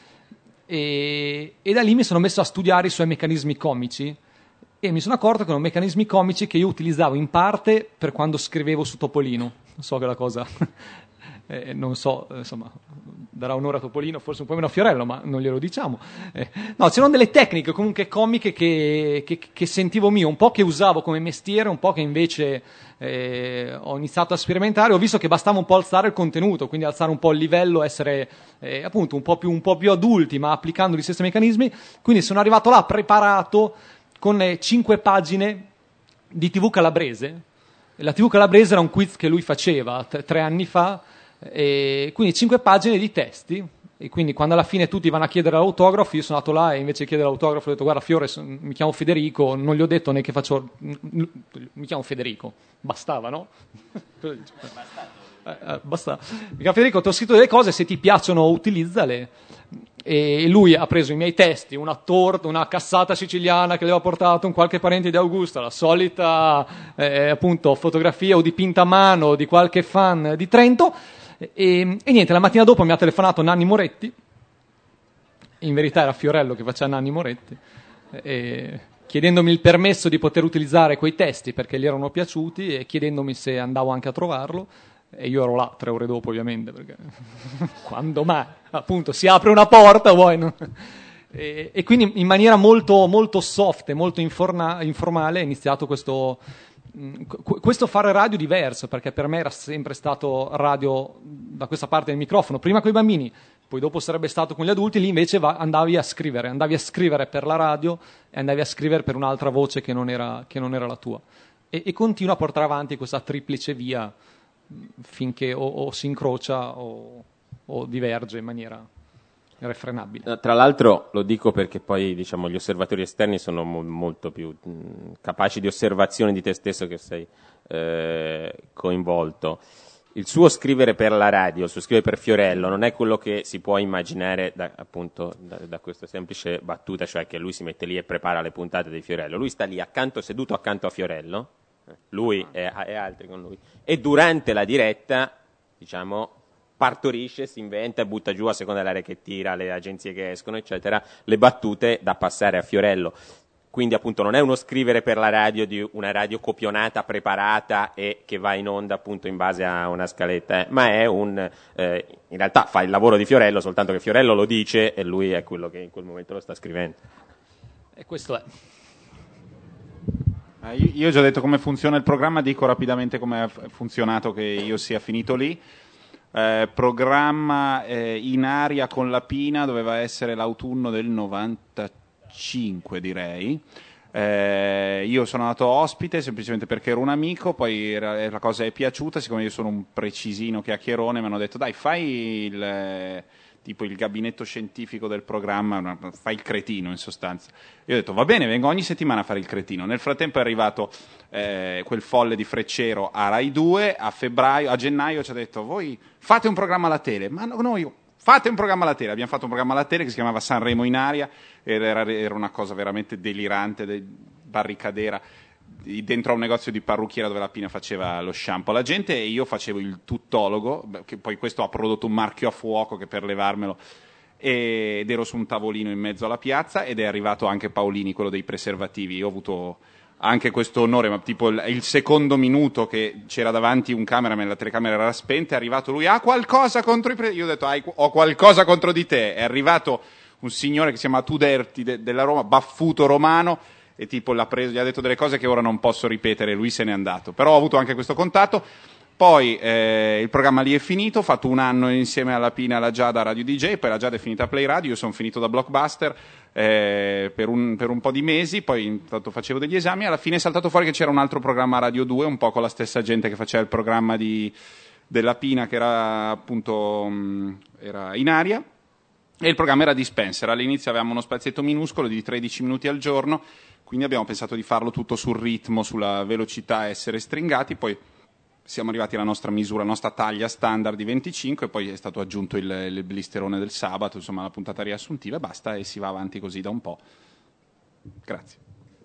e, e da lì mi sono messo a studiare i suoi meccanismi comici, e mi sono accorto che erano meccanismi comici che io utilizzavo in parte per quando scrivevo su Topolino. So che la cosa, eh, non so, insomma, darà onore a Topolino, forse un po' meno a Fiorello, ma non glielo diciamo. Eh, no, c'erano delle tecniche comunque comiche che, che, che sentivo mio, un po' che usavo come mestiere, un po' che invece eh, ho iniziato a sperimentare. Ho visto che bastava un po' alzare il contenuto, quindi alzare un po' il livello, essere eh, appunto un po' più, un po' più adulti, ma applicando gli stessi meccanismi. Quindi sono arrivato là preparato, con cinque pagine di tivù calabrese. La tivù calabrese era un quiz che lui faceva t- tre anni fa, e quindi cinque pagine di testi, e quindi quando alla fine tutti vanno a chiedere l'autografo, io sono andato là e invece di chiedere l'autografo ho detto, guarda Fiore, son, mi chiamo Federico, non gli ho detto né che faccio, mi chiamo Federico, bastava, no? Eh, eh, basta. Mi chiamo Federico, ti ho scritto delle cose, se ti piacciono utilizzale. E lui ha preso i miei testi, una torta, una cassata siciliana che le aveva portato un qualche parente di Augusta, la solita eh, appunto fotografia o dipinta a mano di qualche fan di Trento, e, e niente, la mattina dopo mi ha telefonato Nanni Moretti, in verità era Fiorello che faceva Nanni Moretti, e chiedendomi il permesso di poter utilizzare quei testi perché gli erano piaciuti, e chiedendomi se andavo anche a trovarlo. E io ero là tre ore dopo, ovviamente, perché quando mai, appunto, si apre una porta, vuoi, no? e, e quindi in maniera molto, molto soft e molto inforna, informale è iniziato questo, questo fare radio diverso, perché per me era sempre stato radio da questa parte del microfono, prima con i bambini, poi dopo sarebbe stato con gli adulti. Lì invece va, andavi a scrivere, andavi a scrivere per la radio e andavi a scrivere per un'altra voce che non era, che non era la tua, e, e continua a portare avanti questa triplice via finché o, o si incrocia o, o diverge in maniera irrefrenabile. Tra l'altro lo dico perché poi diciamo gli osservatori esterni sono mo- molto più mh, capaci di osservazione di te stesso che sei eh, coinvolto. Il suo scrivere per la radio, il suo scrivere per Fiorello non è quello che si può immaginare da, appunto da, da questa semplice battuta, cioè che lui si mette lì e prepara le puntate di Fiorello. Lui sta lì accanto, seduto accanto a Fiorello, lui e, e altri con lui, e durante la diretta diciamo partorisce, si inventa e butta giù, a seconda dell'aria che tira, le agenzie che escono eccetera, le battute da passare a Fiorello. Quindi appunto non è uno scrivere per la radio di una radio copionata, preparata e che va in onda appunto in base a una scaletta, eh, ma è un eh, in realtà fa il lavoro di Fiorello, soltanto che Fiorello lo dice e lui è quello che in quel momento lo sta scrivendo. E questo è. Io ho già detto come funziona il programma, dico rapidamente come ha funzionato che io sia finito lì. eh, programma eh, in aria con la Pina, doveva essere l'autunno del novantacinque, direi. Eh, io sono andato ospite semplicemente perché ero un amico, poi era, la cosa è piaciuta, siccome io sono un precisino chiacchierone, mi hanno detto dai fai il, tipo il gabinetto scientifico del programma, fai il cretino in sostanza. Io ho detto va bene, vengo ogni settimana a fare il cretino. Nel frattempo è arrivato eh, quel folle di Freccero a Rai due, a febbraio, a gennaio ci ha detto voi fate un programma alla tele, ma no, noi fate un programma alla tele. Abbiamo fatto un programma alla tele che si chiamava Sanremo in aria, era, era una cosa veramente delirante, de, barricadera, dentro a un negozio di parrucchiera dove la Pina faceva lo shampoo alla gente e io facevo il tuttologo, che poi questo ha prodotto un marchio a fuoco che per levarmelo, ed ero su un tavolino in mezzo alla piazza ed è arrivato anche Paolini, quello dei preservativi. Io ho avuto anche questo onore, ma tipo il, il secondo minuto che c'era davanti un cameraman, la telecamera era spenta, è arrivato lui, ha qualcosa contro i pre-? Io ho detto, ho qualcosa contro di te. È arrivato un signore che si chiama Tuderti de, della Roma, baffuto romano, e tipo l'ha preso, gli ha detto delle cose che ora non posso ripetere, lui se n'è andato. Però ho avuto anche questo contatto. Poi eh, il programma lì è finito, ho fatto un anno insieme alla Pina e alla Giada a Radio D J, poi la Giada è finita a Play Radio, io sono finito da Blockbuster eh, per, un, per un po' di mesi, poi intanto facevo degli esami, alla fine è saltato fuori che c'era un altro programma a Radio due, un po' con la stessa gente che faceva il programma di, della Pina, che era appunto mh, era in aria, e il programma era Dispenser. All'inizio avevamo uno spazietto minuscolo di tredici minuti al giorno, quindi abbiamo pensato di farlo tutto sul ritmo, sulla velocità, essere stringati, poi siamo arrivati alla nostra misura, la nostra taglia standard di venticinque, e poi è stato aggiunto il, il blisterone del sabato, insomma la puntata riassuntiva, e basta, e si va avanti così da un po'. Grazie.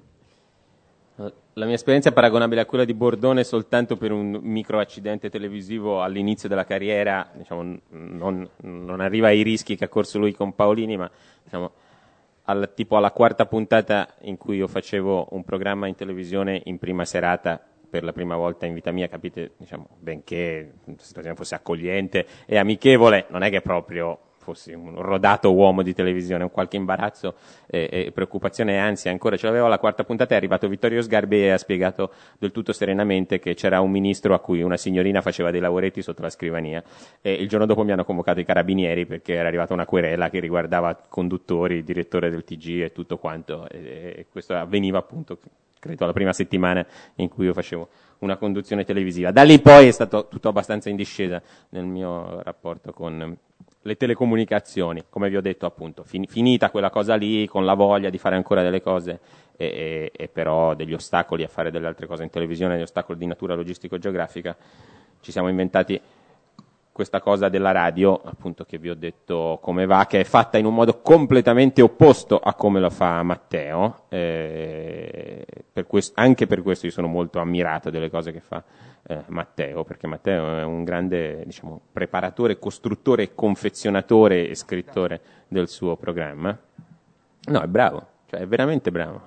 La mia esperienza è paragonabile a quella di Bordone soltanto per un micro accidente televisivo all'inizio della carriera, diciamo, non, non arriva ai rischi che ha corso lui con Paolini, ma diciamo, al, tipo alla quarta puntata in cui io facevo un programma in televisione in prima serata per la prima volta in vita mia, capite, diciamo, benché la situazione fosse accogliente e amichevole, non è che proprio fossi un rodato uomo di televisione, un qualche imbarazzo e, e preoccupazione e ansia ancora ce l'avevo. Alla quarta puntata è arrivato Vittorio Sgarbi e ha spiegato del tutto serenamente che c'era un ministro a cui una signorina faceva dei lavoretti sotto la scrivania, e il giorno dopo mi hanno convocato i carabinieri perché era arrivata una querela che riguardava conduttori, il direttore del T G e tutto quanto, e, e questo avveniva appunto credo la prima settimana in cui io facevo una conduzione televisiva. Da lì poi è stato tutto abbastanza in discesa nel mio rapporto con le telecomunicazioni, come vi ho detto appunto, fin- finita quella cosa lì, con la voglia di fare ancora delle cose e, e, e però degli ostacoli a fare delle altre cose in televisione, degli ostacoli di natura logistico-geografica, ci siamo inventati questa cosa della radio, appunto, che vi ho detto come va, che è fatta in un modo completamente opposto a come lo fa Matteo, eh, per questo, anche per questo io sono molto ammirato delle cose che fa eh, Matteo, perché Matteo è un grande, diciamo, preparatore, costruttore, confezionatore e scrittore del suo programma. No, è bravo, cioè è veramente bravo.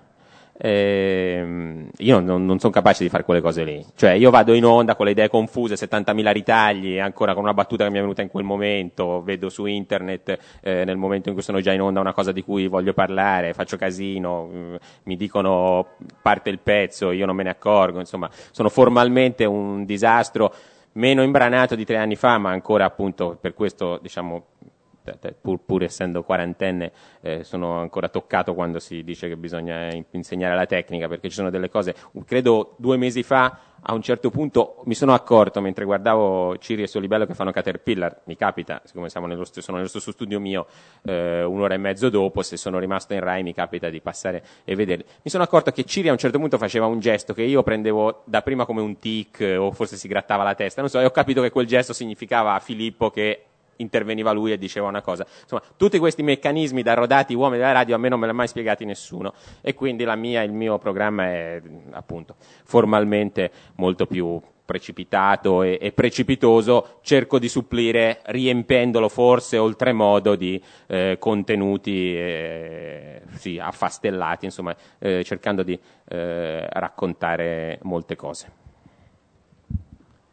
Eh, io non, non sono capace di fare quelle cose lì, cioè io vado in onda con le idee confuse, settantamila ritagli, ancora con una battuta che mi è venuta in quel momento, vedo su internet eh, nel momento in cui sono già in onda una cosa di cui voglio parlare, faccio casino, mh, mi dicono parte il pezzo, io non me ne accorgo, insomma sono formalmente un disastro, meno imbranato di tre anni fa, ma ancora appunto per questo, diciamo, Pur, pur essendo quarantenne eh, sono ancora toccato quando si dice che bisogna insegnare la tecnica, perché ci sono delle cose, credo due mesi fa a un certo punto mi sono accorto mentre guardavo Ciri e Solibello che fanno Caterpillar, mi capita, siccome siamo nello stesso, sono nello stesso studio mio, eh, un'ora e mezzo dopo, se sono rimasto in Rai mi capita di passare e vedere, mi sono accorto che Ciri a un certo punto faceva un gesto che io prendevo da prima come un tic o forse si grattava la testa, non so, e ho capito che quel gesto significava a Filippo che interveniva lui e diceva una cosa. Insomma, tutti questi meccanismi da rodati uomini della radio a me non me l'ha mai spiegati nessuno, e quindi la mia, il mio programma è appunto formalmente molto più precipitato e, e precipitoso, cerco di supplire riempendolo forse oltremodo di eh, contenuti eh, sì, affastellati, insomma eh, cercando di eh, raccontare molte cose.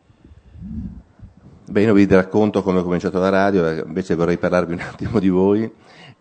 Beh, io vi racconto come ho cominciato la radio, invece vorrei parlarvi un attimo di voi.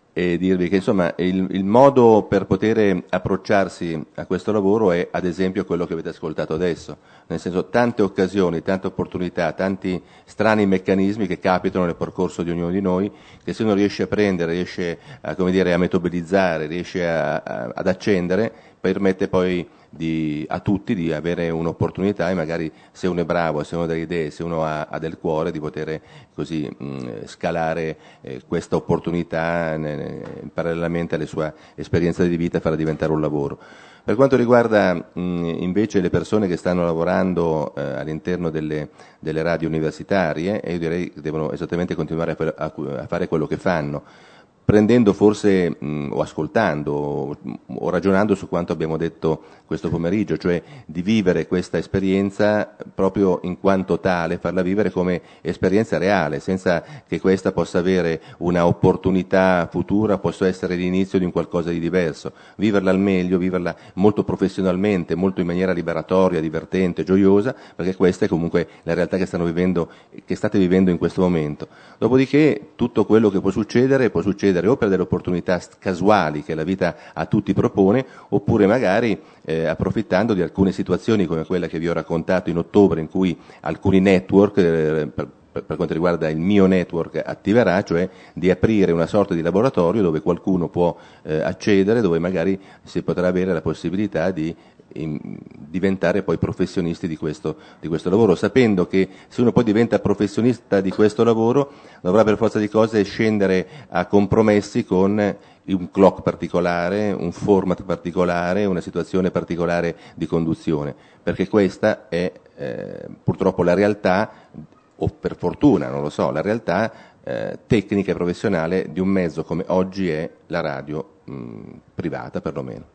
e dirvi che insomma il, il modo per poter approcciarsi a questo lavoro è ad esempio quello che avete ascoltato adesso, nel senso tante occasioni, tante opportunità, tanti strani meccanismi che capitano nel percorso di ognuno di noi, che se uno riesce a prendere, riesce a, come dire, a metabolizzare, riesce a, a, ad accendere, permette poi di, a tutti di avere un'opportunità e magari se uno è bravo, se uno ha delle idee, se uno ha, ha del cuore, di poter così mh, scalare eh, questa opportunità ne, parallelamente alle sue esperienze di vita e farla diventare un lavoro. Per quanto riguarda mh, invece le persone che stanno lavorando eh, all'interno delle, delle radio universitarie, io direi che devono esattamente continuare a, a, a fare quello che fanno, prendendo forse mh, o ascoltando o, o ragionando su quanto abbiamo detto questo pomeriggio, cioè di vivere questa esperienza proprio in quanto tale, farla vivere come esperienza reale, senza che questa possa avere una opportunità futura, possa essere l'inizio di un qualcosa di diverso, viverla al meglio, viverla molto professionalmente, molto in maniera liberatoria, divertente, gioiosa, perché questa è comunque la realtà che stanno vivendo, che state vivendo in questo momento. Dopodiché tutto quello che può succedere può succedere o per delle opportunità casuali che la vita a tutti propone, oppure magari eh, approfittando di alcune situazioni come quella che vi ho raccontato in ottobre, in cui alcuni network, eh, per, per quanto riguarda il mio network, attiverà, cioè di aprire una sorta di laboratorio dove qualcuno può eh, accedere, dove magari si potrà avere la possibilità di in, diventare poi professionisti di questo, di questo lavoro, sapendo che se uno poi diventa professionista di questo lavoro dovrà per forza di cose scendere a compromessi con un clock particolare, un format particolare, una situazione particolare di conduzione, perché questa è eh, purtroppo la realtà, o per fortuna, non lo so, la realtà eh, tecnica e professionale di un mezzo come oggi è la radio mh, privata perlomeno.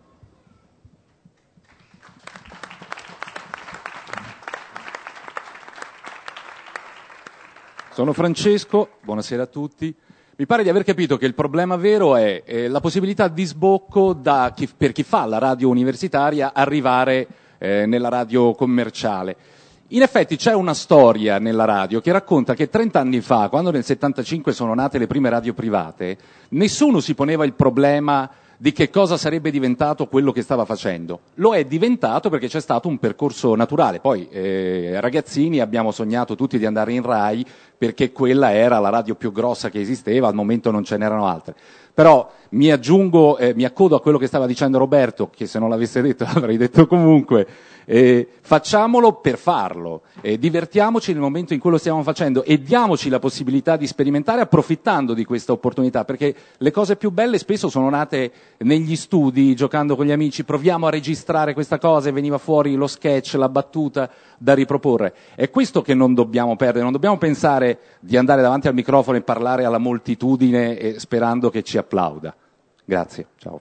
Sono Francesco, buonasera a tutti. Mi pare di aver capito che il problema vero è eh, la possibilità di sbocco da chi, per chi fa la radio universitaria arrivare eh, nella radio commerciale. In effetti c'è una storia nella radio che racconta che trent'anni fa, quando nel settantacinque sono nate le prime radio private, nessuno si poneva il problema di che cosa sarebbe diventato quello che stava facendo. Lo è diventato perché c'è stato un percorso naturale. Poi eh, ragazzini abbiamo sognato tutti di andare in Rai perché quella era la radio più grossa che esisteva, al momento non ce n'erano altre. Però mi aggiungo, eh, mi accodo a quello che stava dicendo Roberto, che se non l'avesse detto l'avrei detto comunque. Eh, facciamolo per farlo, eh, divertiamoci nel momento in cui lo stiamo facendo e diamoci la possibilità di sperimentare approfittando di questa opportunità, perché le cose più belle spesso sono nate negli studi, giocando con gli amici, proviamo a registrare questa cosa e veniva fuori lo sketch, la battuta da riproporre. È questo che non dobbiamo perdere, non dobbiamo pensare di andare davanti al microfono e parlare alla moltitudine eh, sperando che ci applauda. Grazie, ciao.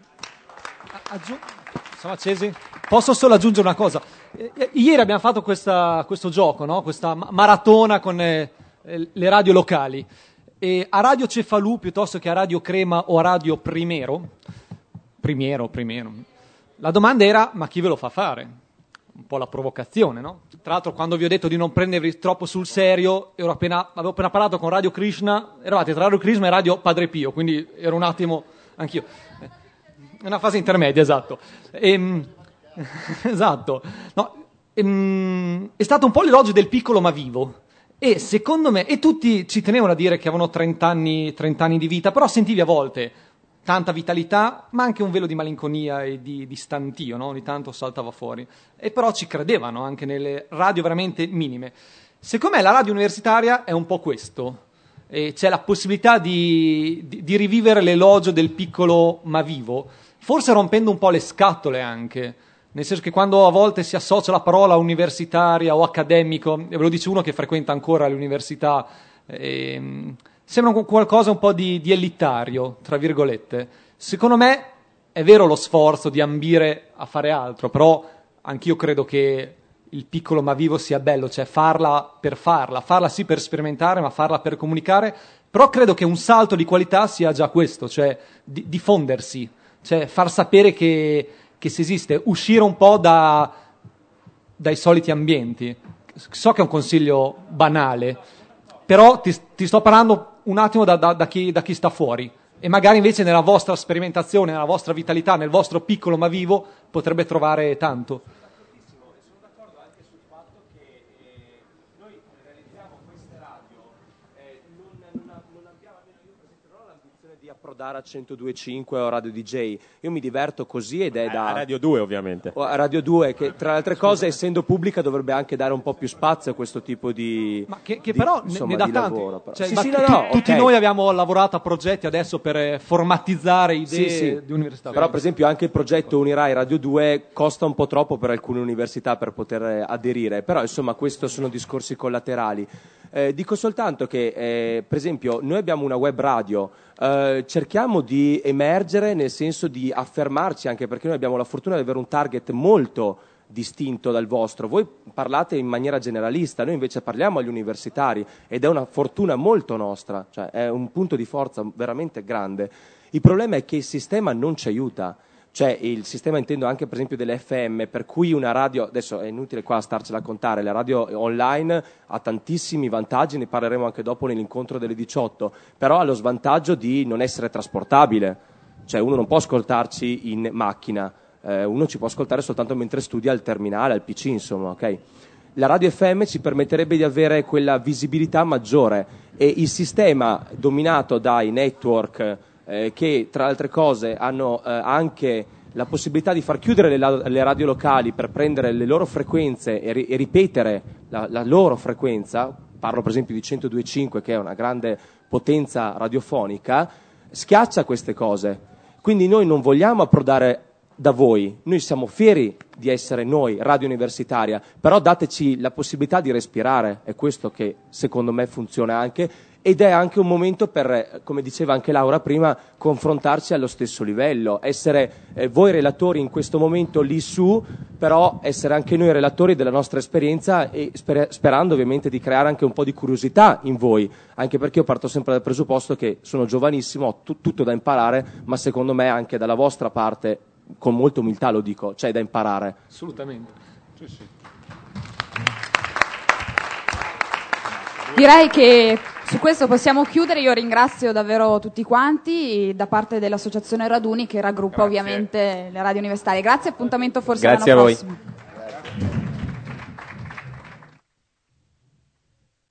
Sono accesi? Posso solo aggiungere una cosa. Eh, ieri abbiamo fatto questa, questo gioco, no? Questa maratona con eh, le radio locali. E a Radio Cefalù, piuttosto che a Radio Crema o a Radio Primero, Primiero, Primero, la domanda era: ma chi ve lo fa fare? Un po' la provocazione, no? Tra l'altro, quando vi ho detto di non prendervi troppo sul serio, ero appena, avevo appena parlato con Radio Krishna, eravate tra Radio Krishna e Radio Padre Pio, quindi ero un attimo anch'io. È una fase intermedia, esatto. Ehm, esatto. No, ehm, è stato un po' l'elogio del piccolo ma vivo. E secondo me, e tutti ci tenevano a dire che avevano trent'anni, trent'anni di vita, però sentivi a volte tanta vitalità, ma anche un velo di malinconia e di, di stantio, no? Ogni tanto saltava fuori. E però ci credevano anche nelle radio veramente minime. Secondo me la radio universitaria è un po' questo. E c'è la possibilità di, di, di rivivere l'elogio del piccolo ma vivo, forse rompendo un po' le scatole anche, nel senso che quando a volte si associa la parola universitaria o accademico, e ve lo dice uno che frequenta ancora l'università, ehm, sembra qualcosa un po' di, di elitario, tra virgolette. Secondo me è vero lo sforzo di ambire a fare altro, però anch'io credo che il piccolo ma vivo sia bello, cioè farla per farla, farla sì per sperimentare, ma farla per comunicare, però credo che un salto di qualità sia già questo, cioè di, diffondersi, cioè far sapere che, che si esiste, uscire un po' da, dai soliti ambienti. So che è un consiglio banale, però ti, ti sto parlando un attimo da, da, da, chi, da chi sta fuori. e magari invece nella vostra sperimentazione, nella vostra vitalità, nel vostro piccolo ma vivo potrebbe trovare tanto. Approdare a centodue e cinque o a Radio D J, io mi diverto così ed è da a Radio due ovviamente, o a Radio due, che tra le altre cose essendo pubblica dovrebbe anche dare un po' più spazio a questo tipo di ma che, che di, però insomma, ne dà di tanti, lavoro, però. Cioè, Sì, ma sì, tu- no, no, tutti ok. noi abbiamo lavorato a progetti adesso per eh, formatizzare idee Sì, sì. di università. Però per esempio anche il progetto Unirai Radio due costa un po' troppo per alcune università per poter eh, aderire, però insomma questi sono discorsi collaterali. Eh, dico soltanto che eh, per esempio noi abbiamo una web radio, eh, cerchiamo di emergere nel senso di affermarci, anche perché noi abbiamo la fortuna di avere un target molto distinto dal vostro. Voi parlate in maniera generalista, noi invece parliamo agli universitari ed è una fortuna molto nostra, cioè è un punto di forza veramente grande. Il problema è che il sistema non ci aiuta. Cioè il sistema intendo anche per esempio delle F M, per cui una radio, adesso è inutile qua starcela a contare, la radio online ha tantissimi vantaggi, ne parleremo anche dopo nell'incontro delle diciotto, però ha lo svantaggio di non essere trasportabile, cioè uno non può ascoltarci in macchina, eh, uno ci può ascoltare soltanto mentre studia al terminale, al P C insomma, ok? La radio F M ci permetterebbe di avere quella visibilità maggiore e il sistema dominato dai network Eh, che tra altre cose hanno eh, anche la possibilità di far chiudere le, la- le radio locali per prendere le loro frequenze e, ri- e ripetere la-, la loro frequenza, parlo per esempio di centodue e cinque che è una grande potenza radiofonica, schiaccia queste cose. Quindi noi non vogliamo approdare da voi, noi siamo fieri di essere noi, radio universitaria, però dateci la possibilità di respirare, è questo che secondo me funziona anche. Ed è anche un momento per, come diceva anche Laura prima, confrontarci allo stesso livello, essere eh, voi relatori in questo momento lì su, però essere anche noi relatori della nostra esperienza e sper- sperando ovviamente di creare anche un po' di curiosità in voi, anche perché io parto sempre dal presupposto che sono giovanissimo, ho tu- tutto da imparare, ma secondo me anche dalla vostra parte, con molta umiltà lo dico, c'è da imparare. Assolutamente. Sì, sì. Direi che su questo possiamo chiudere. Io ringrazio davvero tutti quanti da parte dell'Associazione Raduni che raggruppa ovviamente le radio universitarie. Grazie, appuntamento forse Grazie l'anno a voi. prossimo.